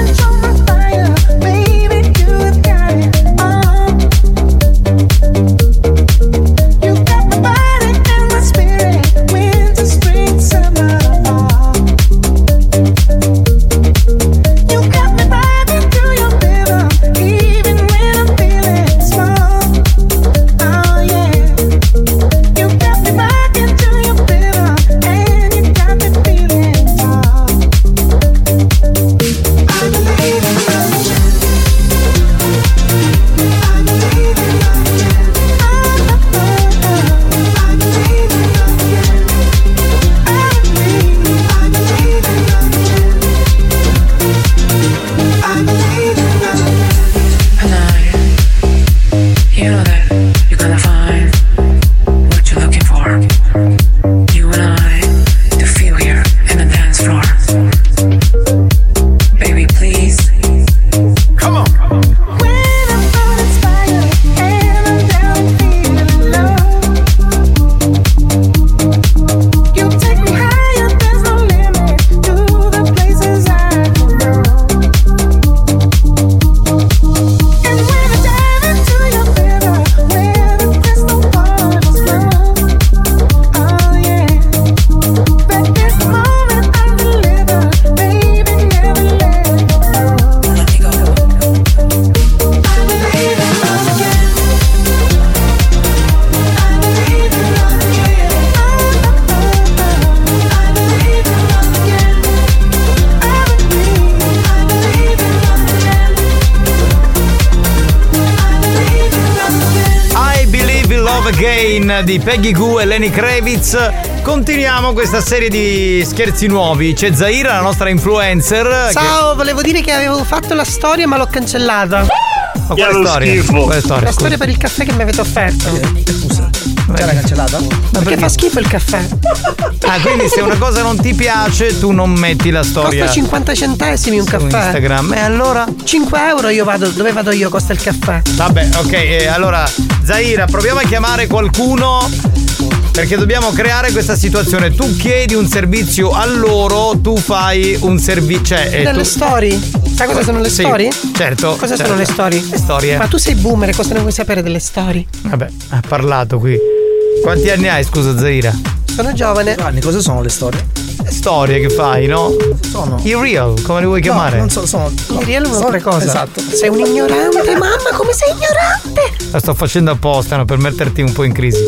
Di Peggy Gou e Lenny Kravitz. Continuiamo questa serie di scherzi nuovi. C'è Zaira, la nostra influencer. Ciao, volevo dire che avevo fatto la storia ma l'ho cancellata. Ma quale storia? Quale storia? La storia per il caffè che mi avete offerto. Scusa, già l'hai cancellata? Ma perché fa schifo il caffè? Ah, quindi se una cosa non ti piace tu non metti la storia. Costa 50 centesimi un caffè. Instagram. E allora? 5 euro io vado. Dove vado io? Costa il caffè. Vabbè, ok, allora Zaira, proviamo a chiamare qualcuno, perché dobbiamo creare questa situazione. Tu chiedi un servizio a loro, tu fai un servizio. Delle storie? Sai cosa sono le storie? Certo. Cosa sono le storie? Le storie. Ma tu sei boomer, cosa ne vuoi sapere delle storie? Vabbè, ha parlato qui. Quanti anni hai, scusa Zaira? Sono giovane. Giovanni, cosa sono le storie? Le storie che fai, no? Sono i real, come li vuoi chiamare? Non so, sono i real è un'altra cosa. Esatto. Sei un ignorante, mamma, come sei ignorante? La sto facendo apposta, no, per metterti un po' in crisi.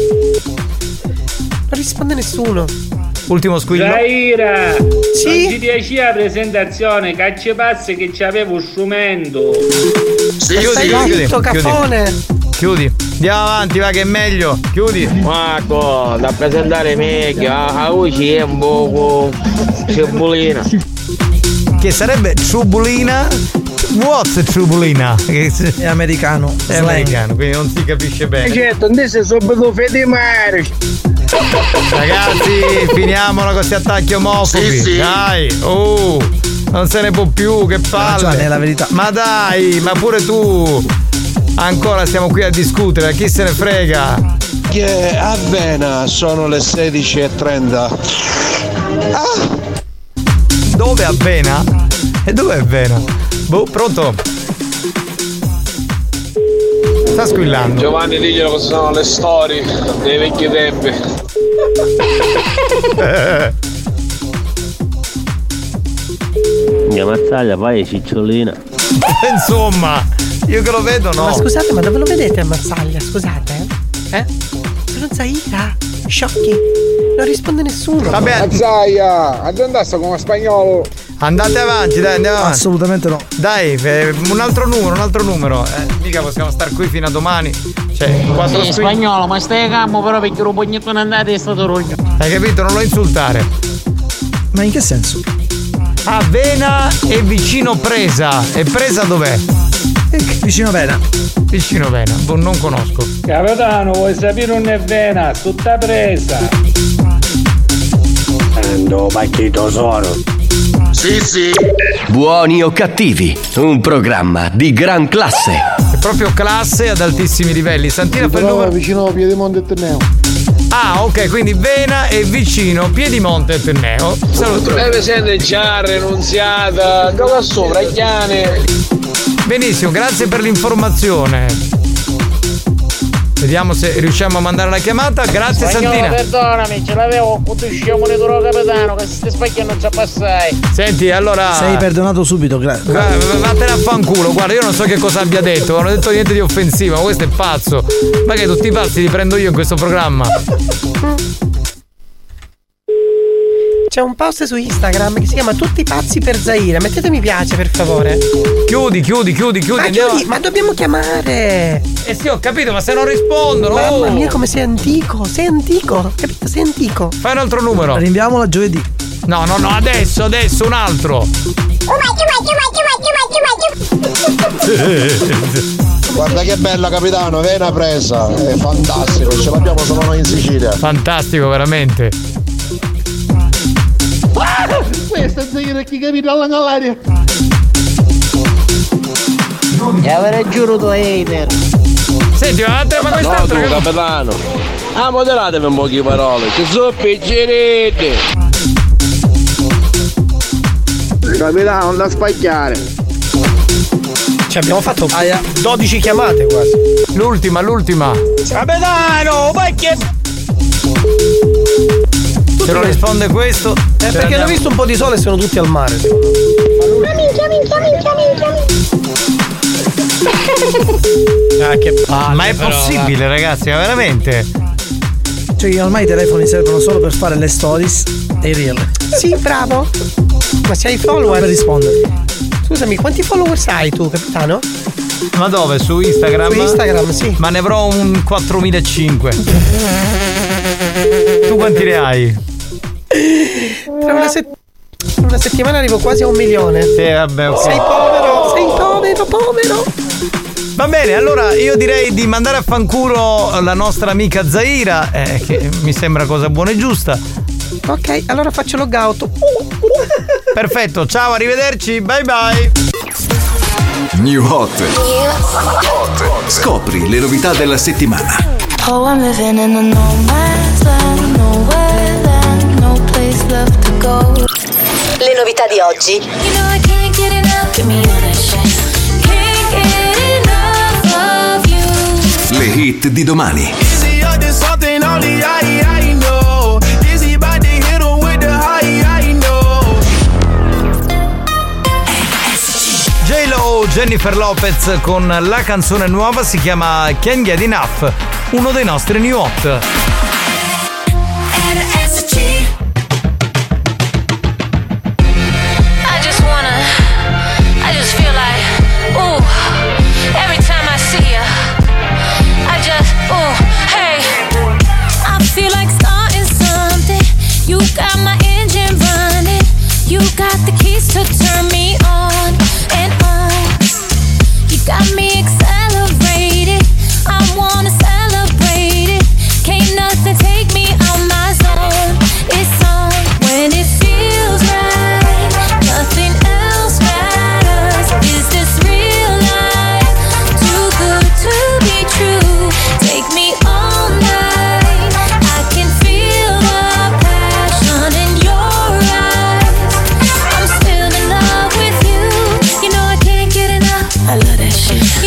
Non risponde nessuno. Ultimo squillo. Zaira! Sì? Non ti piace la presentazione, cacce pazze che c'avevo uno strumento. Chiudi. Cafone. Chiudi. Andiamo avanti, va che è meglio. Chiudi. Marco, da presentare meglio, a voce è un poco cebulina. Che sarebbe ciubulina? What's ciubulina? È americano. È americano, quindi non si capisce bene. Certo, adesso subito fede mare. Ragazzi, finiamola con questi attacchi omofobi. Sì. Dai, non se ne può più, che palle. Giovanni, è la verità. Ma dai, ma pure tu. Ancora stiamo qui a discutere, chi se ne frega? Che a Vena sono le 16:30. Dove a Vena? E dove è Vena? Boh, pronto? sta squillando. Giovanni, diglielo cosa sono le storie dei vecchi tempi. Mia mazzaglia, vai cicciolina. Insomma, io che lo vedo, no. Ma scusate, ma dove lo vedete a Mazzaglia? Scusate, eh? Sono Zaira, sciocchi. Non risponde nessuno. Vabbè, Mazzaglia, andasse come spagnolo. Andate avanti, dai, andiamo avanti. Assolutamente no. Dai, un altro numero. Mica possiamo star qui fino a domani. Cioè, quattro sì, spagnolo, ma stai calmo però perché un pognetto non andate è stato roglio. Hai capito? Non lo insultare. Ma in che senso? Vena e vicino Presa. E Presa dov'è? Vicino Vena. Vicino Vena, non conosco. Capitano, vuoi sapere un è Vena? Tutta presa. Ando partito sono. Sì. Buoni o cattivi, un programma di gran classe. È proprio classe ad altissimi livelli. Santina per il numero vicino Piedimonte e Tenneo. Ah, ok, quindi Vena e vicino Piedimonte e Tenneo. Saluto. Deve essere Nunziata, dove sopra, Chiane. Benissimo, grazie per l'informazione. Vediamo se riusciamo a mandare la chiamata. Grazie Spagnolo, Santina. perdonami, ce l'avevo con tu scemo monitore capitano che si spacchiano non ci passai. Senti, allora. Sei perdonato subito, vattene a fanculo, guarda, io non so che cosa abbia detto, non ho detto niente di offensivo, ma questo è pazzo. Ma che tutti i pazzi li prendo io in questo programma? C'è un post su Instagram che si chiama Tutti pazzi per Zaira. Mettete mi piace, per favore. Chiudi. Ma dobbiamo chiamare. Sì, ho capito, ma se non rispondono. Mamma mia, come sei antico. Capito? Sei antico. Fai un altro numero. Rinviamola giovedì. No, adesso, un altro. Guarda che bella, capitano, Vena Presa. È fantastico, ce l'abbiamo solo noi in Sicilia. Fantastico, veramente. Questa è Zaira che capita all'aria. E avrei giuro tu hater. Senti, ma quest'altro. No, capitano. Moderatevi un po' di parole, che sono peggerete. Capitano, non da spacchiare. Ci abbiamo fatto 12 chiamate quasi. L'ultima. Capitano, perché? Se non risponde questo. Perché hanno visto un po' di sole e sono tutti al mare. Minchia. Che palle, ma è possibile, però, ragazzi, ma veramente? Cioè, ormai i telefoni servono solo per fare le stories e i reel. Sì, bravo. Ma se hai follower per rispondere. Scusami, quanti follower hai tu, capitano? Ma dove? Su Instagram? Su Instagram, sì. Ma ne avrò un 4.500. Tu quanti ne hai? Tra una settimana arrivo quasi a 1 milione. Sì, vabbè, ok. Sei povero. Va bene, allora io direi di mandare a fanculo la nostra amica Zaira, che mi sembra cosa buona e giusta. Ok, allora faccio logout. Perfetto, ciao, arrivederci, bye bye. New Hot. Scopri le novità della settimana. Oh, I'm living in a no man's land, nowhere land, no place left to go. Le novità di oggi. You know I can't get enough, give me all that shit. Can't get enough of you. Le hit di domani. Easy up to something only I know. Easy about to hit him with the I know. J-Lo, Jennifer Lopez con la canzone nuova, si chiama Can't Get Enough, uno dei nostri new hot. You got my engine running. You got the keys to turn me on and on. You got me accelerated. I wanna celebrate it. Can't nothing take me out my zone. It's on when it feels right. Nothing else matters. Is this real life? Too good to be true. Take me all night. I can feel the passion in your eyes. I'm still in love with you. You know I can't get enough. I love that shit.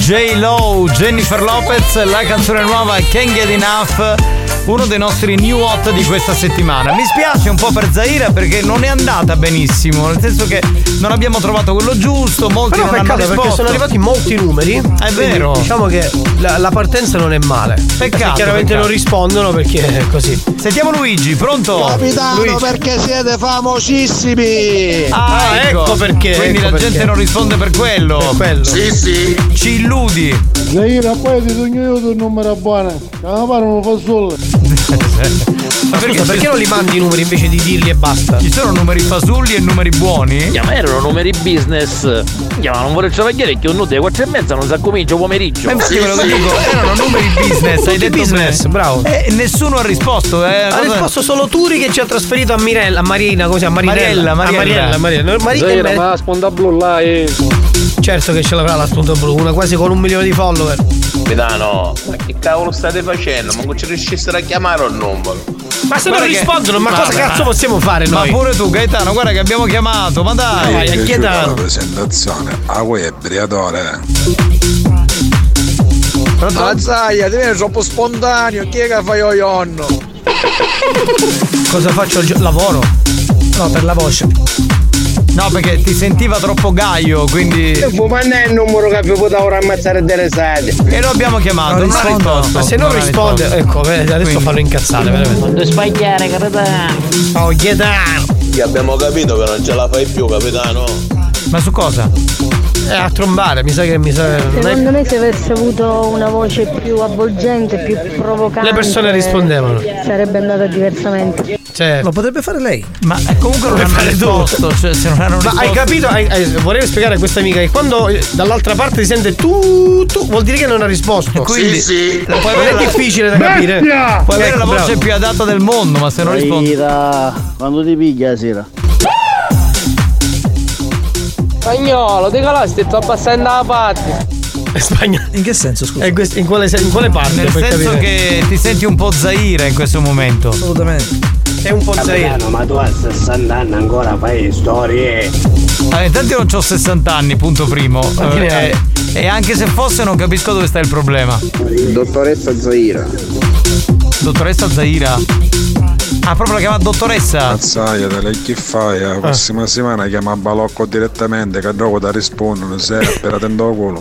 J-Lo, Jennifer Lopez, la canzone nuova Can't Get Enough, uno dei nostri new hot di questa settimana. Mi spiace un po' per Zaira perché non è andata benissimo, nel senso che non abbiamo trovato quello giusto, molti però non hanno risposto. perché sono arrivati molti numeri. È vero. Diciamo che la partenza non è male. Peccato. Chiaramente non rispondono perché è così. Sentiamo Luigi, pronto? Capitano, Luigi. perché siete famosissimi! Ah, ecco perché. Quindi ecco la perché. gente non risponde per quello. Per quello. Sì, sì. Ci illudi. Zaira, poi ti sogno io il numero buono. Ma pare non fa solo. Ma perché non li mandi i numeri invece di dirli e basta? Ci sono numeri fasulli e numeri buoni? Ma erano numeri business. Ma non vorrei travagliare che un nudo alle 4:30 non si comincia pomeriggio. Ma infatti quello che dico, erano numeri business, hai detto business, bene. bravo. Nessuno ha risposto, Ha risposto solo Turi che ci ha trasferito a Mirella, a Marina, così a Marinella. Mariella. Zaira, ma la sponda blu là Certo che ce l'avrà la spunta blu, una quasi con 1 milione di follower. Capitano, ma che cavolo state facendo? Ma non ci riuscissero a chiamare un numero. Ma se non rispondono, ma cosa cazzo possiamo fare noi? Ma pure tu, Gaetano, guarda che abbiamo chiamato, ma dai! Vai a chiedere. La presentazione, a voi è briatore. Ma Zaia, ti viene troppo spontaneo, chi è che fai io nonno? Cosa faccio? Lavoro? No, per la voce. No, perché ti sentiva troppo gaio, quindi. Ma non è il numero che vi poteva ora ammazzare delle sede. E lo abbiamo chiamato, non ha risposto. Ma se non risponde, ecco, adesso fanno incazzare, veramente. Non devi sbagliare, capitano. Oh, Gaetano! Abbiamo capito che non ce la fai più, capitano. Ma su cosa? A trombare, mi sa. Secondo me se avesse avuto una voce più avvolgente, più provocante, le persone rispondevano. Sarebbe andata diversamente. Certo. Lo potrebbe fare lei. Ma comunque non hanno risposto, cioè se non hanno risposto. Ma hai capito? Vorrei spiegare a questa amica che quando dall'altra parte si sente tu vuol dire che non ha risposto. Quindi sì. Non è difficile da capire. Può avere la voce più adatta del mondo, ma se non risponde. Quando ti piglia la sera. Spagnolo, dica là, stai abbassando la parte. Spagna. In che senso, scusa? In quale parte? Nel senso che ti senti un po' Zaira in questo momento. Assolutamente. È un po' Zaira. Ma tu a 60 anni ancora fai storie. Intanto io non ho 60 anni, punto primo. E anche se fosse non capisco dove sta il problema. Dottoressa Zaira. Dottoressa Zaira? Ah, proprio la chiama dottoressa? Mazzaia, te lei che fai? La prossima settimana chiama Balocco direttamente, che dopo ti rispondono, se appena tendo culo.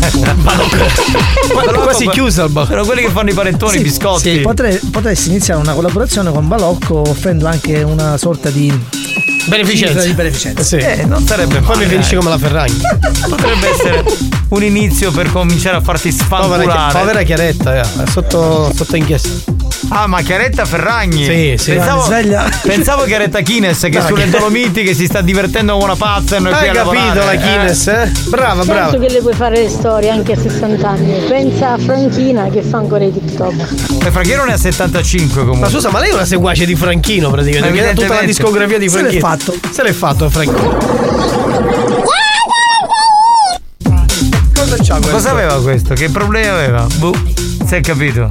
Quasi chiusa il Balocco. Sono quelli che fanno i panettoni, i biscotti. Sì, potresti iniziare una collaborazione con Balocco offrendo anche una sorta di beneficenza. Di beneficenza. Sì. Non sarebbe male. Poi mi finisce come la Ferragni. Potrebbe essere un inizio per cominciare a farti sfanculare. Povera Chiaretta, sotto inchiesta. Ah, ma Chiaretta Ferragni? Sì. Pensavo Chiaretta Kines che sulle Dolomiti che si sta divertendo come una pazza e noi qui a lavorare. Hai capito la Kines? Brava. Certo che le puoi fare le storie anche a 60 anni. Pensa a Franchina che fa ancora i TikTok. E Franchino ne ha 75 comunque. Ma scusa, ma lei è una seguace di Franchino praticamente. Perché tutta la discografia di Franchino. Se l'è fatto Franchino. Cosa c'ha questo? Cosa aveva questo? Che problemi aveva? Boh, si è capito.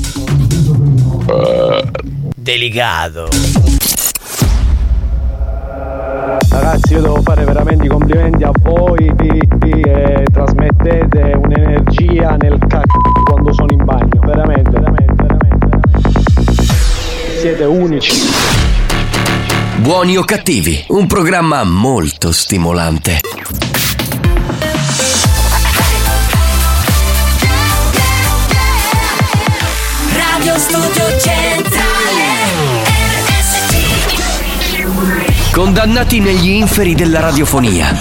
Delicato. Ragazzi, io devo fare veramente i complimenti a voi che trasmettete un'energia nel cacchio quando sono in bagno. Veramente. Siete unici. Buoni o cattivi, un programma molto stimolante. Radio Studio Centrale RSC. Condannati negli inferi della radiofonia.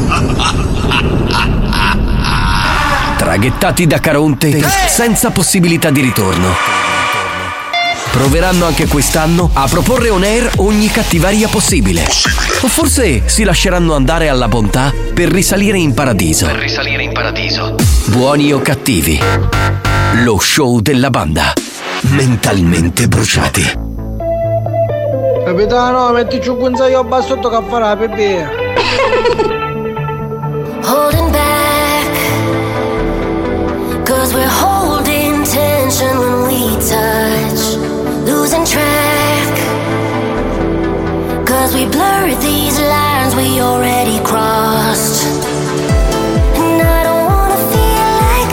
Traghettati da Caronte senza possibilità di ritorno. Proveranno anche quest'anno a proporre on air ogni cattiveria possibile. O forse si lasceranno andare alla bontà per risalire in paradiso. Buoni o cattivi, lo show della banda. Mentalmente bruciati. Capitano, mettici un guinzaglio basso sotto che farà bebè. Holding back, 'cause we're holding tension when we touch. Losing track, 'cause we blurred these lines we already crossed. And I don't wanna feel like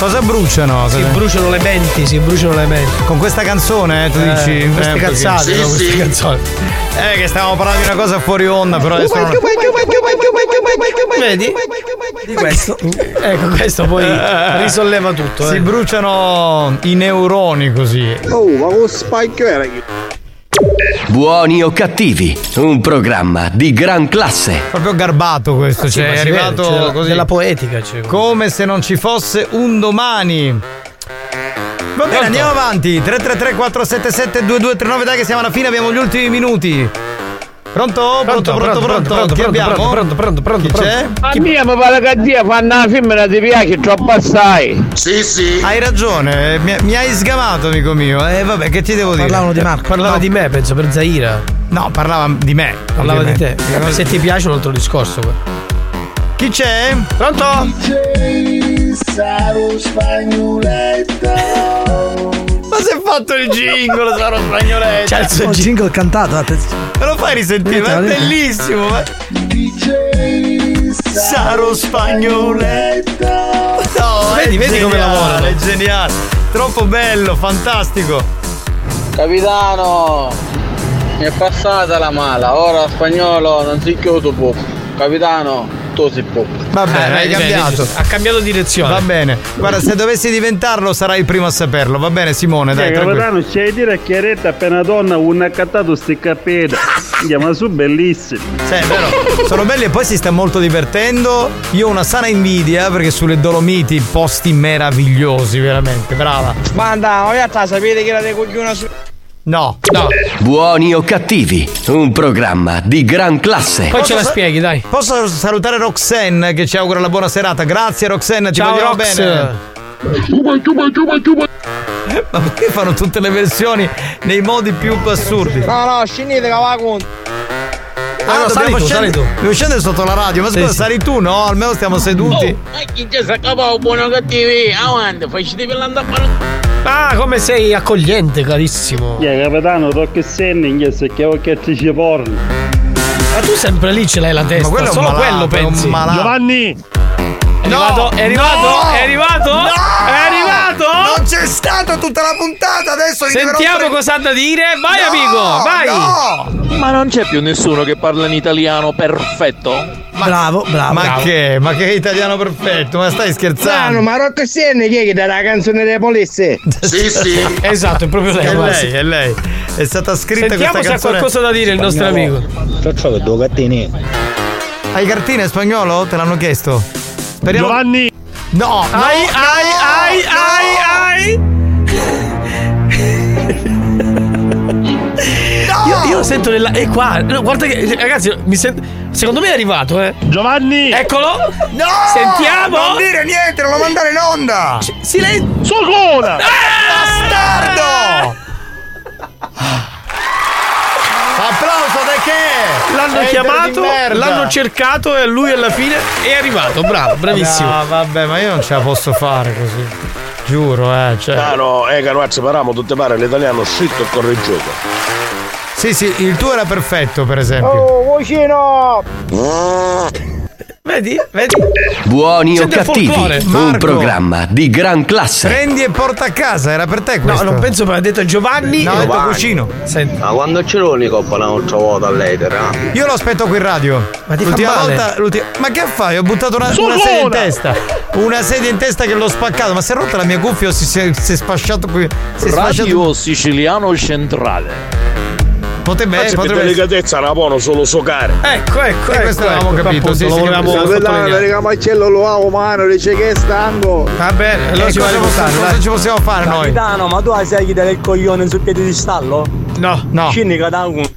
Cosa bruciano? Si bruciano le menti, Con questa canzone, tu dici? Queste cazzate, sì, no, queste sì. canzoni. Che stavamo parlando di una cosa fuori onda, però adesso non... Vedi? Di questo. Ecco, questo poi risolleva tutto. Si bruciano i neuroni così. Oh, ma con spacchio era chi? Buoni o cattivi, un programma di gran classe. Proprio garbato questo, Sì, cioè ma è si vede, arrivato c'è così. della poetica, c'è. Come se non ci fosse un domani. Va bene, andiamo avanti. 333-477-2239, dai che siamo alla fine, abbiamo gli ultimi minuti. Pronto? Chi abbiamo? Pronto. Chi c'è? A mia mi pare che Dio fanno una femmina ti piace troppo assai. Sì. Hai ragione, mi hai sgamato, amico mio. Vabbè, che ti devo dire? Parlavano di Marco. Parlava di me, penso, per Zaira. No, parlava di me. Parlava di te. Ovviamente. Se ti piace un altro discorso. Chi c'è? Pronto? Saro Spagnoletto. Ma si è fatto il jingle, Saro Spagnoletto. C'è il suo jingle cantato, attenzione. Me lo fai risentire? Ma è bellissimo. Saro Spagnoletto. No, vedi come lavorano. È geniale. Troppo bello, fantastico. Capitano, mi è passata la mala, ora Spagnolo non si chiude più. Capitano, tu sei più. Va bene, hai cambiato. Ha cambiato direzione. Va bene. Guarda, se dovessi diventarlo sarai il primo a saperlo. Va bene, Simone, dai. Capitano, c'è dire chiaretta appena donna una accattato sti capelli. Ma sono bellissimi. Sì, è vero. Sono belli e poi si sta molto divertendo. Io ho una sana invidia perché sulle Dolomiti posti meravigliosi, veramente. Brava. Ma andavo, sapete che era dei coglioni su. No. Buoni o cattivi, un programma di gran classe. Poi ce la spieghi, dai. Posso salutare Roxanne che ci augura la buona serata. Grazie Roxanne, ti Ciao, vogliamo Rox. bene. Ma perché fanno tutte le versioni nei modi più assurdi? No, scendete che va conto. No, sali tu. Devo scendere sotto la radio. Ma scusa, Sì. sali tu, no? Almeno stiamo seduti. Ma chi già si accapava buono o cattivi? Avanti, facci per l'andare. Ah, come sei accogliente, carissimo. Capitano, tocca sending se che ci porno. Ma tu sempre lì ce l'hai la testa. Ma quello è un solo malato, quello è un pensi. malato. Giovanni! È arrivato? No! È arrivato? No! È arrivato? Non c'è stato tutta la puntata, adesso Sentiamo cosa ha da dire. Vai, amico, vai. No! Ma non c'è più nessuno che parla in italiano perfetto? Bravo. Ma che italiano perfetto? Ma stai scherzando? Ma Roxanne chi è che dà la canzone delle polizze? Sì. Esatto, è proprio lei. È lei. È stata scritta Sentiamo questa se ha canzone. qualcosa da dire il nostro amico. Ciao, due gattini. Hai cartine in spagnolo? Te l'hanno chiesto? Speriamo. Giovanni! No! Ai. Io sento nella. È qua. No, guarda che. Ragazzi, secondo me è arrivato, Giovanni! Eccolo! No! Sentiamo! Non dire niente, non lo mandare in onda! Silenzio! Socona! Bastardo! Applauso da che? L'hanno chiamato, l'hanno cercato e lui alla fine è arrivato. Bravo, bravissimo. No, vabbè, ma io non ce la posso fare così. Giuro, cioè. No, Caruazzi, parliamo tutte pare l'italiano scritto e correggiuto. Sì, il tuo era perfetto, per esempio. Oh, vicino! Vedi? Buoni o Sente il cattivi, folklore. un Marco. programma di gran classe. Prendi e porta a casa, era per te questo. No, non penso, ma ha detto Giovanni. No, ha detto cucino. Senti. Ma quando c'è l'unico un'altra volta all'etere? Io lo aspetto qui in radio. Ma ti fa l'ultima male? volta. Ma che fai? Ho buttato una sedia in testa. Una sedia in testa che l'ho spaccato. Ma si è rotta la mia cuffia o si è spacciato qui? Si è Radio Siciliano Centrale. Potrebbe Per essere. delicatezza la buono solo soccare. Ecco. Questo l'avevamo capito. Sì, lo sì, volevamo sottolineare. Macello lo amo mano, dice che è stanco. Va bene, allora ci cosa ci possiamo fare noi? Capitano, ma tu hai sai chi dà il coglione sul piede di stallo? No. Cinica da un.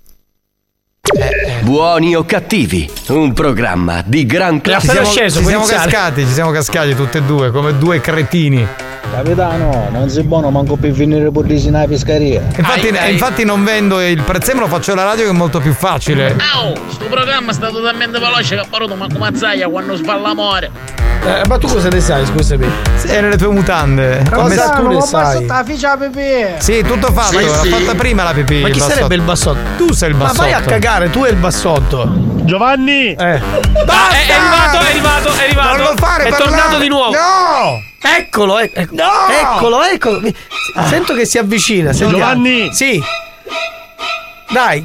Buoni o cattivi, un programma di gran classe. Ci siamo cascati tutti e due come due cretini. Capitano, non sei buono manco per finire pure nella pescaria. Infatti non vendo il prezzemolo, faccio la radio che è molto più facile. Sto programma è stato talmente veloce che ha parlato ma come Zaia quando fa l'amore. Ma tu cosa ne sai, scusami? Sei nelle tue mutande. Cosa tu ne sai? La ficia pipì. Sì, tutto fatto, l'ha fatta prima la pipì. Ma chi sarebbe il bassotto? Tu sei il bassotto. Ma vai a cagare, tu e il bassotto. Giovanni! Basta! È arrivato. Non lo fare è parlare. tornato di nuovo. No! Eccolo. Eccolo. Sento che si avvicina. Sentiamo. Giovanni! Sì. Dai.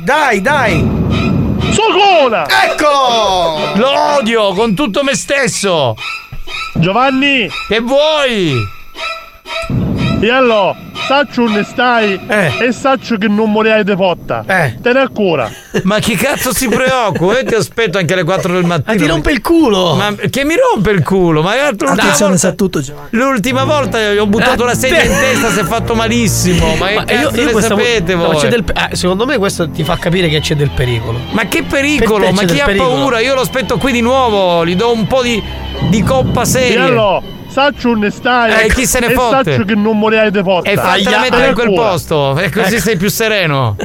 Socola! Eccolo! Lo odio con tutto me stesso. Giovanni! Che vuoi? E allora, saccio ne stai e saccio che non morirai di potta. Te ne accura. Ma chi cazzo si preoccupa? Io ti aspetto anche alle 4 del mattino. Ma ti rompe il culo! Ma che mi rompe il culo? Ma attenzione, sa tutto, Giovanni. L'ultima volta gli ho buttato la sedia in testa, si è fatto malissimo. Ma che cazzo ne sapete voi? Secondo me questo ti fa capire che c'è del pericolo. Ma che pericolo? Ma chi ha paura? Io lo aspetto qui di nuovo, gli do un po' di coppa seria. E allora, saccio ne stai chi se ne e fotte? saccio che non morirai di potta. E fatela mettere in quel posto, e così sei più sereno.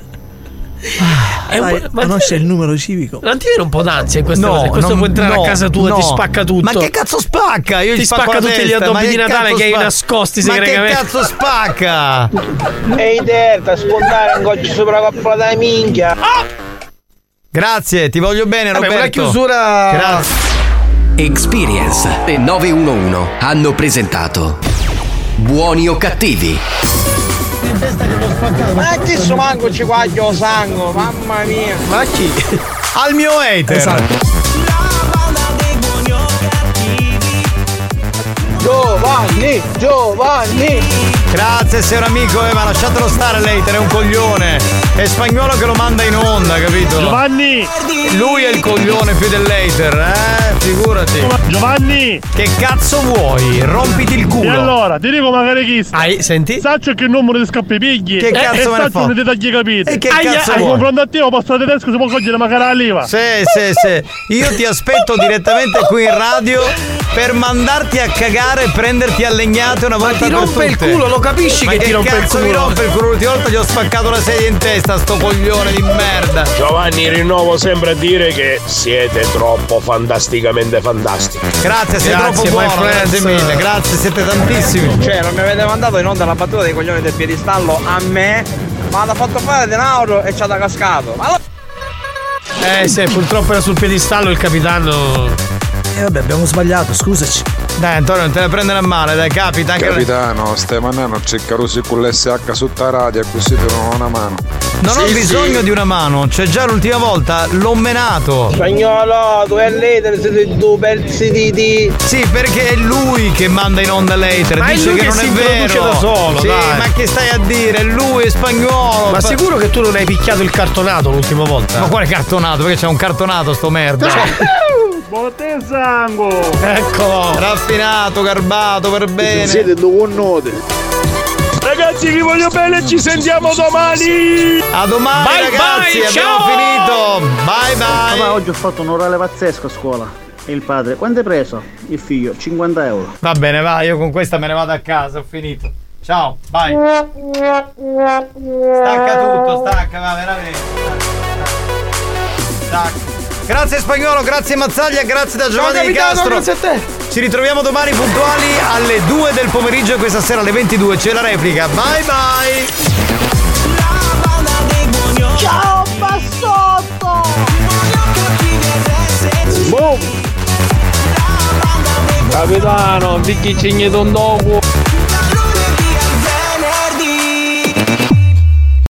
Ma non c'è il numero civico. Non ti viene un po' d'ansia in questa cosa? Questo può entrare a casa tua, ti spacca tutto. Ma che cazzo spacca? Io ti spacca tutti gli addobbi di Natale che hai nascosti segretamente. Ma che cazzo spacca? Ehi Derta, spuntare un goccio sopra la coppola da minchia. Grazie, ti voglio bene, Roberto. Una chiusura. Grazie. Experience e 911 hanno presentato Buoni o cattivi? Ma che so manco ci guaglio sangue, mamma mia. Ma chi? Al mio hater. Esatto. Giovanni. Grazie signor amico, ma lasciatelo stare l'hater, è un coglione. È Spagnuolo che lo manda in onda, capito? Giovanni! Lui è il coglione più dell'hater, figurati. Giovanni! Che cazzo vuoi? Rompiti il culo. E allora, ti dico magari chi senti? Saccio che il numero di scappi pigli. Che cazzo me ne saccio ne tagli capite. E che cazzo vuoi? Confronto attivo, posto tedesco si può cogliere magari la leva. Sì. Io ti aspetto direttamente qui in radio per mandarti a cagare e prenderti a legnate una volta per tutte. Ma ti rompe il culo, lo capisci che ti rompe il culo? Mi rompe il culo? L'ultima volta gli ho spaccato la sedia in testa, sto coglione di merda. Giovanni, rinnovo sempre a dire che siete troppo fantasticamente fantastici. Grazie, sei troppo buono, grazie mille, grazie, siete tantissimi. Cioè, non mi avete mandato in onda la battuta dei coglioni del piedistallo a me, ma l'ha fatto fare denaro e ci ha da cascato. Sì, purtroppo era sul piedistallo il capitano. Vabbè, abbiamo sbagliato, scusaci. Dai Antonio, non te ne prendere a male, dai, capita anche. Capitano, stai mandando cercare con l'SH sotto la radio e così ti do una mano. Non ho bisogno di una mano, cioè già l'ultima volta l'ho menato. Spagnolo, tu e l'hater siete due pezzi di. Sì, perché è lui che manda in onda l'hater, ma dice che non è vero. Da solo, sì, dai. Ma che stai a dire? Lui è Spagnuolo. Ma sicuro che tu non hai picchiato il cartonato l'ultima volta? Ma quale cartonato? Perché c'è un cartonato sto merda. Botte sangue. Eccolo, raffinato, garbato, per bene. Siete due note. Ragazzi, vi voglio bene, ci sentiamo domani. A domani, bye, ragazzi, bye, abbiamo finito. Bye bye. Ma oggi ho fatto un orale pazzesco a scuola. E il padre, quanto hai preso? Il figlio, 50 euro. Va bene, va, io con questa me ne vado a casa, ho finito. Ciao, vai. Stacca tutto, stacca, va, veramente. Stacca. Grazie Spagnuolo, grazie Mazzaglia, grazie da Giovanni Di Castro. Grazie a te. Ci ritroviamo domani puntuali alle 2 del pomeriggio e questa sera alle 22 c'è la replica. Bye bye. Ciao bassotto. Boom. Capitano, picchi cigni don dopo.